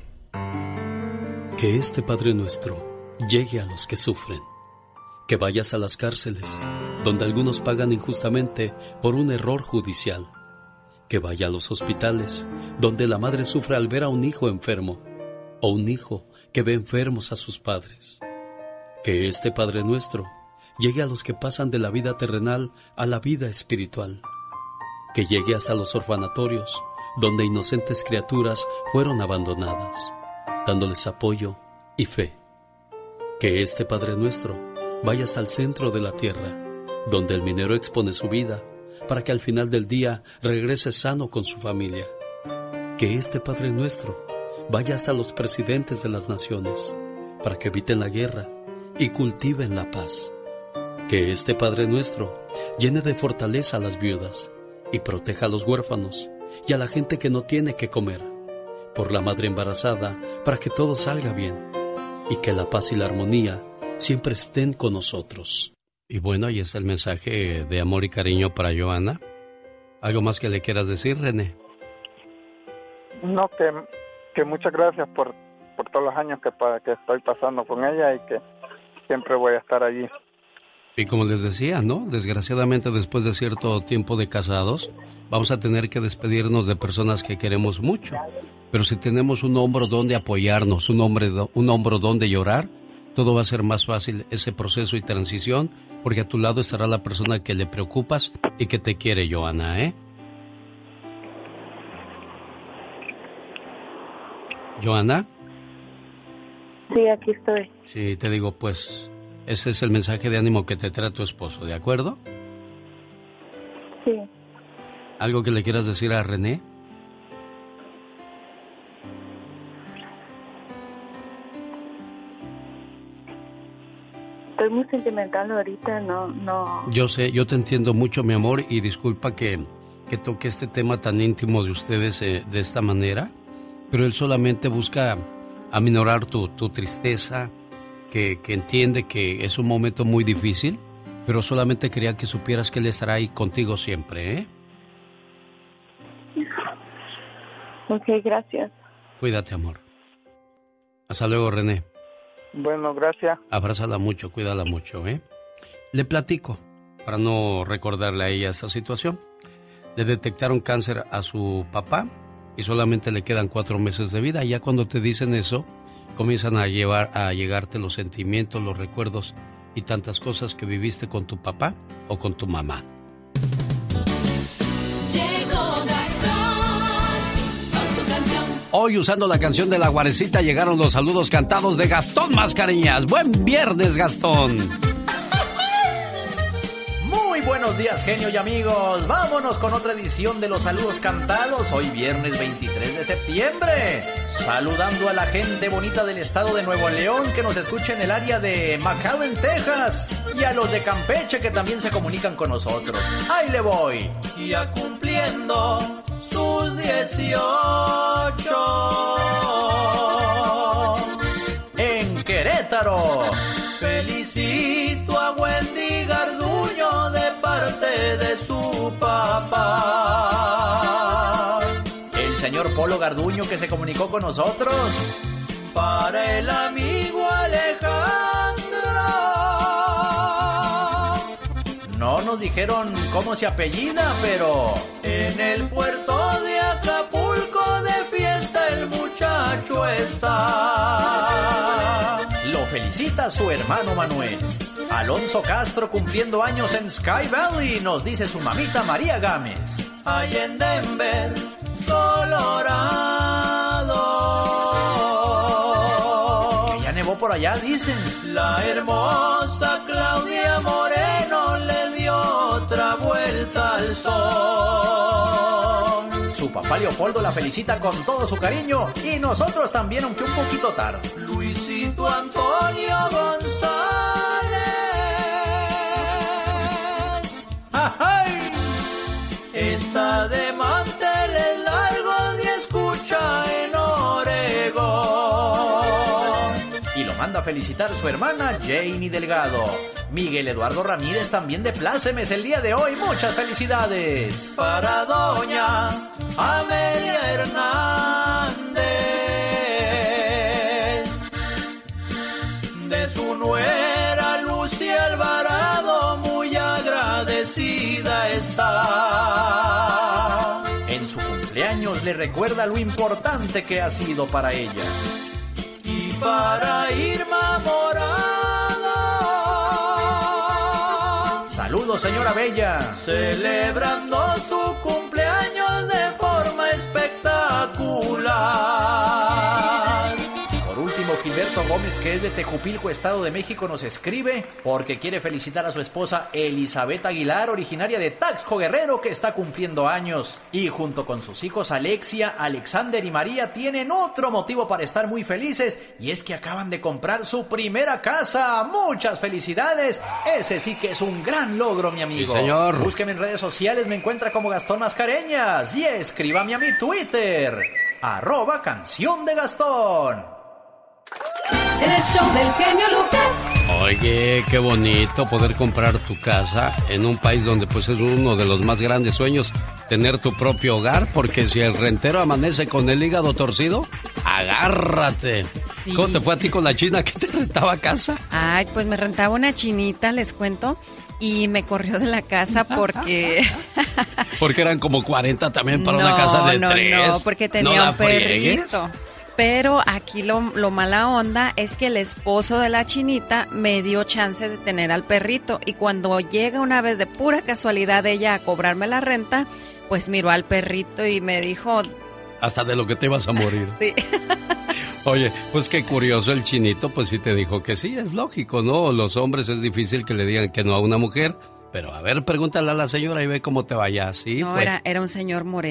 Que este Padre nuestro llegue a los que sufren. Que vayas a las cárceles, donde algunos pagan injustamente por un error judicial. Que vaya a los hospitales, donde la madre sufre al ver a un hijo enfermo, o un hijo que ve enfermos a sus padres. Que este Padre nuestro llegue a los que pasan de la vida terrenal a la vida espiritual. Que llegue hasta los orfanatorios, donde inocentes criaturas fueron abandonadas, dándoles apoyo y fe. Que este Padre nuestro vaya hasta el centro de la tierra, donde el minero expone su vida, para que al final del día regrese sano con su familia. Que este Padre nuestro vaya hasta los presidentes de las naciones, para que eviten la guerra y cultiven la paz. Que este Padre nuestro llene de fortaleza a las viudas y proteja a los huérfanos y a la gente que no tiene que comer, por la madre embarazada, para que todo salga bien y que la paz y la armonía siempre estén con nosotros. Y bueno, ahí está el mensaje de amor y cariño para Joana. ¿Algo más que le quieras decir, René? No, que, que muchas gracias por, por todos los años que, que estoy pasando con ella y que siempre voy a estar allí. Y como les decía, ¿no? Desgraciadamente, después de cierto tiempo de casados, vamos a tener que despedirnos de personas que queremos mucho. Pero si tenemos un hombro donde apoyarnos, un, hombre, un hombro donde llorar, todo va a ser más fácil ese proceso y transición, porque a tu lado estará la persona que le preocupas y que te quiere, Joana, ¿eh? ¿Joana? Sí, aquí estoy. Sí, te digo, pues, ese es el mensaje de ánimo que te trae tu esposo, ¿de acuerdo? Sí. ¿Algo que le quieras decir a René? estoy muy sentimental ahorita, no, no. Yo sé, yo te entiendo mucho, mi amor, y disculpa que, que toque este tema tan íntimo de ustedes eh, de esta manera, pero él solamente busca aminorar tu, tu tristeza, que, que entiende que es un momento muy difícil, pero solamente quería que supieras que él estará ahí contigo siempre, ¿eh? Ok, gracias. Cuídate, amor. Hasta luego, René. Bueno, gracias. Abrázala mucho, cuídala mucho, ¿eh? Le platico, para no recordarle a ella esta situación. Le detectaron cáncer a su papá y solamente le quedan cuatro meses de vida. Ya cuando te dicen eso, comienzan a llevar a llegarte los sentimientos, los recuerdos y tantas cosas que viviste con tu papá o con tu mamá. Llegó Gastón con su canción. Hoy, usando la canción de La Guarecita, llegaron los saludos cantados de Gastón Mascareñas. ¡Buen viernes, Gastón! Muy buenos días, genio y amigos. Vámonos con otra edición de los saludos cantados. Hoy viernes veintitrés de septiembre. Saludando a la gente bonita del estado de Nuevo León que nos escucha en el área de McAllen, Texas. Y a los de Campeche que también se comunican con nosotros. ¡Ahí le voy! Ya cumpliendo sus dieciocho. En Querétaro. Felicito a Wendy Garduño de parte de su papá. El señor Polo Garduño que se comunicó con nosotros. Para el amigo Alejandro. No nos dijeron cómo se apellida, pero en el puerto de Acapulco de fiesta el muchacho está. Lo felicita su hermano Manuel. Alonso Castro cumpliendo años en Sky Valley, nos dice su mamita María Gámez. Ahí en Denver, Colorado. Que ya nevó por allá, dicen. La hermosa Claudia Moreno le dio otra vuelta al sol. Su papá Leopoldo la felicita con todo su cariño y nosotros también, aunque un poquito tarde. Luisito Antonio González. ¡Ay! Está de manteles largos y escucha en Oregón. Y lo manda a felicitar su hermana Janie Delgado. Miguel Eduardo Ramírez también de plácemes el día de hoy. Muchas felicidades. Para doña Amelia Hernández. De su nuera Lucia Alvarado muy agradecida está. En su cumpleaños le recuerda lo importante que ha sido para ella. Y para Irma Morado. Saludos, señora Bella. Celebrando su cumpleaños de forma espectacular. Por último, Gilberto Gómez, que es de Tejupilco, Estado de México, nos escribe porque quiere felicitar a su esposa Elizabeth Aguilar, originaria de Taxco, Guerrero, que está cumpliendo años. Y junto con sus hijos Alexia, Alexander y María tienen otro motivo para estar muy felices, y es que acaban de comprar su primera casa. ¡Muchas felicidades! Ese sí que es un gran logro, mi amigo. Sí, señor. Búsqueme en redes sociales, me encuentra como Gastón Mascareñas, y escríbame a mi Twitter, arroba Canción de Gastón. El show del genio Lucas. Oye, qué bonito poder comprar tu casa en un país donde pues es uno de los más grandes sueños, tener tu propio hogar, porque si el rentero amanece con el hígado torcido, agárrate. Sí. ¿Cómo te fue a ti con la china que te rentaba casa? Ay, pues me rentaba una chinita, les cuento, y me corrió de la casa porque... porque eran como cuarenta también para no, una casa de no, tres. No, no, porque tenía ¿No un perrito. Pero aquí lo, lo mala onda es que el esposo de la chinita me dio chance de tener al perrito, y cuando llega una vez de pura casualidad ella a cobrarme la renta, pues miró al perrito y me dijo... Hasta de lo que te ibas a morir. Sí. Oye, pues qué curioso, el chinito pues sí te dijo que sí, es lógico, ¿no? Los hombres es difícil que le digan que no a una mujer, pero a ver, pregúntale a la señora y ve cómo te vaya, ¿sí? No, pues... era, era un señor moreno.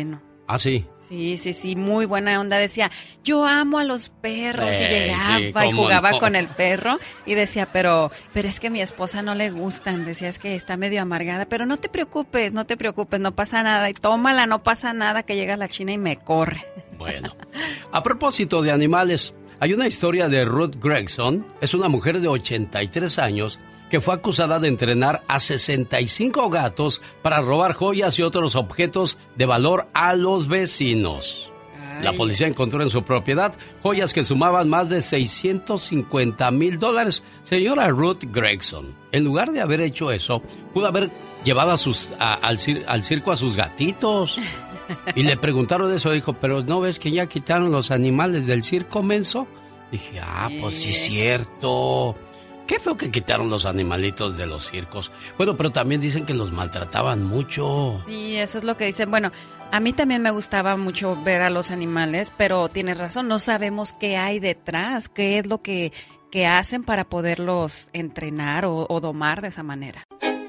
Ah, sí. Sí, sí, sí, muy buena onda. Decía, yo amo a los perros. Eh, y llegaba sí, y cómo jugaba no. con el perro. Y decía, pero pero es que a mi esposa no le gustan. Decía, es que está medio amargada. Pero no te preocupes, no te preocupes, no pasa nada. Y tómala, no pasa nada, que llega la china y me corre. Bueno, a propósito de animales, hay una historia de Ruth Gregson. Es una mujer de ochenta y tres años que fue acusada de entrenar a sesenta y cinco gatos para robar joyas y otros objetos de valor a los vecinos. Ay. La policía encontró en su propiedad joyas que sumaban más de seiscientos cincuenta mil dólares. Señora Ruth Gregson, en lugar de haber hecho eso, pudo haber llevado a sus, a, al, cir, al circo a sus gatitos. Y le preguntaron eso, dijo, pero ¿no ves que ya quitaron los animales del circo, menso? Dije, ah, pues sí es cierto. Qué feo que quitaron los animalitos de los circos. Bueno, pero también dicen que los maltrataban mucho. Sí, eso es lo que dicen. Bueno, a mí también me gustaba mucho ver a los animales, pero tienes razón, no sabemos qué hay detrás, qué es lo que, que hacen para poderlos entrenar o, o domar de esa manera.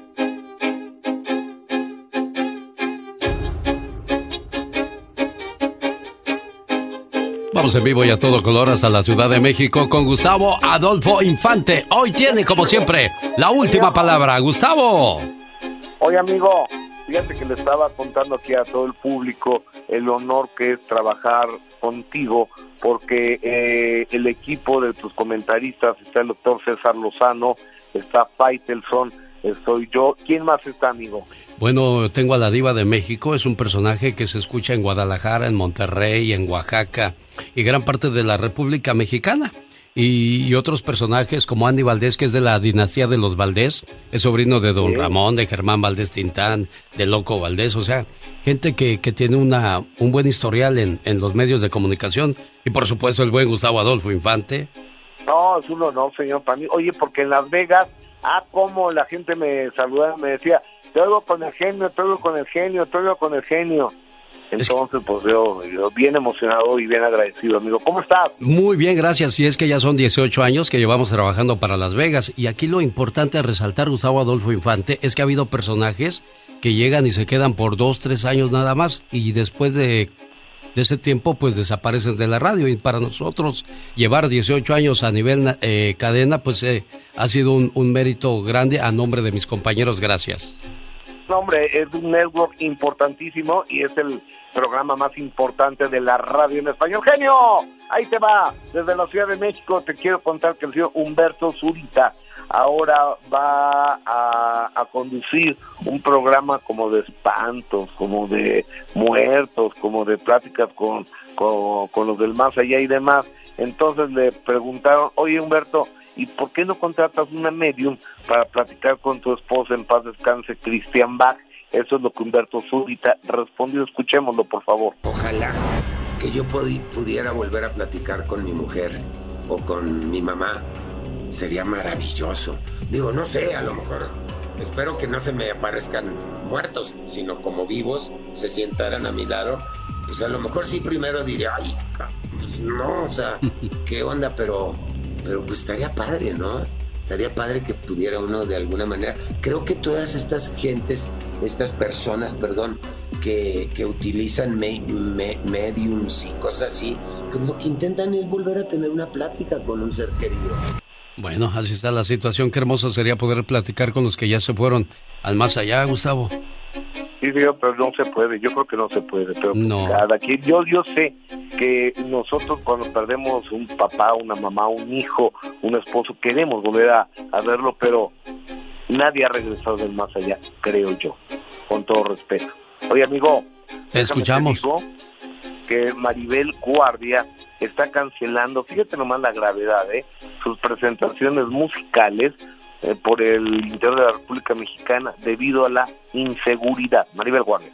Vamos en vivo y a todo color hasta la Ciudad de México con Gustavo Adolfo Infante. Hoy tiene, como siempre, la última palabra. Gustavo. Oye, amigo, fíjate que le estaba contando aquí a todo el público el honor que es trabajar contigo, porque eh, el equipo de tus comentaristas está el doctor César Lozano, está Faitelson, soy yo. ¿Quién más está, amigo? Bueno, tengo a la Diva de México, es un personaje que se escucha en Guadalajara, en Monterrey, en Oaxaca y gran parte de la República Mexicana. Y, y otros personajes como Andy Valdés, que es de la dinastía de los Valdés, es sobrino de Don sí. Ramón, de Germán Valdés Tintán, de Loco Valdés, o sea, gente que, que tiene una, un buen historial en, en los medios de comunicación. Y por supuesto el buen Gustavo Adolfo Infante. No, es un honor, señor, para mí. Oye, porque en Las Vegas, ah, como la gente me saludaba, me decía, te oigo con el genio, te oigo con el genio, te oigo con el genio. Entonces, pues yo, yo bien emocionado y bien agradecido, amigo. ¿Cómo estás? Muy bien, gracias. Y es que ya son dieciocho años que llevamos trabajando para Las Vegas. Y aquí lo importante a resaltar, Gustavo Adolfo Infante, es que ha habido personajes que llegan y se quedan por dos, tres años nada más. Y después de, de ese tiempo, pues desaparecen de la radio. Y para nosotros, llevar dieciocho años a nivel eh, cadena, pues eh, ha sido un, un mérito grande a nombre de mis compañeros. Gracias. No, hombre, es un network importantísimo y es el programa más importante de la radio en español. ¡Genio! Ahí te va. Desde la Ciudad de México te quiero contar que el señor Humberto Zurita ahora va a, a conducir un programa como de espantos, como de muertos, como de pláticas con, con, con los del más allá y demás. Entonces le preguntaron, oye, Humberto, ¿y por qué no contratas una medium para platicar con tu esposa, en paz descanse, Christian Bach? Eso es lo que Humberto Zurita respondió. Escuchémoslo, por favor. Ojalá que yo pudi- pudiera volver a platicar con mi mujer o con mi mamá. Sería maravilloso. Digo, no sé, a lo mejor espero que no se me aparezcan muertos, sino como vivos, se sientaran a mi lado. Pues a lo mejor sí primero diría, ay, pues no, o sea, ¿qué onda? Pero... Pero pues estaría padre, ¿no? Estaría padre que pudiera uno de alguna manera. Creo que todas estas gentes, estas personas, perdón, que, que utilizan me, me, mediums y cosas así, pues lo que intentan es volver a tener una plática con un ser querido. Bueno, así está la situación. Qué hermoso sería poder platicar con los que ya se fueron al más allá, Gustavo. Sí, señor, pero no se puede, yo creo que no se puede, pero no. Cada quien, yo, yo sé que nosotros cuando perdemos un papá, una mamá, un hijo, un esposo, queremos volver a, a verlo, pero nadie ha regresado del más allá, creo yo, con todo respeto. Oye, amigo, te escuchamos. Te digo que Maribel Guardia está cancelando, fíjate nomás la gravedad, ¿eh? sus presentaciones musicales Eh, por el interior de la República Mexicana debido a la inseguridad. Maribel Guardia.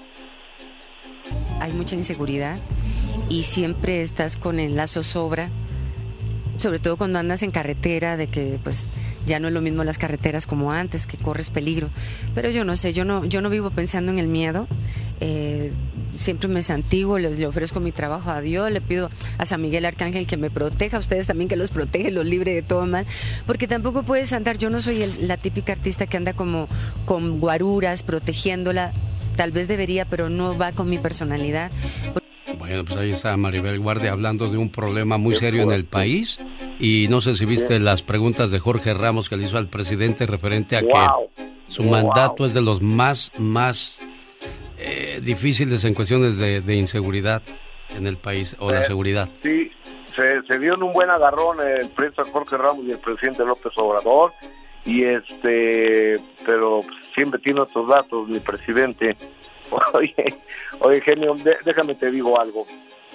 Hay mucha inseguridad y siempre estás con el la zozobra, sobre todo cuando andas en carretera, de que pues ya no es lo mismo las carreteras como antes, que corres peligro. Pero yo no sé, yo no, yo no vivo pensando en el miedo. Eh, siempre me santiguo, les le ofrezco mi trabajo a Dios, le pido a San Miguel Arcángel que me proteja, a ustedes también que los protege, los libre de todo mal, porque tampoco puedes andar, yo no soy el, la típica artista que anda como con guaruras, protegiéndola. tal vez debería, pero no va con mi personalidad. Bueno, pues ahí está Maribel Guardia hablando de un problema muy serio en el país. Y no sé si viste las preguntas de Jorge Ramos que le hizo al presidente referente a Wow. que su Wow. mandato es de los más, más eh, difíciles en cuestiones de, de inseguridad en el país, o la Eh, seguridad. Sí, se, se dio en un buen agarrón el presidente Jorge Ramos y el presidente López Obrador, y este, pero siempre tiene otros datos, mi presidente. Oye, oye, genio, de- déjame te digo algo.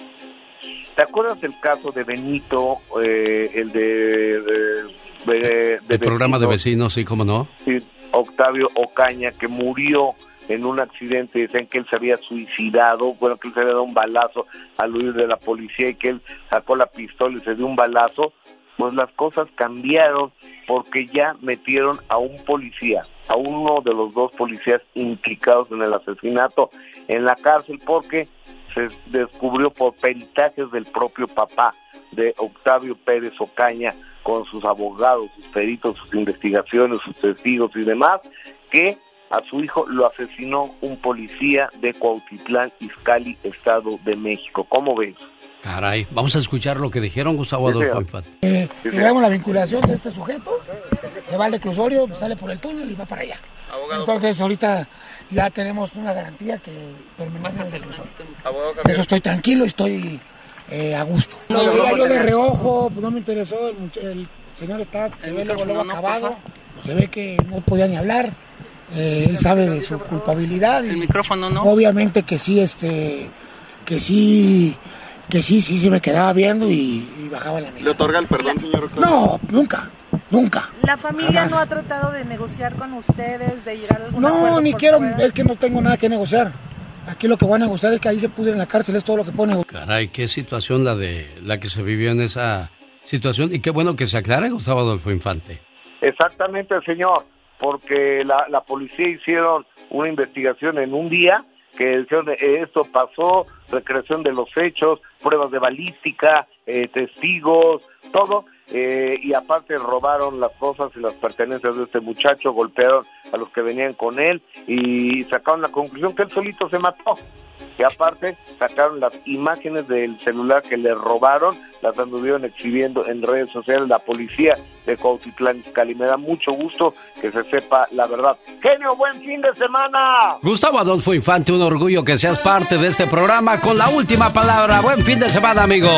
¿Te acuerdas del caso de Benito, eh, el de, de, de- de El programa de vecinos? vecinos, sí, cómo no. Sí, Octavio Ocaña, que murió en un accidente, dicen que él se había suicidado, bueno, que él se había dado un balazo al huir de la policía y que él sacó la pistola y se dio un balazo. Pues las cosas cambiaron porque ya metieron a un policía, a uno de los dos policías implicados en el asesinato en la cárcel, porque se descubrió por peritajes del propio papá de Octavio Pérez Ocaña, con sus abogados, sus peritos, sus investigaciones, sus testigos y demás, que a su hijo lo asesinó un policía de Cuautitlán Izcalli, Estado de México. ¿Cómo ves? Caray, vamos a escuchar lo que dijeron Gustavo Sí, Adolfo señor. Infante. Eh, logramos la vinculación de este sujeto, se va al reclusorio, sale por el túnel y va para allá. Entonces ahorita ya tenemos una garantía que permanece en el reclusorio. Eso estoy tranquilo y estoy eh, a gusto. Lo veía yo de reojo, pues no me interesó, el, much- el señor está, se ve luego, luego acabado, se ve que no podía ni hablar, eh, él sabe de su culpabilidad y obviamente que sí, este, que sí, que sí, sí, sí me quedaba viendo y, y bajaba la mirada. ¿Le otorga el perdón, señor? No, nunca, nunca. ¿La familia Jamás. no ha tratado de negociar con ustedes, de llegar a algún acuerdo No, ni por quiero, fuera? es que no tengo nada que negociar. Aquí lo que voy a negociar es que ahí se pudre en la cárcel, es todo lo que puedo negociar. Caray, qué situación la de la que se vivió en esa situación. Y qué bueno que se aclare, Gustavo Adolfo Infante. Exactamente, señor, porque la, la policía hicieron una investigación en un día, que dijeron, eh, esto pasó, recreación de los hechos, pruebas de balística, eh, testigos, todo, eh, y aparte robaron las cosas y las pertenencias de este muchacho, golpearon a los que venían con él y sacaron la conclusión que él solito se mató. Y aparte sacaron las imágenes del celular que le robaron, las anduvieron exhibiendo en redes sociales la policía de Cuautitlán Izcalli. Me da mucho gusto que se sepa la verdad. Genio, buen fin de semana. Gustavo Adolfo Infante, un orgullo que seas parte de este programa con la última palabra. Buen fin de semana, amigo.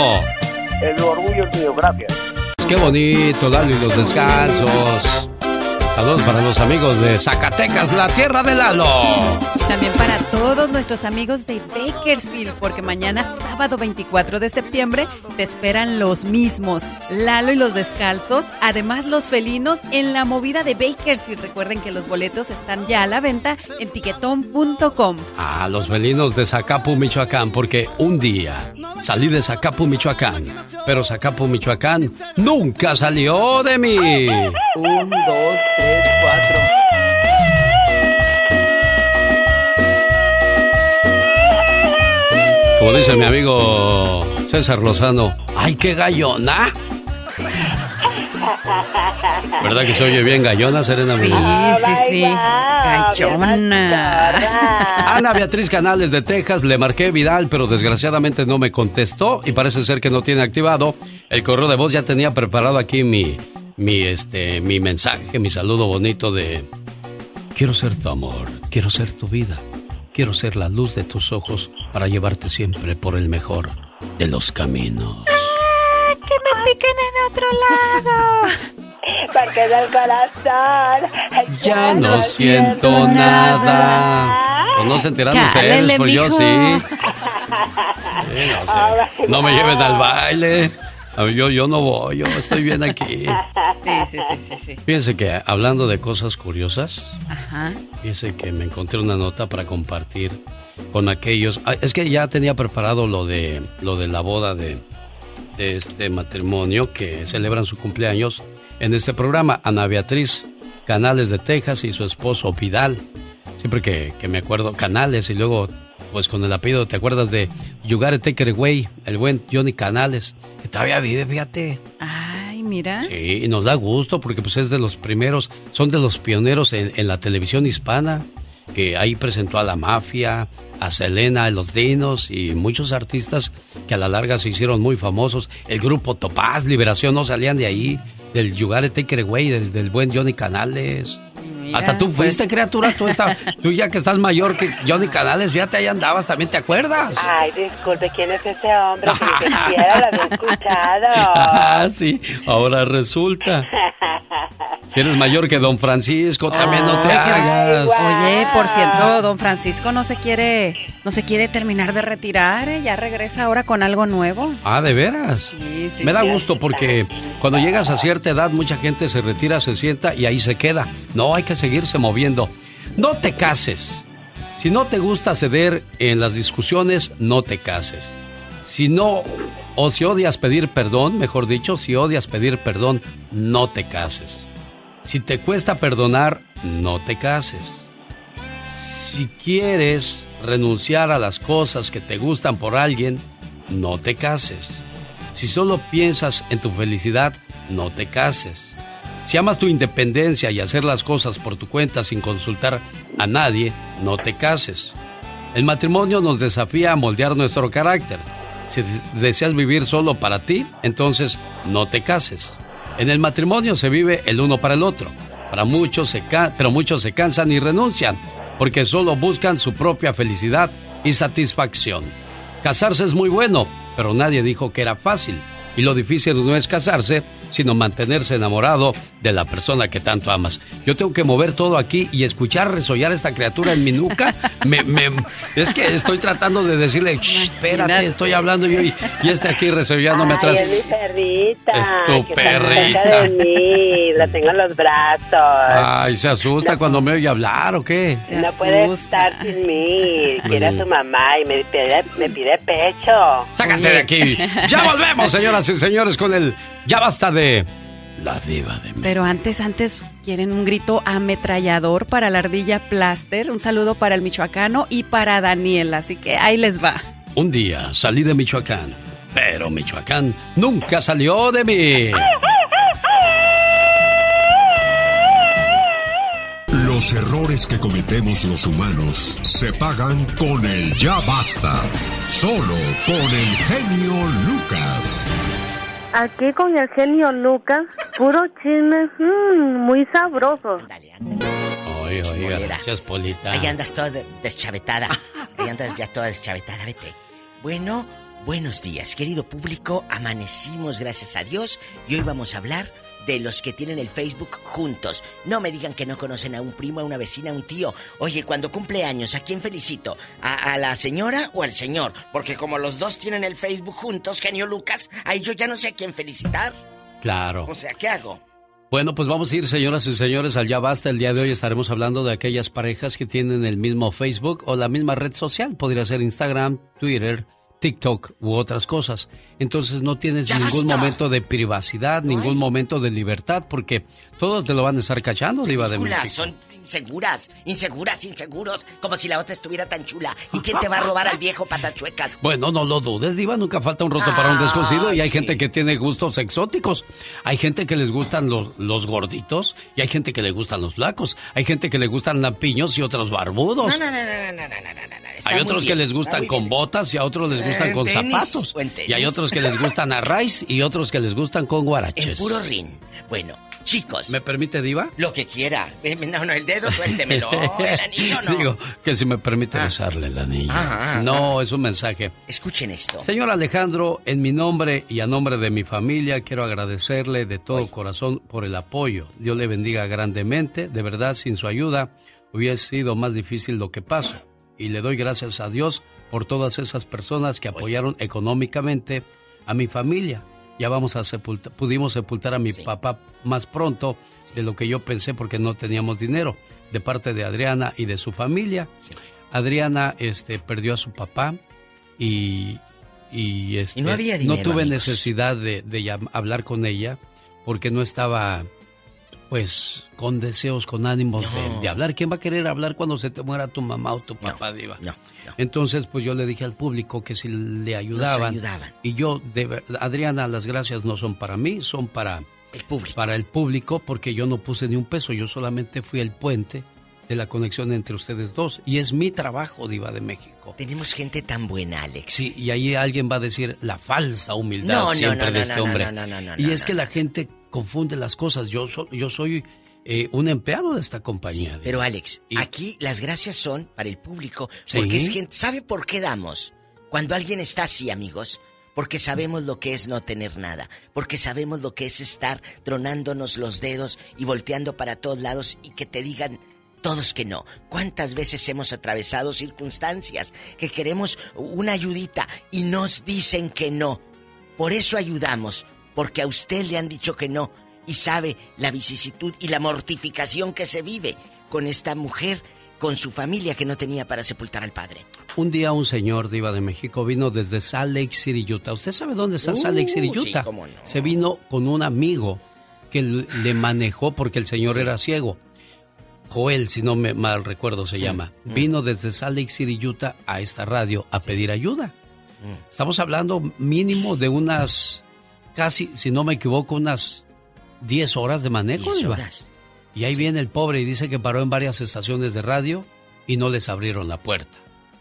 El orgullo es mío, gracias. Qué bonito, Lalo y los descansos. Saludos para los amigos de Zacatecas, la tierra de Lalo. También para todos nuestros amigos de Bakersfield, porque mañana sábado veinticuatro de septiembre te esperan los mismos, Lalo y los Descalzos, además los felinos en la movida de Bakersfield. Recuerden que los boletos están ya a la venta en tiquetón punto com. A los felinos de Zacapu, Michoacán, porque un día salí de Zacapu, Michoacán, pero Zacapu, Michoacán nunca salió de mí. Un, dos, tres, cuatro. Como dice mi amigo César Lozano, ¡ay, qué gallona! ¿Verdad que se oye bien gallona, Serena? Sí, sí, sí. Gallona. Ana Beatriz Canales de Texas, le marqué Vidal, pero desgraciadamente no me contestó y parece ser que no tiene activado el correo de voz. Ya tenía preparado aquí mi, mi, este, mi mensaje, mi saludo bonito de... Quiero ser tu amor, quiero ser tu vida, quiero ser la luz de tus ojos para llevarte siempre por el mejor de los caminos. Que me piquen en otro lado. Porque del corazón Ya no siento nada. Pues no se enteran ustedes, pero yo sí. Sí, no sé. No me lleven al baile. A ver, Yo, yo no voy, yo estoy bien aquí. Sí, sí, sí, sí, sí. Fíjense que hablando de cosas curiosas, Ajá. fíjense que me encontré una nota para compartir con aquellos. Ah, es que ya tenía preparado lo de lo de la boda de, de este matrimonio que celebran su cumpleaños en este programa. Ana Beatriz Canales de Texas y su esposo Vidal. Siempre que, que me acuerdo, Canales, y luego pues con el apellido, ¿te acuerdas de You Gotta Take It Away? El buen Johnny Canales, que todavía vive, fíjate. Ay, mira. Sí, y nos da gusto porque pues es de los primeros, son de los pioneros en, en la televisión hispana. que ahí presentó a La Mafia, a Selena, a Los Dinos y muchos artistas que a la larga se hicieron muy famosos. El grupo Topaz, Liberación, no salían de ahí, del Yugar Take It Away, del, del buen Johnny Canales. Mira, hasta tú fuiste, pues... criatura, tú, está, tú ya que estás mayor que Johnny Canales, ya te ahí andabas, ¿también te acuerdas? Ay, disculpe, ¿quién es ese hombre? Que ni siquiera lo había escuchado. Ah, sí, ahora resulta. Si eres mayor que don Francisco, también oh, no te hagas. Oye, por cierto, don Francisco no se quiere, no se quiere terminar de retirar, ¿eh? Ya regresa ahora con algo nuevo. Ah, ¿de veras? Sí, sí. Me da sí, gusto porque cuando llegas a cierta edad, mucha gente se retira, se sienta y ahí se queda. No, hay que seguirse moviendo. No te cases. Si no te gusta ceder en las discusiones, no te cases. Si no, o si odias pedir perdón, mejor dicho, si odias pedir perdón, no te cases. Si te cuesta perdonar, no te cases. Si quieres renunciar a las cosas que te gustan por alguien, no te cases. Si solo piensas en tu felicidad, no te cases. Si amas tu independencia y hacer las cosas por tu cuenta sin consultar a nadie, no te cases. El matrimonio nos desafía a moldear nuestro carácter. Si deseas vivir solo para ti, entonces no te cases. En el matrimonio se vive el uno para el otro. Para muchos se ca- pero muchos se cansan y renuncian porque solo buscan su propia felicidad y satisfacción. Casarse es muy bueno, pero nadie dijo que era fácil. Y lo difícil no es casarse, sino mantenerse enamorado de la persona que tanto amas. Yo tengo que mover todo aquí y escuchar resollar a esta criatura en mi nuca. Me, me, es que estoy tratando de decirle, espérate, estoy hablando yo y, y este aquí resollándome atrás. Ay, es mi perrita. Es tu que perrita. Está cerca de mí, la tengo en los brazos. Ay, ¿se asusta no, cuando me oye hablar o qué? No asusta. Puede estar sin mí. Quiere a su mamá y me pide, me pide pecho. Sácate Oye. de aquí. Ya volvemos, señoras y señores, con el Ya Basta de La Diva de México. Pero antes, antes quieren un grito ametrallador para la ardilla Plaster. Un saludo para el michoacano y para Daniel. Así que ahí les va. Un día salí de Michoacán, pero Michoacán nunca salió de mí. Los errores que cometemos los humanos se pagan con el Ya Basta. Solo con el genio Lucas. Aquí con el genio Lucas, puro chisme, mmm, muy sabroso. Oiga, oiga, gracias, Polita. Ahí andas toda deschavetada. Ahí andas ya toda deschavetada, vete. Bueno, buenos días, querido público. Amanecimos, gracias a Dios. Y hoy vamos a hablar de los que tienen el Facebook juntos. No me digan que no conocen a un primo, a una vecina, a un tío. Oye, cuando cumple años, ¿a quién felicito? ¿A, a la señora o al señor? Porque como los dos tienen el Facebook juntos, genio Lucas, ahí yo ya no sé a quién felicitar. Claro. O sea, ¿qué hago? Bueno, pues vamos a ir, señoras y señores, al Ya Basta. El día de hoy estaremos hablando de aquellas parejas que tienen el mismo Facebook o la misma red social. Podría ser Instagram, Twitter, TikTok u otras cosas. Entonces no tienes ya ningún basta. momento de privacidad, ningún Ay. momento de libertad, porque todos te lo van a estar cachando, Diva de México. Son inseguras, inseguras, inseguros, como si la otra estuviera tan chula. ¿Y quién te va a robar al viejo patachuecas? Bueno, no lo dudes, Diva, nunca falta un roto ah, para un descosido. Y hay sí. gente que tiene gustos exóticos. Hay gente que les gustan los, los gorditos y hay gente que le gustan los flacos. Hay gente que le gustan lampiños y otros barbudos. No, no, no, no, no, no, no, no. Está hay otros que les gustan con botas y a otros les gustan con zapatos. Y hay otros que les gustan a raíz y otros que les gustan con guaraches. El puro rin. Bueno, chicos. ¿Me permite, Diva? Lo que quiera. No, no, el dedo suéltemelo. El anillo no. Digo, que si me permite ah. besarle el anillo. Ah, ah, no, ah. es un mensaje. Escuchen esto. Señor Alejandro, en mi nombre y a nombre de mi familia, quiero agradecerle de todo Oye. corazón por el apoyo. Dios le bendiga grandemente. De verdad, sin su ayuda, hubiese sido más difícil lo que pasó. Y le doy gracias a Dios por todas esas personas que apoyaron Oye. económicamente a mi familia. Ya vamos a sepultar, pudimos sepultar a mi sí. papá más pronto sí. de lo que yo pensé porque no teníamos dinero, de parte de Adriana y de su familia. Sí. Adriana este, perdió a su papá y, y, este, y no, había dinero, no tuve amigos. necesidad de, de llam- hablar con ella porque no estaba... pues con deseos, con ánimos no. de, de hablar. ¿Quién va a querer hablar cuando se te muera tu mamá o tu papá, no, Diva? No, no. Entonces, pues yo le dije al público que si le ayudaban. Nos ayudaban. Y yo, de, Adriana, las gracias no son para mí, son para el público. Para el público, porque yo no puse ni un peso. Yo solamente fui el puente de la conexión entre ustedes dos. Y es mi trabajo, Diva de México. Tenemos gente tan buena, Alex. Sí, y ahí alguien va a decir la falsa humildad no, siempre no, no, de no, este no, hombre. No, no, no, no, y no, es no, que no. la gente confunde las cosas. Yo, so, yo soy eh, un empleado de esta compañía. Sí, pero Alex, y... aquí las gracias son para el público. Porque ¿sí? es gente, ¿sabe por qué damos? Cuando alguien está así, amigos... Porque sabemos lo que es no tener nada. Porque sabemos lo que es estar tronándonos los dedos y volteando para todos lados y que te digan todos que no. ¿Cuántas veces hemos atravesado circunstancias que queremos una ayudita y nos dicen que no? Por eso ayudamos, porque a usted le han dicho que no y sabe la vicisitud y la mortificación que se vive con esta mujer, con su familia que no tenía para sepultar al padre. Un día un señor Diva de México vino desde Salt Lake City, Utah. ¿Usted sabe dónde está uh, Salt Lake City, Utah? Sí, cómo no. Se vino con un amigo que le manejó porque el señor sí. era ciego. Joel, si no me mal recuerdo se mm, llama. Mm. Vino desde Salt Lake City, Utah a esta radio a sí. pedir ayuda. Mm. Estamos hablando mínimo de unas, casi, si no me equivoco, unas diez horas de manejo. diez horas. Y ahí sí. viene el pobre y dice que paró en varias estaciones de radio y no les abrieron la puerta.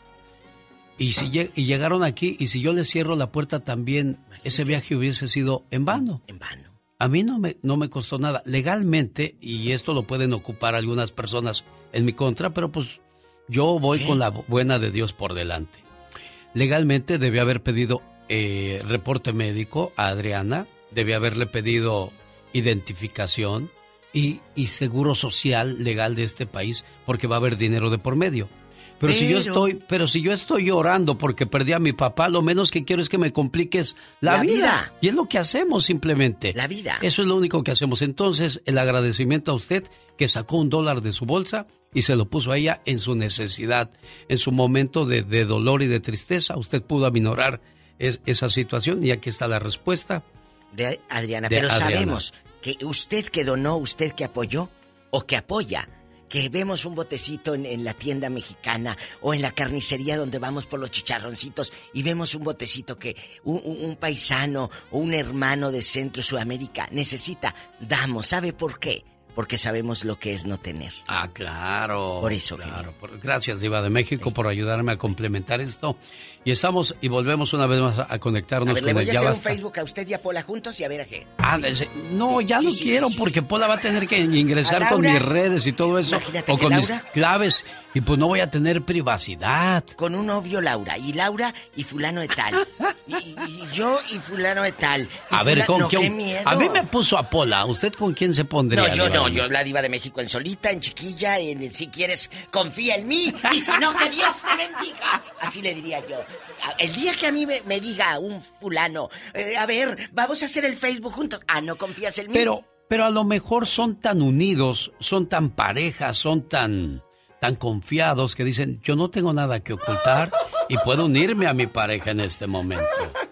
Y si lleg- y llegaron aquí y si yo les cierro la puerta también, imagínese, ese viaje hubiese sido en vano. En vano. A mí no me, no me costó nada. Legalmente, y esto lo pueden ocupar algunas personas en mi contra, pero pues yo voy ¿Qué? con la buena de Dios por delante. Legalmente debí haber pedido eh, reporte médico a Adriana, debí haberle pedido identificación y, y seguro social legal de este país, porque va a haber dinero de por medio. Pero, pero si yo estoy, pero si yo estoy llorando porque perdí a mi papá, lo menos que quiero es que me compliques la, la vida. vida. Y es lo que hacemos simplemente. La vida. Eso es lo único que hacemos. Entonces, el agradecimiento a usted que sacó un dólar de su bolsa y se lo puso a ella en su necesidad, en su momento de, de dolor y de tristeza. Usted pudo aminorar es, esa situación y aquí está la respuesta. De Adriana, de pero Adriana. Sabemos que usted que donó, usted que apoyó o que apoya, que vemos un botecito en, en la tienda mexicana o en la carnicería donde vamos por los chicharroncitos y vemos un botecito que un, un, un paisano o un hermano de Centro Sudamérica necesita, damos. ¿Sabe por qué? Porque sabemos lo que es no tener. Ah, claro. Por eso, claro. Por, gracias, Diva de México, sí. por ayudarme a complementar esto. Y estamos y volvemos una vez más a, a conectarnos a ver, con el le voy a hacer Basta. un Facebook a usted y a Pola juntos y a ver a qué. Ah, sí. No, ya sí, no sí, quiero sí, sí, porque sí. Pola va a tener que ingresar con mis redes y todo eso. Imagínate o con Laura, mis claves y pues no voy a tener privacidad. Con un novio Laura y Laura y fulano de tal. y, y yo y fulano de tal. Y a ver, ¿con no, quién? A mí me puso a Pola. ¿Usted con quién se pondría? No, yo no, yo la Diva de México en solita, en chiquilla, en si quieres confía en mí y si no que Dios te bendiga. Así le diría yo. El día que a mí me, me diga un fulano, eh, a ver, vamos a hacer el Facebook juntos. Ah, ¿no confías en mí? Pero, pero a lo mejor son tan unidos, son tan parejas, son tan, tan confiados que dicen, yo no tengo nada que ocultar y puedo unirme a mi pareja en este momento.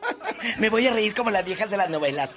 Me voy a reír como las viejas de las novelas.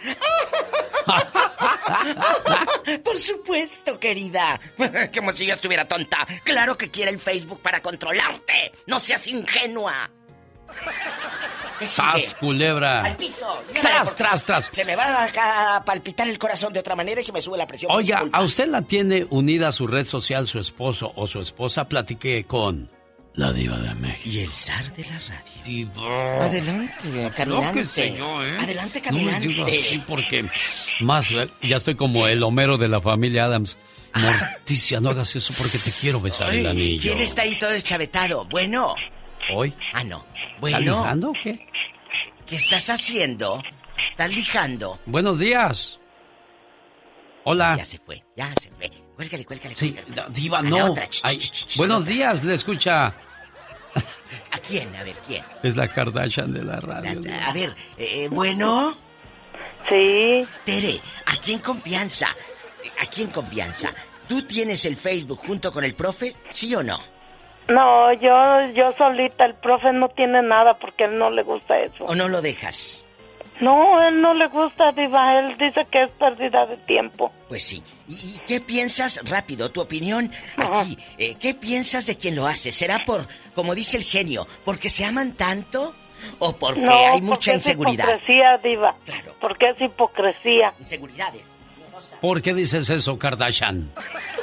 Por supuesto, querida. Como si yo estuviera tonta. Claro que quiere el Facebook para controlarte. No seas ingenua. ¡Sas, culebra! ¡Al piso! ¡Tras, tras, tras! Se me va a palpitar el corazón de otra manera y se me sube la presión. Oiga, ¿a usted la tiene unida a su red social su esposo o su esposa? Platiqué con la Diva de México. Y el zar de la radio. Diva. Adelante, caminante. Lo que sé yo, ¿eh? Adelante, caminante. No me digo así porque más, ya estoy como el Homero de la familia Adams. Morticia, no hagas eso porque te quiero besar el anillo. ¿Quién está ahí todo deschavetado? Bueno. ¿Hoy? Ah, no. Bueno. ¿Estás lijando o qué? ¿Qué estás haciendo? ¿Estás lijando? Buenos días. Hola. Ya se fue, ya se fue. Cuélgale, cuélgale, sí, cuélgale. Diva, a no. Otra. Ch, Ay, ch, ch, buenos otra. días, le escucha. ¿A quién? A ver, ¿quién? Es la Kardashian de la radio. La, a ver, eh, bueno. Sí. Tere, aquí en confianza. Aquí en confianza. ¿Tú tienes el Facebook junto con el profe? ¿Sí o no? No, yo yo solita, el profe no tiene nada porque a él no le gusta eso. ¿O no lo dejas? No, a él no le gusta, Diva, él dice que es pérdida de tiempo. Pues sí. ¿Y, y qué piensas, rápido, tu opinión aquí? Eh, ¿Qué piensas de quien lo hace? ¿Será por, como dice el genio, porque se aman tanto o porque no, hay mucha porque inseguridad? Es hipocresía, Diva. Claro. Porque es hipocresía. Inseguridades. ¿Por qué dices eso, Kardashian?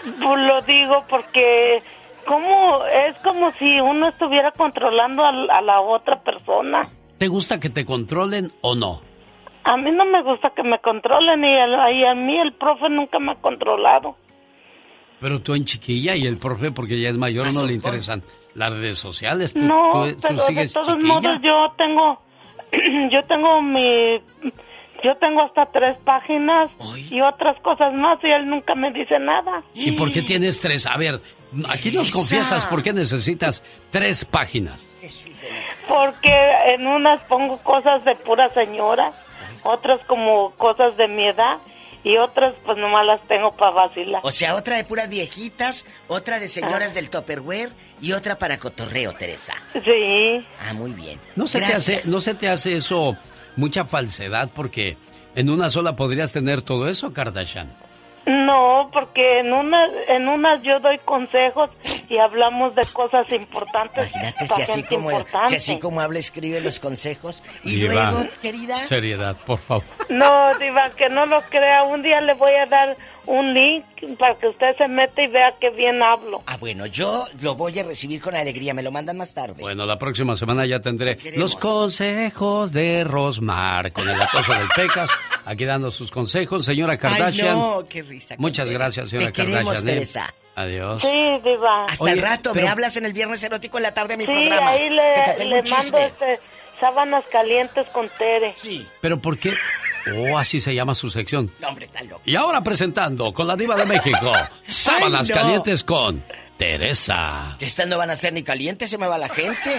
Pues lo digo porque como es como si uno estuviera controlando a, a la otra persona. ¿Te gusta que te controlen o no? A mí no me gusta que me controlen y a, y a mí el profe nunca me ha controlado. Pero tú en chiquilla y el profe, porque ya es mayor, no le interesan las redes sociales. ¿Tú, no, tú, tú pero sigues de todos chiquilla? modos yo tengo, yo tengo mi, yo tengo hasta tres páginas y otras cosas más y él nunca me dice nada. ¿Y por qué tienes tres? A ver, aquí nos confiesas por qué necesitas tres páginas. Porque en unas pongo cosas de pura señora, otras como cosas de mi edad y otras pues nomás las tengo para vacilar. O sea, otra de puras viejitas, otra de señoras ah. del Tupperware y otra para cotorreo, Teresa. Sí. Ah, muy bien. ¿No se, te hace, ¿No se te hace eso mucha falsedad? Porque en una sola podrías tener todo eso, Kardashian. No, porque en unas en unas yo doy consejos y hablamos de cosas importantes. Imagínate si así, como el, si así como habla, escribe los consejos. Y Diva, luego, querida... seriedad, por favor. No, Diva, que no lo crea. Un día le voy a dar un link para que usted se meta y vea qué bien hablo. Ah, bueno, yo lo voy a recibir con alegría. Me lo mandan más tarde. Bueno, la próxima semana ya tendré los consejos de Rosmar con el atoso del Pecas. Aquí dando sus consejos, señora Kardashian. Ay, no, qué risa. Muchas gracias, señora Te Kardashian. Queremos, Teresa. Adiós. Sí, Diva. Hasta Oye, el rato. pero... Me hablas en el Viernes Erótico en la tarde a mi sí, programa. Sí, ahí le, le mando este, sábanas calientes con Tere. Sí. ¿Pero por qué? Oh, así se llama su sección. No, hombre, está loco. Y ahora presentando con la Diva de México, sábanas Ay, no. calientes con Teresa. Que estas no van a ser ni calientes, se me va la gente.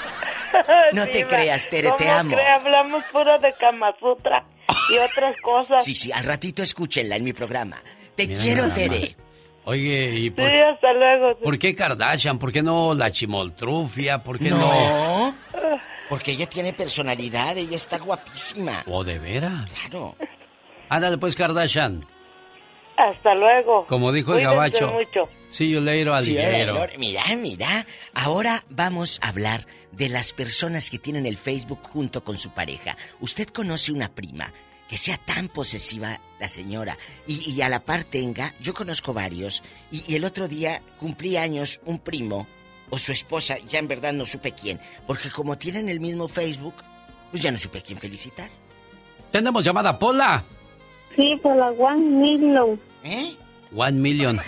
No te Diva, creas, Tere, te ¿cómo amo. cree? Hablamos puro de Kama Sutra y otras cosas. Sí, sí, al ratito escúchenla en mi programa. Te Mira quiero, nada Tere. más. Oye, ¿y por, Sí, hasta luego. Sí. ¿por qué Kardashian? ¿Por qué no la Chimoltrufia? ¿Por qué no? No, porque ella tiene personalidad, ella está guapísima. ¿O de veras? Claro. Ándale pues, Kardashian. Hasta luego. Como dijo el Cuídense gabacho. mucho. See you later, alligator. Sí, mira, mira. Ahora vamos a hablar de las personas que tienen el Facebook junto con su pareja. Usted conoce una prima que sea tan posesiva la señora y, y a la par tenga, yo conozco varios, y, y el otro día cumplí años un primo o su esposa, ya en verdad no supe quién, porque como tienen el mismo Facebook, pues ya no supe quién felicitar. Tenemos llamada, Pola. Sí, por la One Million. ¿Eh? One Million.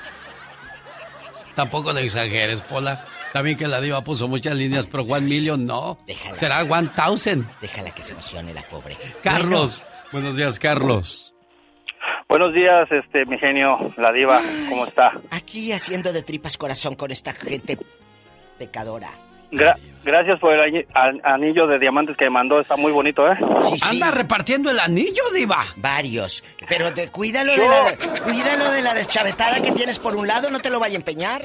Tampoco le exageres, Pola. También que la Diva puso muchas líneas, pero One Million no. Déjala. Será One Thousand. Déjala que se emocione la pobre. Carlos. Bueno. Buenos días, Carlos. Buenos días, este, mi genio, la Diva. ¿Cómo está? Aquí haciendo de tripas corazón con esta gente pecadora. Gra- gracias por el añi- an- anillo de diamantes que me mandó. Está muy bonito, ¿eh? Sí, sí. ¿Anda repartiendo el anillo, Diva? Varios. Pero te, cuídalo, Yo... de la, cuídalo de la deschavetada que tienes por un lado, no te lo vaya a empeñar.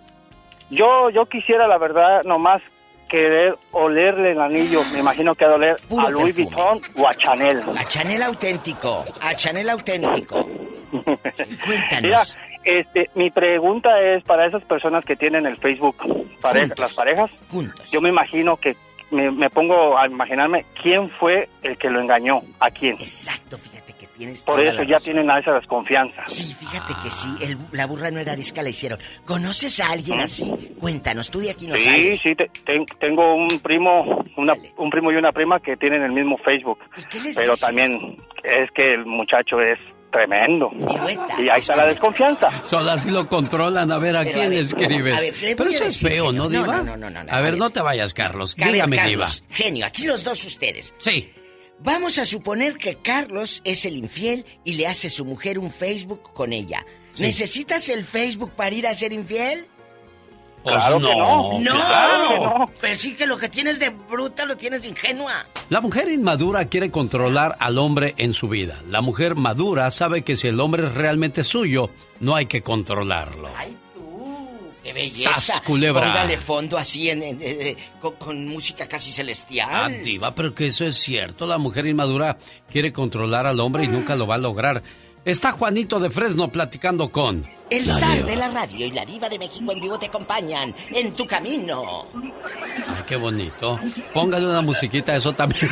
Yo, yo quisiera, la verdad, nomás querer olerle el anillo. Me imagino que ha de oler Puro a Louis perfume. Vuitton o a Chanel. A Chanel auténtico, a Chanel auténtico. Cuéntanos. Mira, este, mi pregunta es para esas personas que tienen el Facebook, pare- Juntos. las parejas. Juntos. Yo me imagino que, me, me pongo a imaginarme quién fue el que lo engañó, a quién. Exacto, fíjate que tienes Por toda eso la ya razón. tienen a esa desconfianza. Sí, fíjate que sí, el- la burra no era arisca, la hicieron. ¿Conoces a alguien así? Cuéntanos, tú de aquí no Sí, sales. sí, te- ten- tengo un primo, una, un primo y una prima que tienen el mismo Facebook. ¿Qué les Pero dices? también es que el muchacho es tremendo. Pirueta. Y ahí está la desconfianza. Solo así lo controlan, a ver a Pero, quién a ver, escribes. a ver, le voy Pero a eso es decir, feo, ¿no, genio. Diva? No, no, no, no, no, A a ver, ver. no te vayas, Carlos. A ver, Dígame, Carlos, Diva. genio, aquí los dos ustedes. Sí. Vamos a suponer que Carlos es el infiel y le hace su mujer un Facebook con ella. Sí. ¿Necesitas el Facebook para ir a ser infiel? Pues Claro que no. ¡No! Claro que no. Pero sí que lo que tienes de bruta lo tienes de ingenua. La mujer inmadura quiere controlar al hombre en su vida. La mujer madura sabe que si el hombre es realmente suyo, no hay que controlarlo. ¡Ay, tú! ¡Qué belleza! ¡Sas, culebra! Póngale fondo así en, en- en- en- con, con música casi celestial. Ah, Diva, pero que eso es cierto. La mujer inmadura quiere controlar al hombre y nunca lo va a lograr. Está Juanito de Fresno platicando con... El la zar Diva. de la radio y la diva de México en vivo te acompañan en tu camino. Ay, qué bonito. Póngale una musiquita a eso también.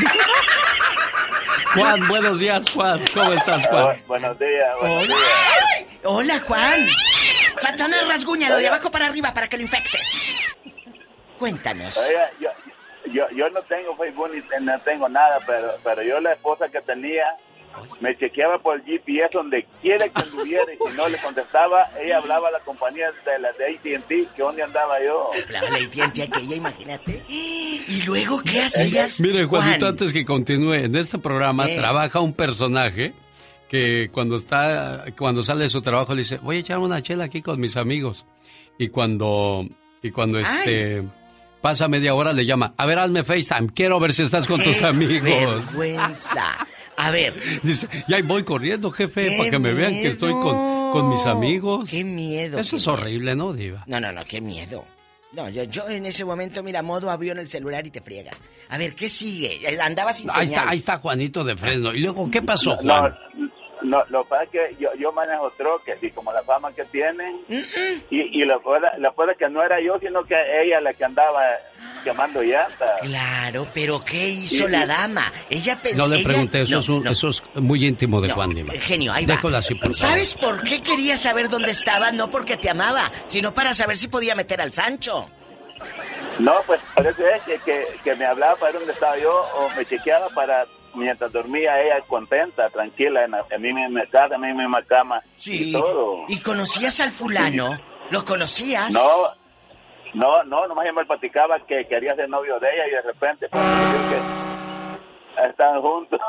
Juan, buenos días, Juan. ¿Cómo estás, Juan? Buenos días, buenos Hola. días. Hola, Juan. Satanás, rasguñalo de abajo para arriba para que lo infectes. Cuéntanos. Oiga, yo, yo, yo no tengo Facebook ni no tengo nada, pero, pero yo la esposa que tenía me chequeaba por el G P S donde quiera que anduviera y si no le contestaba, ella hablaba a la compañía de la de A T and T, que dónde andaba yo. Hablaba la A T and T aquella, imagínate. ¿Y luego qué hacías? Mire, Juanito, Juan? antes que continúe, en este programa Eh. trabaja un personaje que cuando está, cuando sale de su trabajo le dice, voy a echar una chela aquí con mis amigos. Y cuando, y cuando este pasa media hora le llama, a ver, hazme FaceTime, quiero ver si estás con tus ¡Qué amigos. vergüenza! A ver. Dice, ya voy corriendo, jefe, ¡Qué para que me vean que estoy con, con mis amigos. ¡Qué miedo! Eso qué es miedo. horrible, ¿no, Diva? No, no, no, qué miedo. No, yo, yo en ese momento, mira, modo avión el celular y te friegas. A ver, ¿qué sigue? Andaba sin Ahí señal. está, ahí está Juanito de Fresno. ¿Y luego qué pasó, No, Juan? no, lo que pasa es que yo, yo manejo troques y como la fama que tienen, y, y lo puede que no era yo, sino que ella la que andaba quemando llantas. Claro, pero ¿qué hizo Y- la dama? Ella pensó... No le ella- pregunté, eso, No, es un- no. eso es muy íntimo de No, Juan Diva. genio, ahí va. Déjalo así, por favor. ¿Sabes por qué quería saber dónde estaba? No porque te amaba, sino para saber si podía meter al Sancho. No, pues parece que, que, que me hablaba para ver dónde estaba yo o me chequeaba para, mientras dormía ella contenta, tranquila, en, la, en mi misma casa, en mi misma cama Sí. y todo. ¿Y conocías al fulano? ¿Lo conocías? No, no, no, nomás yo me platicaba que quería ser novio de ella y de repente pues, me dijo que están juntos.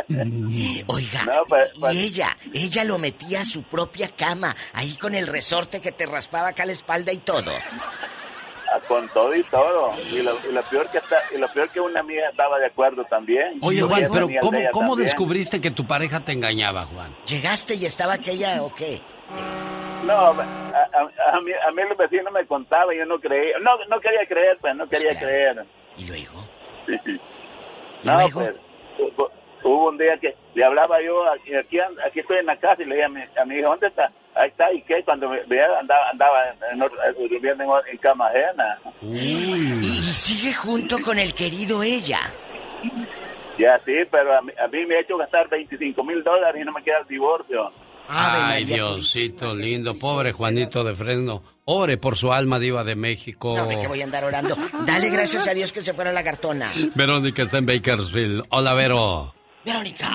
Oiga, No, pues, y pues- ella, ella lo metía a su propia cama, ahí con el resorte que te raspaba acá la espalda y todo. Con todo y todo. Y lo, y lo peor que está, y lo peor que una amiga estaba de acuerdo también. Oye, Y Juan, las pero amigas ¿cómo, de ella cómo también. descubriste que tu pareja te engañaba, Juan? ¿Llegaste y estaba aquella o qué? No, a, a, a mí, a mí los vecinos me contaban y yo no creía. No, no quería creer, pues, no quería creer. ¿Y luego? Sí, sí. No, pues, hubo, hubo un día que le hablaba yo, aquí, aquí, aquí estoy en la casa, y le dije a mi, a mi hijo, ¿dónde está? Ahí está, ¿y qué? Cuando me veía, andaba, andaba en, en, durmiendo en, en cama ajena. Y, y sigue junto con el querido ella. Ya sí, pero a mí, a mí me ha hecho gastar veinticinco mil dólares y no me queda el divorcio. Ay, Diosito lindo, pobre Juanito de Fresno. Ore por su alma, Diva de México. No, hombre, que voy a andar orando. Dale gracias a Dios que se fuera la cartona. Verónica está en Bakersfield. Hola, Vero. Verónica.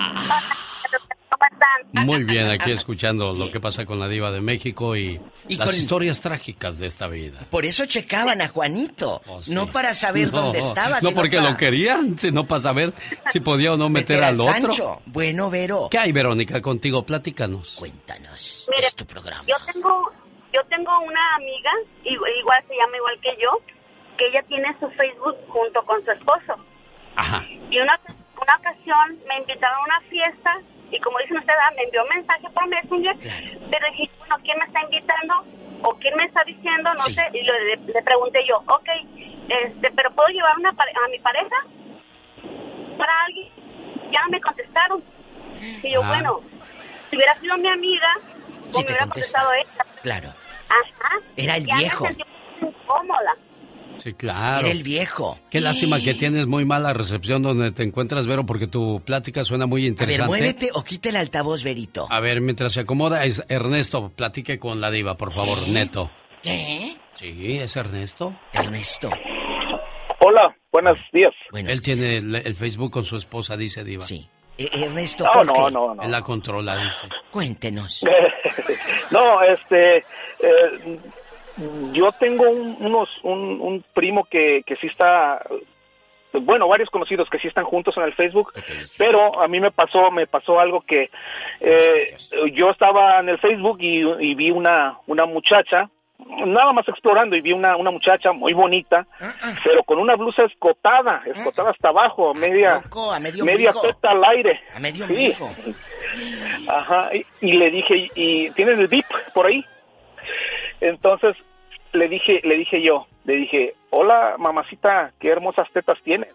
Muy bien, aquí escuchando lo que pasa con la Diva de México y, Y las con- historias trágicas de esta vida. Por eso checaban a Juanito. No para saber No, dónde estaba, No sino porque para lo querían, sino para saber si podía o no meter, meter al otro. Sancho. Bueno, Vero. ¿Qué hay, Verónica, contigo? Platícanos. Cuéntanos. Mire, es tu programa. Yo tengo, yo tengo una amiga, igu- igual se llama igual que yo, que ella tiene su Facebook junto con su esposo. Ajá. Y una, una ocasión me invitaron a una fiesta y como dicen ustedes, ah, me envió un mensaje por Messenger, pero dije, bueno, ¿quién me está invitando? ¿O quién me está diciendo? No sé. Y le, le pregunté yo, ok, este, pero ¿puedo llevar una pare- a mi pareja para alguien? Ya me contestaron. Y yo, Ah. bueno, si hubiera sido mi amiga, o me hubiera contestado ella. Claro. Ajá. Era el Ya viejo. me sentí muy incómoda. Sí, claro. Era el viejo. Qué lástima que tienes muy mala recepción donde te encuentras, Vero, porque tu plática suena muy A ver, interesante. muévete o quita el altavoz, Verito. A ver, mientras se acomoda, es Ernesto, platique con la Diva, por favor, Neto. ¿Qué? Sí, es Ernesto. Ernesto. Hola, buenos días. Él tiene el, el Facebook con su esposa, dice Diva. Sí. Ernesto, No, ¿por no, qué? no, no. Él la controla, dice. Cuéntenos. No, este, eh, yo tengo un, unos, un, un primo que, que sí está, bueno, varios conocidos que sí están juntos en el Facebook, pero a mí me pasó, me pasó algo que eh, yo estaba en el Facebook y, y vi una, una muchacha, nada más explorando, y vi una, una muchacha muy bonita, pero con una blusa escotada, escotada hasta abajo, media, Poco, a medio media ombligo. teta al aire. A medio Sí. ombligo. Ajá, y, y le dije, ¿y tienen el V I P por ahí? Entonces le dije, le dije yo, le dije, hola mamacita, qué hermosas tetas tienes.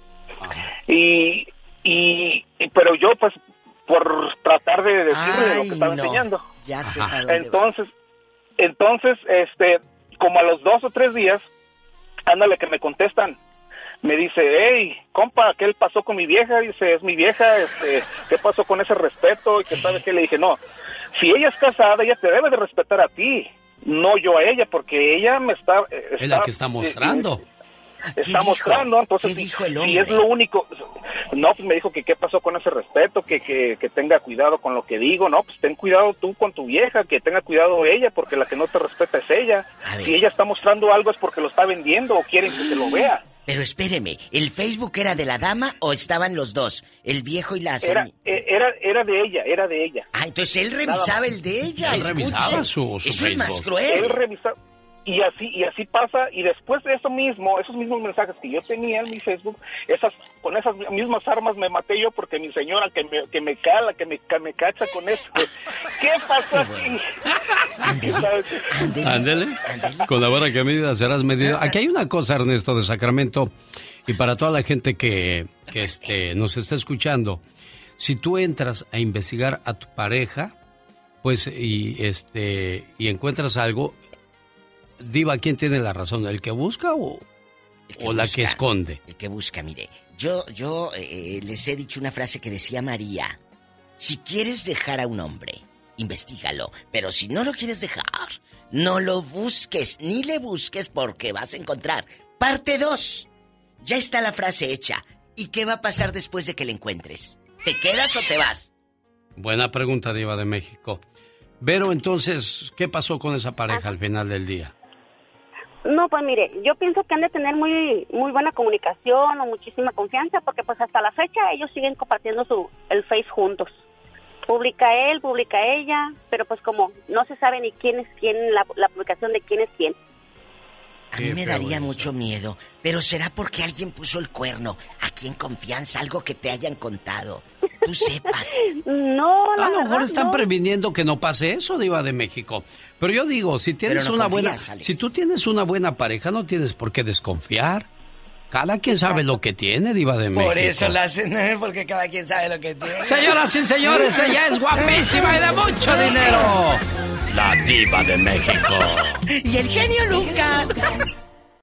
Y, y, y- pero yo pues por tratar de decirle Ay, lo que estaba no. enseñando. Ya sé a dónde Entonces, entonces, este, como a los dos o tres días, ándale que me contestan. Me dice, hey, compa, ¿qué le pasó con mi vieja? Dice, es mi vieja, este, ¿qué pasó con ese respeto? Y que sabe qué, le dije, no, si ella es casada, ella te debe de respetar a ti. no yo a ella, porque ella me está... está es la que está mostrando. Eh, está mostrando, entonces, ¿Qué dijo el si hombre? es lo único... No, pues me dijo que qué pasó con ese respeto, que, que, que tenga cuidado con lo que digo. No, pues ten cuidado tú con tu vieja, que tenga cuidado ella, porque la que no te respeta es ella. Si ella está mostrando algo es porque lo está vendiendo o quieren que se lo vea. Pero espéreme, ¿el Facebook era de la dama o estaban los dos? El viejo y la... Era, era, era de ella, era de ella. Ah, entonces él revisaba el de ella. Él revisaba su, su Eso Facebook. es más cruel. Él revisaba... Y así, y así pasa, y después de eso mismo, esos mismos mensajes que yo tenía en mi Facebook, esas, con esas mismas armas me maté yo porque mi señora que me, que me cala, que me, que me cacha con eso. ¿Qué pasó aquí? Ándele. Con la vara que medida serás medido. Aquí hay una cosa, Ernesto, de Sacramento, y para toda la gente que, que este, nos está escuchando. Si tú entras a investigar a tu pareja, pues, y este, y encuentras algo, Diva, ¿quién tiene la razón? ¿El que busca o, que o la busca, que esconde? El que busca, mire. Yo, yo eh, les he dicho una frase que decía María. Si quieres dejar a un hombre, investígalo. Pero si no lo quieres dejar, no lo busques, ni le busques porque vas a encontrar. Parte dos. Ya está la frase hecha. ¿Y qué va a pasar después de que le encuentres? ¿Te quedas o te vas? Buena pregunta, Diva de México. Vero, entonces, ¿qué pasó con esa pareja al final del día? No, pues mire, yo pienso que han de tener muy muy buena comunicación o muchísima confianza, porque pues hasta la fecha ellos siguen compartiendo su el Face juntos. Publica él, publica ella, pero pues como no se sabe ni quién es quién, la, la publicación de quién es quién. A mí me daría mucho miedo, pero será porque alguien puso el cuerno aquí en confianza, algo que te hayan contado. Tú sepas. No, la A lo mejor verdad, están no. previniendo que no pase eso, Diva de México. Pero yo digo, si tienes no una confías, buena, Alex. si tú tienes una buena pareja, no tienes por qué desconfiar. Cada quien sabe lo que tiene, Diva de México. Por eso la hacen, ¿eh? Porque cada quien sabe lo que tiene. Señoras y señores, ella es guapísima y de mucho dinero. La Diva de México. Y el genio Lucas.